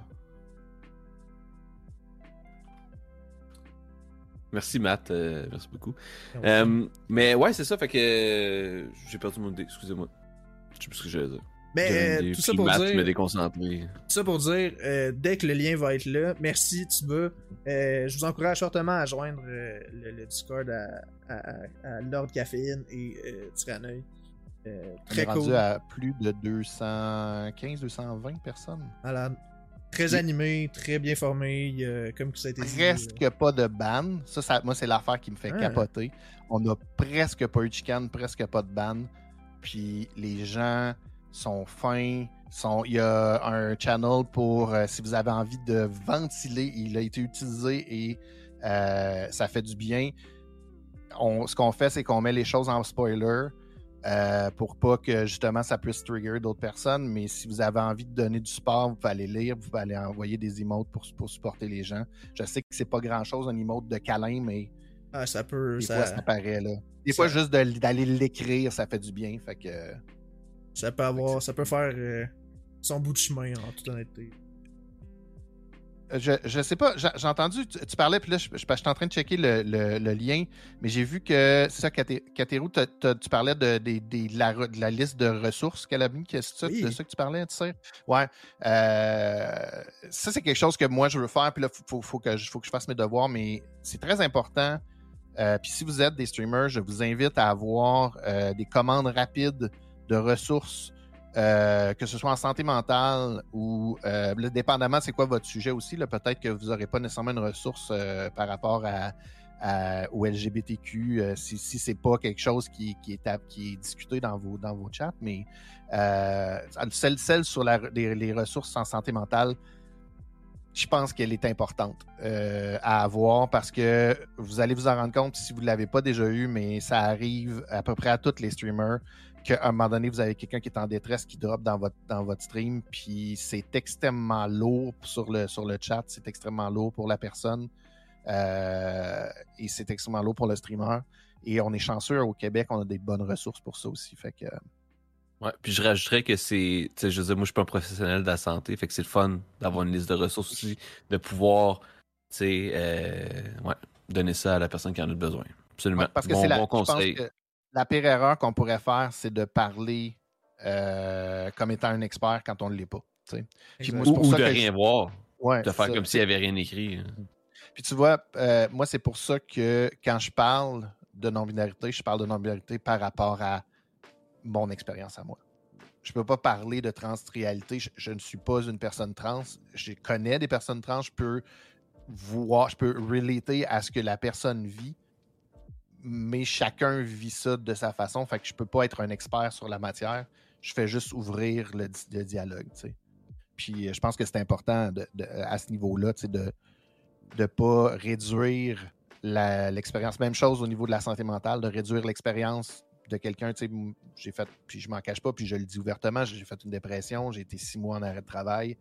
Merci, Matt. euh, merci beaucoup. Euh, mais ouais, c'est ça, fait que euh, j'ai perdu mon idée, excusez-moi. Je sais plus ce que j'allais dire. Mais J'avais euh, une idée, tout ça puis pour Matt dire. m'a déconcentré. Tout ça pour dire, euh, dès que le lien va être là, merci Tuba. Euh, je vous encourage fortement à joindre euh, le, le Discord à, à, à, à Lord Caféine et euh, Tyraneuil. Euh, On est très rendu cool. à plus de deux cent quinze deux cent vingt personnes. Voilà. Très animé, très bien formé, euh, comme ça a été dit. Presque pas de ban. Ça, ça, moi, c'est l'affaire qui me fait Ah. capoter. On a presque pas eu de chicane, presque pas de ban. Puis les gens sont fins. Sont... Il y a un channel pour, euh, si vous avez envie de ventiler, il a été utilisé et euh, ça fait du bien. On, ce qu'on fait, c'est qu'on met les choses en spoiler. Euh, pour pas que justement ça puisse trigger d'autres personnes, mais si vous avez envie de donner du support, vous pouvez aller lire, vous pouvez aller envoyer des emotes pour, pour supporter les gens. Je sais que c'est pas grand chose un emote de câlin, mais Ah, ça peut. des Ça, fois ça paraît là. Des ça- fois juste de- d'aller l'écrire, ça fait du bien. Fait que ça peut avoir. Ça peut faire euh, son bout de chemin, en toute honnêteté. je, je sais pas, j'ai j'ai entendu, tu, tu parlais, puis là, je, je, je suis en train de checker le, le- le lien, mais j'ai vu que, c'est ça, Katé- Katerou, t'as- t'as- tu parlais de, de, de- de la, re- de la liste de ressources qu'elle a mis, que c'est ça, Oui. de ça que tu parlais, tu sais? Ouais. Euh, ça, c'est quelque chose que moi, je veux faire, puis là, il faut, faut, que je, faut que je fasse mes devoirs, mais c'est très important. Euh, puis si vous êtes des streamers, je vous invite à avoir euh, des commandes rapides de ressources, euh, que ce soit en santé mentale ou euh, là, dépendamment c'est quoi votre sujet aussi, là, peut-être que vous n'aurez pas nécessairement une ressource euh, par rapport à, à- au L G B T Q euh, si, si c'est pas quelque chose qui, qui, est, à- qui est discuté dans vos, dans vos chats, mais euh, celle, celle sur la, les, les ressources en santé mentale, je pense qu'elle est importante euh, à avoir parce que vous allez vous en rendre compte si vous ne l'avez pas déjà eu, mais ça arrive à peu près à tous les streamers qu'à un moment donné, vous avez quelqu'un qui est en détresse qui drop dans votre, dans votre stream, puis c'est extrêmement lourd sur le, sur le chat, c'est extrêmement lourd pour la personne euh, et c'est extrêmement lourd pour le streamer. Et on est chanceux au Québec, on a des bonnes ressources pour ça aussi. Fait que Ouais, puis je rajouterais que c'est, tu sais, je veux dire, moi je suis pas un professionnel de la santé, fait que c'est le fun d'avoir une liste de ressources aussi, de pouvoir, tu sais, euh, ouais, donner ça à la personne qui en a besoin. Absolument. Ouais, parce que bon, c'est la, bon je pense conseil. que la pire erreur qu'on pourrait faire, c'est de parler euh, comme étant un expert quand on ne l'est pas. tu sais. Puis moi, c'est Ou, pour ou ça de que rien je- voir, Ouais, de c'est faire ça. comme s'il n'y avait rien écrit. Puis tu vois, euh, moi, c'est pour ça que quand je parle de non-binarité, je parle de non-binarité par rapport à mon expérience à moi. Je peux pas parler de trans-réalité. Je, je ne suis pas une personne trans. Je connais des personnes trans. Je peux voir, je peux relater à ce que la personne vit, mais chacun vit ça de sa façon. Fait que je peux pas être un expert sur la matière. Je fais juste ouvrir le, di- le dialogue. tu sais. Puis euh, je pense que c'est important de, de- à ce niveau-là, tu sais, de ne pas réduire la- l'expérience. Même chose au niveau de la santé mentale, de réduire l'expérience de quelqu'un. Tu sais, m- j'ai fait, puis je m'en cache pas, puis je le dis ouvertement, j'ai fait une dépression, j'ai été six mois en arrêt de travail.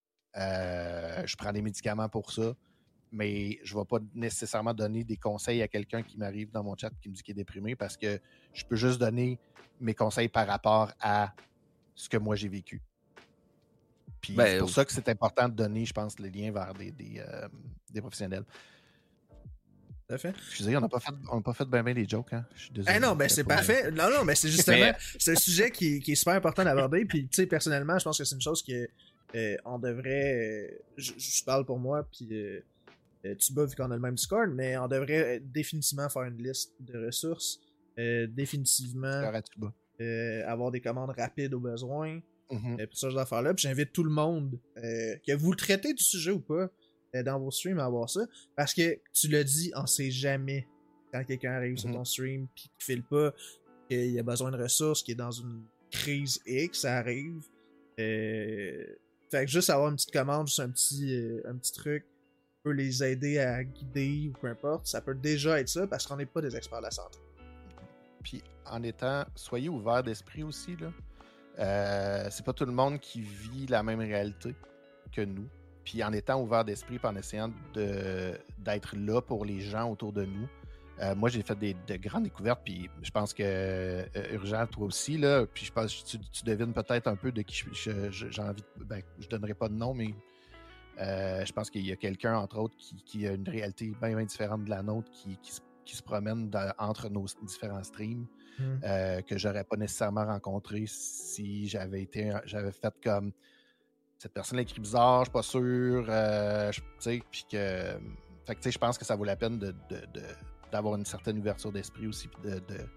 Euh, je prends des médicaments pour ça, mais je ne vais pas nécessairement donner des conseils à quelqu'un qui m'arrive dans mon chat qui me dit qu'il est déprimé parce que je peux juste donner mes conseils par rapport à ce que moi j'ai vécu. Puis Ben, c'est pour ça que c'est important de donner, je pense, les liens vers des, des, euh, des professionnels. Tout à fait. Excusez, on n'a pas fait, on n'a pas fait bien bien les jokes, hein. Je suis désolé. Eh non, ben C'était c'est pas- parfait. Non, non, mais c'est justement, Mais- c'est un sujet qui, qui est super important d'aborder. Puis, tu sais, personnellement, je pense que c'est une chose que euh, on devrait. euh, je, je parle pour moi, puis euh, euh, Tuba, vu qu'on a le même Discord, mais on devrait euh, définitivement faire une liste de ressources. Euh, définitivement Cœur à tuba. euh, avoir des commandes rapides au besoin. Mhm. euh, pour ce genre d'affaires-là. Puis j'invite tout le monde, euh, que vous le traitez du sujet ou pas, euh, dans vos streams à avoir ça. Parce que tu l'as dit, on sait jamais quand quelqu'un arrive sur Mhm. ton stream puis qu'il file pas, qu'il a besoin de ressources, qu'il est dans une crise X, ça arrive. Euh, Fait que juste avoir une petite commande, juste un petit, euh, un petit truc, peut les aider à guider ou peu importe, ça peut déjà être ça parce qu'on n'est pas des experts de la santé. Puis en étant, soyez ouverts d'esprit aussi, là. Euh, c'est pas tout le monde qui vit la même réalité que nous. Puis en étant ouvert d'esprit, puis en essayant de, d'être là pour les gens autour de nous. Euh, moi, j'ai fait des, de grandes découvertes, puis je pense que euh, Urgent, toi aussi, là, puis je pense que tu, tu devines peut-être un peu de qui je- je- je- j'ai envie de... Ben, je donnerai pas de nom, mais euh, je pense qu'il y a quelqu'un, entre autres, qui, qui a une réalité bien, bien différente de la nôtre, qui, qui, se, qui se promène dans- entre nos différents streams. Hmm. Euh, que j'aurais pas nécessairement rencontré si j'avais été j'avais fait comme cette personne écrit bizarre, je suis pas sûr, euh, je- tu sais, puis que fait que tu sais, je pense que ça vaut la peine de, de, de- d'avoir une certaine ouverture d'esprit aussi, puis de, de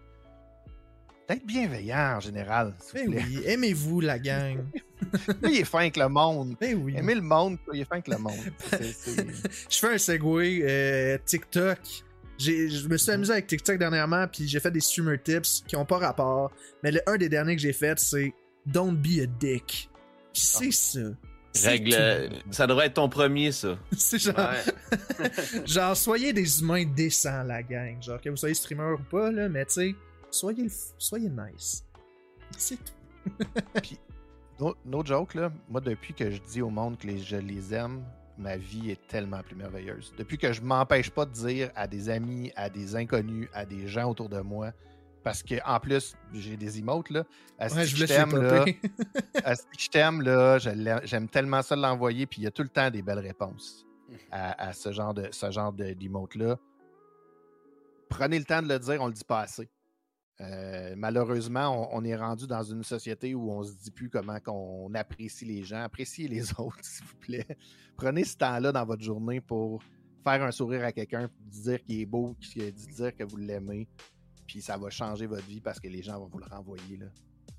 d'être bienveillant en général, s'il Ben vous plaît. oui, aimez-vous la gang. Lui, il est fin avec le monde. Ben oui. Aimez le monde, puis il est fin avec le monde. C'est- c'est- Je fais un segway euh, TikTok. J'ai- Je me suis amusé avec TikTok dernièrement, puis j'ai fait des streamer tips qui ont pas rapport. Mais le un des derniers que j'ai fait, c'est Don't be a dick. Puis c'est ça. C'est Règle. tout. euh, Ça devrait être ton premier, ça. C'est genre, Ouais. genre, soyez des humains décents, la gang. Genre, que vous soyez streamer ou pas, là, mais tu sais, soyez, le f- soyez nice. C'est tout. No, no joke, là. Moi, depuis que je dis au monde que les- je les aime, ma vie est tellement plus merveilleuse. Depuis que je m'empêche pas de dire à des amis, à des inconnus, à des gens autour de moi, parce que en plus, j'ai des emotes, là. Asti Ouais, que je je voulais t'aime, là. popper. Asti que je t'aime, là. je l'aime- J'aime tellement ça l'envoyer, puis il y a tout le temps des belles réponses à, à ce genre de ce genre de- d'emote-là. Prenez le temps de le dire, on le dit pas assez. Euh, malheureusement, on, on est rendu dans une société où on se dit plus comment qu'on apprécie les gens. Appréciez les autres, s'il vous plaît. Prenez ce temps-là dans votre journée pour faire un sourire à quelqu'un, dire qu'il est beau, qu'il- dire que vous l'aimez, puis ça va changer votre vie parce que les gens vont vous le renvoyer, là.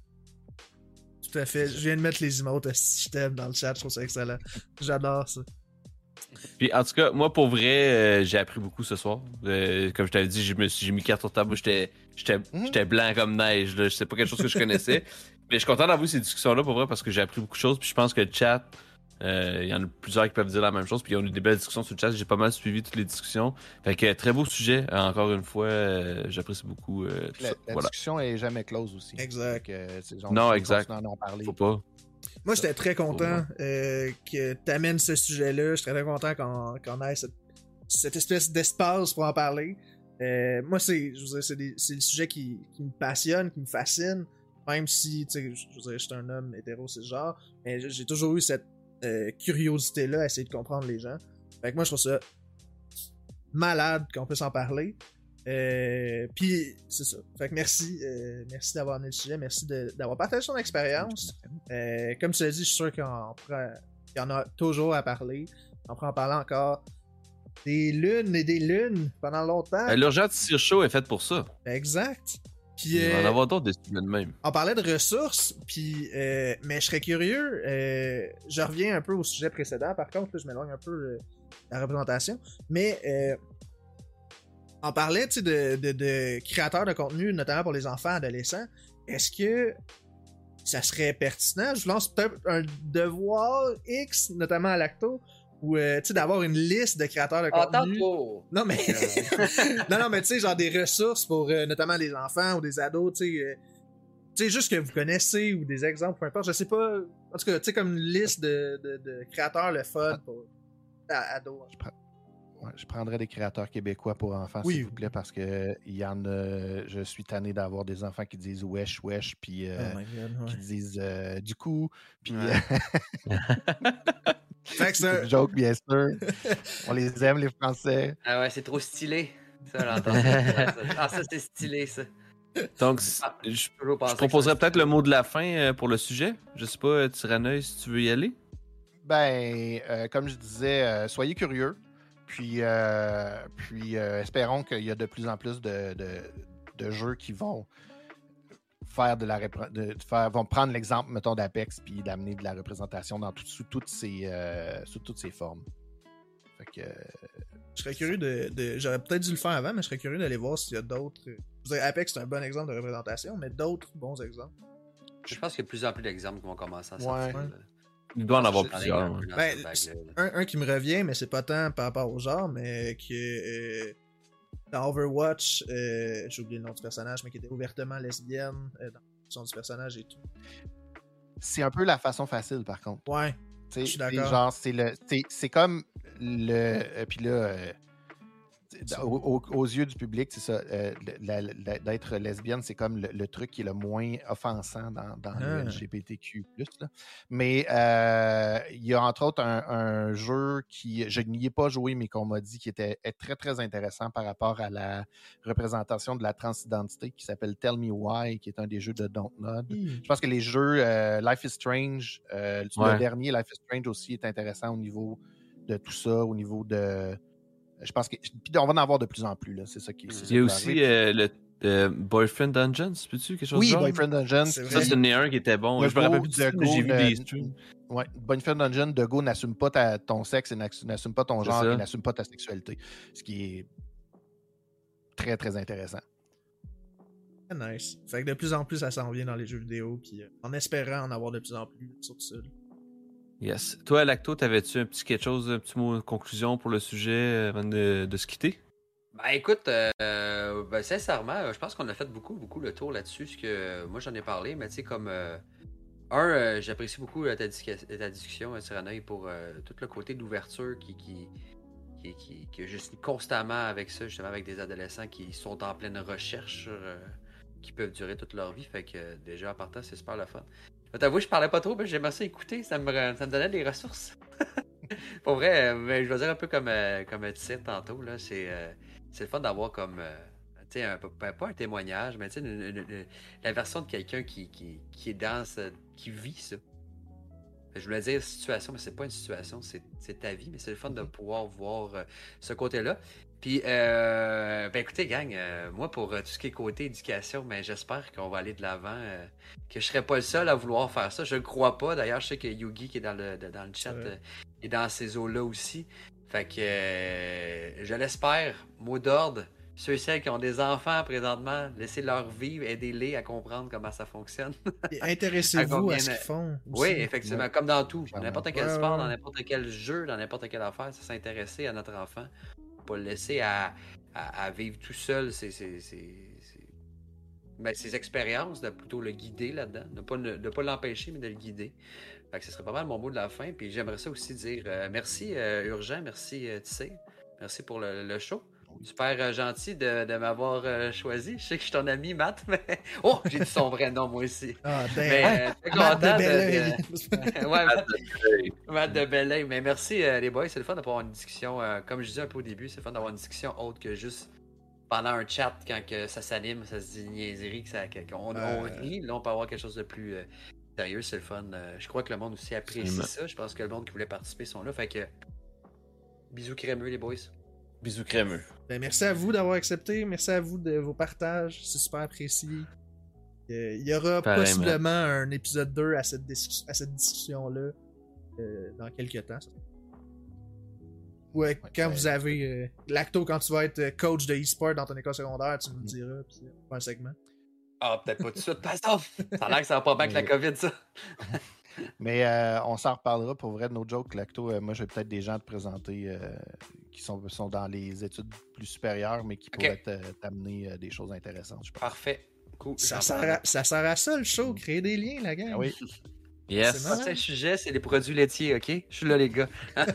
Tout à fait. Je viens de mettre les emotes si je t'aime dans le chat, je trouve ça excellent. J'adore ça. Puis en tout cas, moi pour vrai, euh, j'ai appris beaucoup ce soir. Euh, comme je t'avais dit, je me suis- j'ai mis carte sur table. J'étais, j'étais, Mhm. j'étais blanc comme neige. Là. C'est pas quelque chose que je connaissais. Mais je suis content d'avoir ces discussions-là pour vrai parce que j'ai appris beaucoup de choses. Puis je pense que le chat, euh, il y en a plusieurs qui peuvent dire la même chose. Puis on a eu des belles discussions sur le chat. J'ai pas mal suivi toutes les discussions. Fait que très beau sujet. Euh, encore une fois, euh, j'apprécie beaucoup. Euh, tout La, ça. la Voilà. discussion est jamais close aussi. Exact. Fait que, c'est genre, Non, on exact. continue à en parler. Faut pas. Moi, j'étais très content euh, que tu amènes ce sujet-là. Je suis très content qu'on qu'on ait cette, cette espèce d'espace pour en parler. Euh, moi, c'est je veux dire, c'est des- c'est le sujet qui, qui me passionne, qui me fascine. Même si, tu sais, je je veux dire, je suis un homme hétéro, c'est genre. Mais j'ai j'ai toujours eu cette euh, curiosité-là à essayer de comprendre les gens. Fait que moi, je trouve ça malade qu'on puisse en parler. Euh, Puis, c'est ça. Fait que merci. euh, merci d'avoir amené le sujet. Merci de- d'avoir partagé ton expérience. Euh, comme tu l'as dit, je suis sûr qu'on pourra- qu'il y en a toujours à parler. On pourra en parler encore des lunes et des lunes pendant longtemps. Euh, L'urgence sur show est faite pour ça. Exact. Puis, Il va en euh, avoir d'autres des sujets de même. on parlait de ressources, puis, euh, mais je serais curieux. euh, je reviens un peu au sujet précédent. Par contre, là, je m'éloigne un peu euh, de la représentation. Mais euh, on parlait tu sais, de, de, de créateurs de contenu, notamment pour les enfants, adolescents. Est-ce que ça serait pertinent? Je vous lance peut-être un devoir X, notamment à Lacto, ou euh, tu sais, d'avoir une liste de créateurs de Attends contenu. pour. Non, mais. non, non, mais tu sais, genre des ressources pour euh, notamment les enfants ou des ados, tu sais. euh, tu sais, juste que vous connaissez ou des exemples, peu importe. Je sais pas. En tout cas, tu sais, comme une liste de, de, de créateurs le fun pour à- ados. Ouais, je prendrais des créateurs québécois pour enfants, Oui. s'il vous plaît, parce que il y en a. Je suis tanné d'avoir des enfants qui disent wesh, wesh, puis euh, Oh my god, ouais. qui disent euh, du coup, puis Ouais. euh, Fait que c'est un... joke, bien sûr. On les aime, les Français. Ah ouais, c'est trop stylé. Ça, j'entends ça. Ah, ça, c'est stylé, ça. Donc, Ah, je, j'ai toujours pensé je que ça proposerais stylé. peut-être le mot de la fin euh, pour le sujet. Je sais pas, Tyranneuil, si tu veux y aller. Ben, euh, comme je disais, euh, soyez curieux. Puis, euh, puis euh, espérons qu'il y a de plus en plus de, de, de jeux qui vont faire de la repré- de, de faire, vont prendre l'exemple, mettons, d'Apex, puis d'amener de la représentation dans tout, sous, toutes ses, euh, sous toutes ses formes. Fait que, euh, Je serais curieux de, de- J'aurais peut-être dû le faire avant, mais je serais curieux d'aller voir s'il y a d'autres. Je veux dire, Apex, c'est un bon exemple de représentation, mais d'autres bons exemples. Je pense qu'il y a de plus en plus d'exemples qui vont commencer à Ouais. sortir. Ouais. là. Il doit en Je avoir pense que je plusieurs. suis ouais. dans Ben, cette vague-là, là. Un, un qui me revient, mais c'est pas tant par rapport au genre, mais qui est. euh, dans Overwatch, euh, j'ai oublié le nom du personnage, mais qui était ouvertement lesbienne euh, dans la façon du personnage et tout. c'est un peu la façon facile, par contre. Ouais, Tu sais, Je suis c'est d'accord. genre, c'est le, c'est, c'est comme le. euh, Puis là, euh, Ça. au- au- aux yeux du public, c'est ça. euh, la- la- d'être lesbienne, c'est comme le, le truc qui est le moins offensant dans, dans Ah. le L G B T Q plus, là. Mais euh, il y a entre autres un, un jeu qui, je n'y ai pas joué, mais qu'on m'a dit qui était est très très intéressant par rapport à la représentation de la transidentité, qui s'appelle Tell Me Why, qui est un des jeux de Dontnod. Hi. Je pense que les jeux euh, Life is Strange, euh, le Ouais. dernier Life is Strange aussi est intéressant au niveau de tout ça, au niveau de. Je pense que. Puis on va en avoir de plus en plus, là. C'est ça qui c'est ça Il y a qui va aussi arriver. euh, le euh, Boyfriend Dungeons, peux-tu quelque chose Oui, de genre? Boyfriend Dungeon. C'est Ça, vrai. c'est né un qui était bon. Le Je me rappelle Go plus du de titre, mais j'ai Go vu ne- des streams. Ouais, Boyfriend Dungeon de Go n'assume pas ta- ton sexe et n'assume n'assume pas ton C'est genre ça. et n'assume pas ta sexualité. Ce qui est très, très intéressant. Très nice. Fait que de plus en plus, ça s'en vient dans les jeux vidéo, puis euh, en espérant en avoir de plus en plus sur tout ça. là. Yes. Toi, Lacto, t'avais-tu un petit quelque chose, un petit mot de conclusion pour le sujet euh, avant de, de se quitter? Ben écoute, euh, ben, sincèrement, je pense qu'on a fait beaucoup, beaucoup le tour là-dessus, parce que euh, moi j'en ai parlé, mais tu sais, comme euh, un, euh, j'apprécie beaucoup euh, ta, disca- ta discussion, euh, Tyranneuil, pour euh, tout le côté d'ouverture qui, qui, qui, qui- que je suis constamment avec ça, justement avec des adolescents qui sont en pleine recherche sur, euh, qui peuvent durer toute leur vie. Fait que euh, déjà en partant, c'est super le fun. Je vais t'avouer, je parlais pas trop, mais j'aimais ça écouter, ça me, ça me donnait des ressources. Pour vrai, euh, mais je vais dire un peu comme, euh, comme tu disais tantôt, là, c'est, euh, c'est le fun d'avoir comme, euh, tu sais, un peu- pas pas un témoignage, mais tu sais, une- une- une- la version de quelqu'un qui, qui, qui est dans ce, qui vit ça. Je voulais dire situation, mais c'est pas une situation, c'est, c'est ta vie, mais c'est le fun de pouvoir voir euh, ce côté-là. Puis, euh, ben écoutez, gang, euh, moi, pour euh, tout ce qui est côté éducation, ben, j'espère qu'on va aller de l'avant, euh, que je serai pas le seul à vouloir faire ça. Je ne crois pas. D'ailleurs, je sais que Yugi, qui est dans le, de- dans le chat, Ouais. euh, est dans ces eaux-là aussi. Fait que, euh, je l'espère, mot d'ordre, ceux et celles qui ont des enfants présentement, laissez-leur vivre, aidez-les à comprendre comment ça fonctionne. Et intéressez-vous combien à ce de- qu'ils font. Oui, aussi. effectivement, Ouais. comme dans tout. Clairement. N'importe quel Ouais, sport, ouais. dans n'importe quel jeu, dans n'importe quelle affaire, c'est s'intéresser à notre enfant. Pas le laisser à, à, à vivre tout seul ses, ses, ses, ses- ben, ses expériences, de plutôt le guider là-dedans. Ne pas, ne, de pas l'empêcher, mais de le guider. Fait que ce serait pas mal mon mot de la fin. Puis j'aimerais ça aussi dire euh, merci euh, Urgent, merci euh, Tissé. Merci pour le, le show. Super euh, gentil de, de m'avoir euh, choisi. Je sais que je suis ton ami, Matt, mais. Oh, j'ai dit son vrai nom, moi aussi. Ah, Mais damn. euh, très Matt content de de. Belleuil. de- ouais, Matt, Matt de Belleuil. Mais merci, euh, les boys. C'est le fun d'avoir une discussion. euh, comme je disais un peu au début, c'est le fun d'avoir une discussion autre que juste pendant un chat, quand que ça s'anime, ça se dit niaiserie, que ça, que- qu'on on Euh. rit. Là, on peut avoir quelque chose de plus euh, sérieux. C'est le fun. Euh, je crois que le monde aussi apprécie Absolument. ça. Je pense que le monde qui voulait participer sont là. Fait que. Bisous crémeux, les boys. Bisous crémeux. Ben, merci à vous d'avoir accepté. Merci à vous de vos partages. C'est super apprécié. Euh, il y aura Pareillement. possiblement un épisode deux à cette, dis- à cette discussion-là euh, dans quelques temps. Ouais, quand Ouais, vous avez. euh, Lacto, quand tu vas être euh, coach de e-sport dans ton école secondaire, tu me le diras. Puis on fera un segment. Ah, peut-être pas tout de suite, passons! Ça a l'air que ça va pas bien avec la COVID, ça. Mais euh, on s'en reparlera pour vrai de nos jokes, Lacto. Euh, moi, j'ai peut-être des gens à te présenter euh, qui sont, sont dans les études plus supérieures, mais qui Ok. pourraient te- t'amener euh, des choses intéressantes, je pense. Parfait. Cool. Ça J'en sert, parle. à, ça sert à ça le show, créer des liens, la gang. Ah oui. Yes. C'est Ah, malade. c'est le sujet, c'est les produits laitiers, ok? Je suis là, les gars.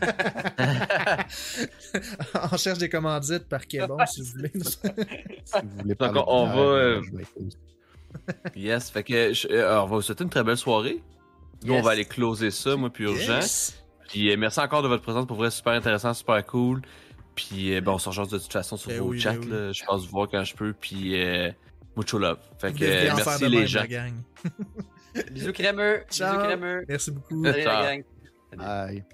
On cherche des commandites par Québec, si vous voulez. Si vous voulez Donc, parler de on bière, va, euh, je vais être cool. Yes. Fait que, je- euh, on va vous souhaiter une très belle soirée. Nous, on Yes. va aller closer ça, moi puis Urgent. Yes. Puis euh, merci encore de votre présence. Pour vrai, super intéressant, super cool. Puis euh, bon, on se rejoint de toute façon sur Ben vos oui, chats. ben oui. Là. Je passe vous voir quand je peux. Puis euh, mucho love. Fait Vous que devriez euh, en faire merci de les même, gens. la gang. Bisous crémeux. Bisous Ciao. crémeux. Merci beaucoup. Salut la Ciao. gang. Bye.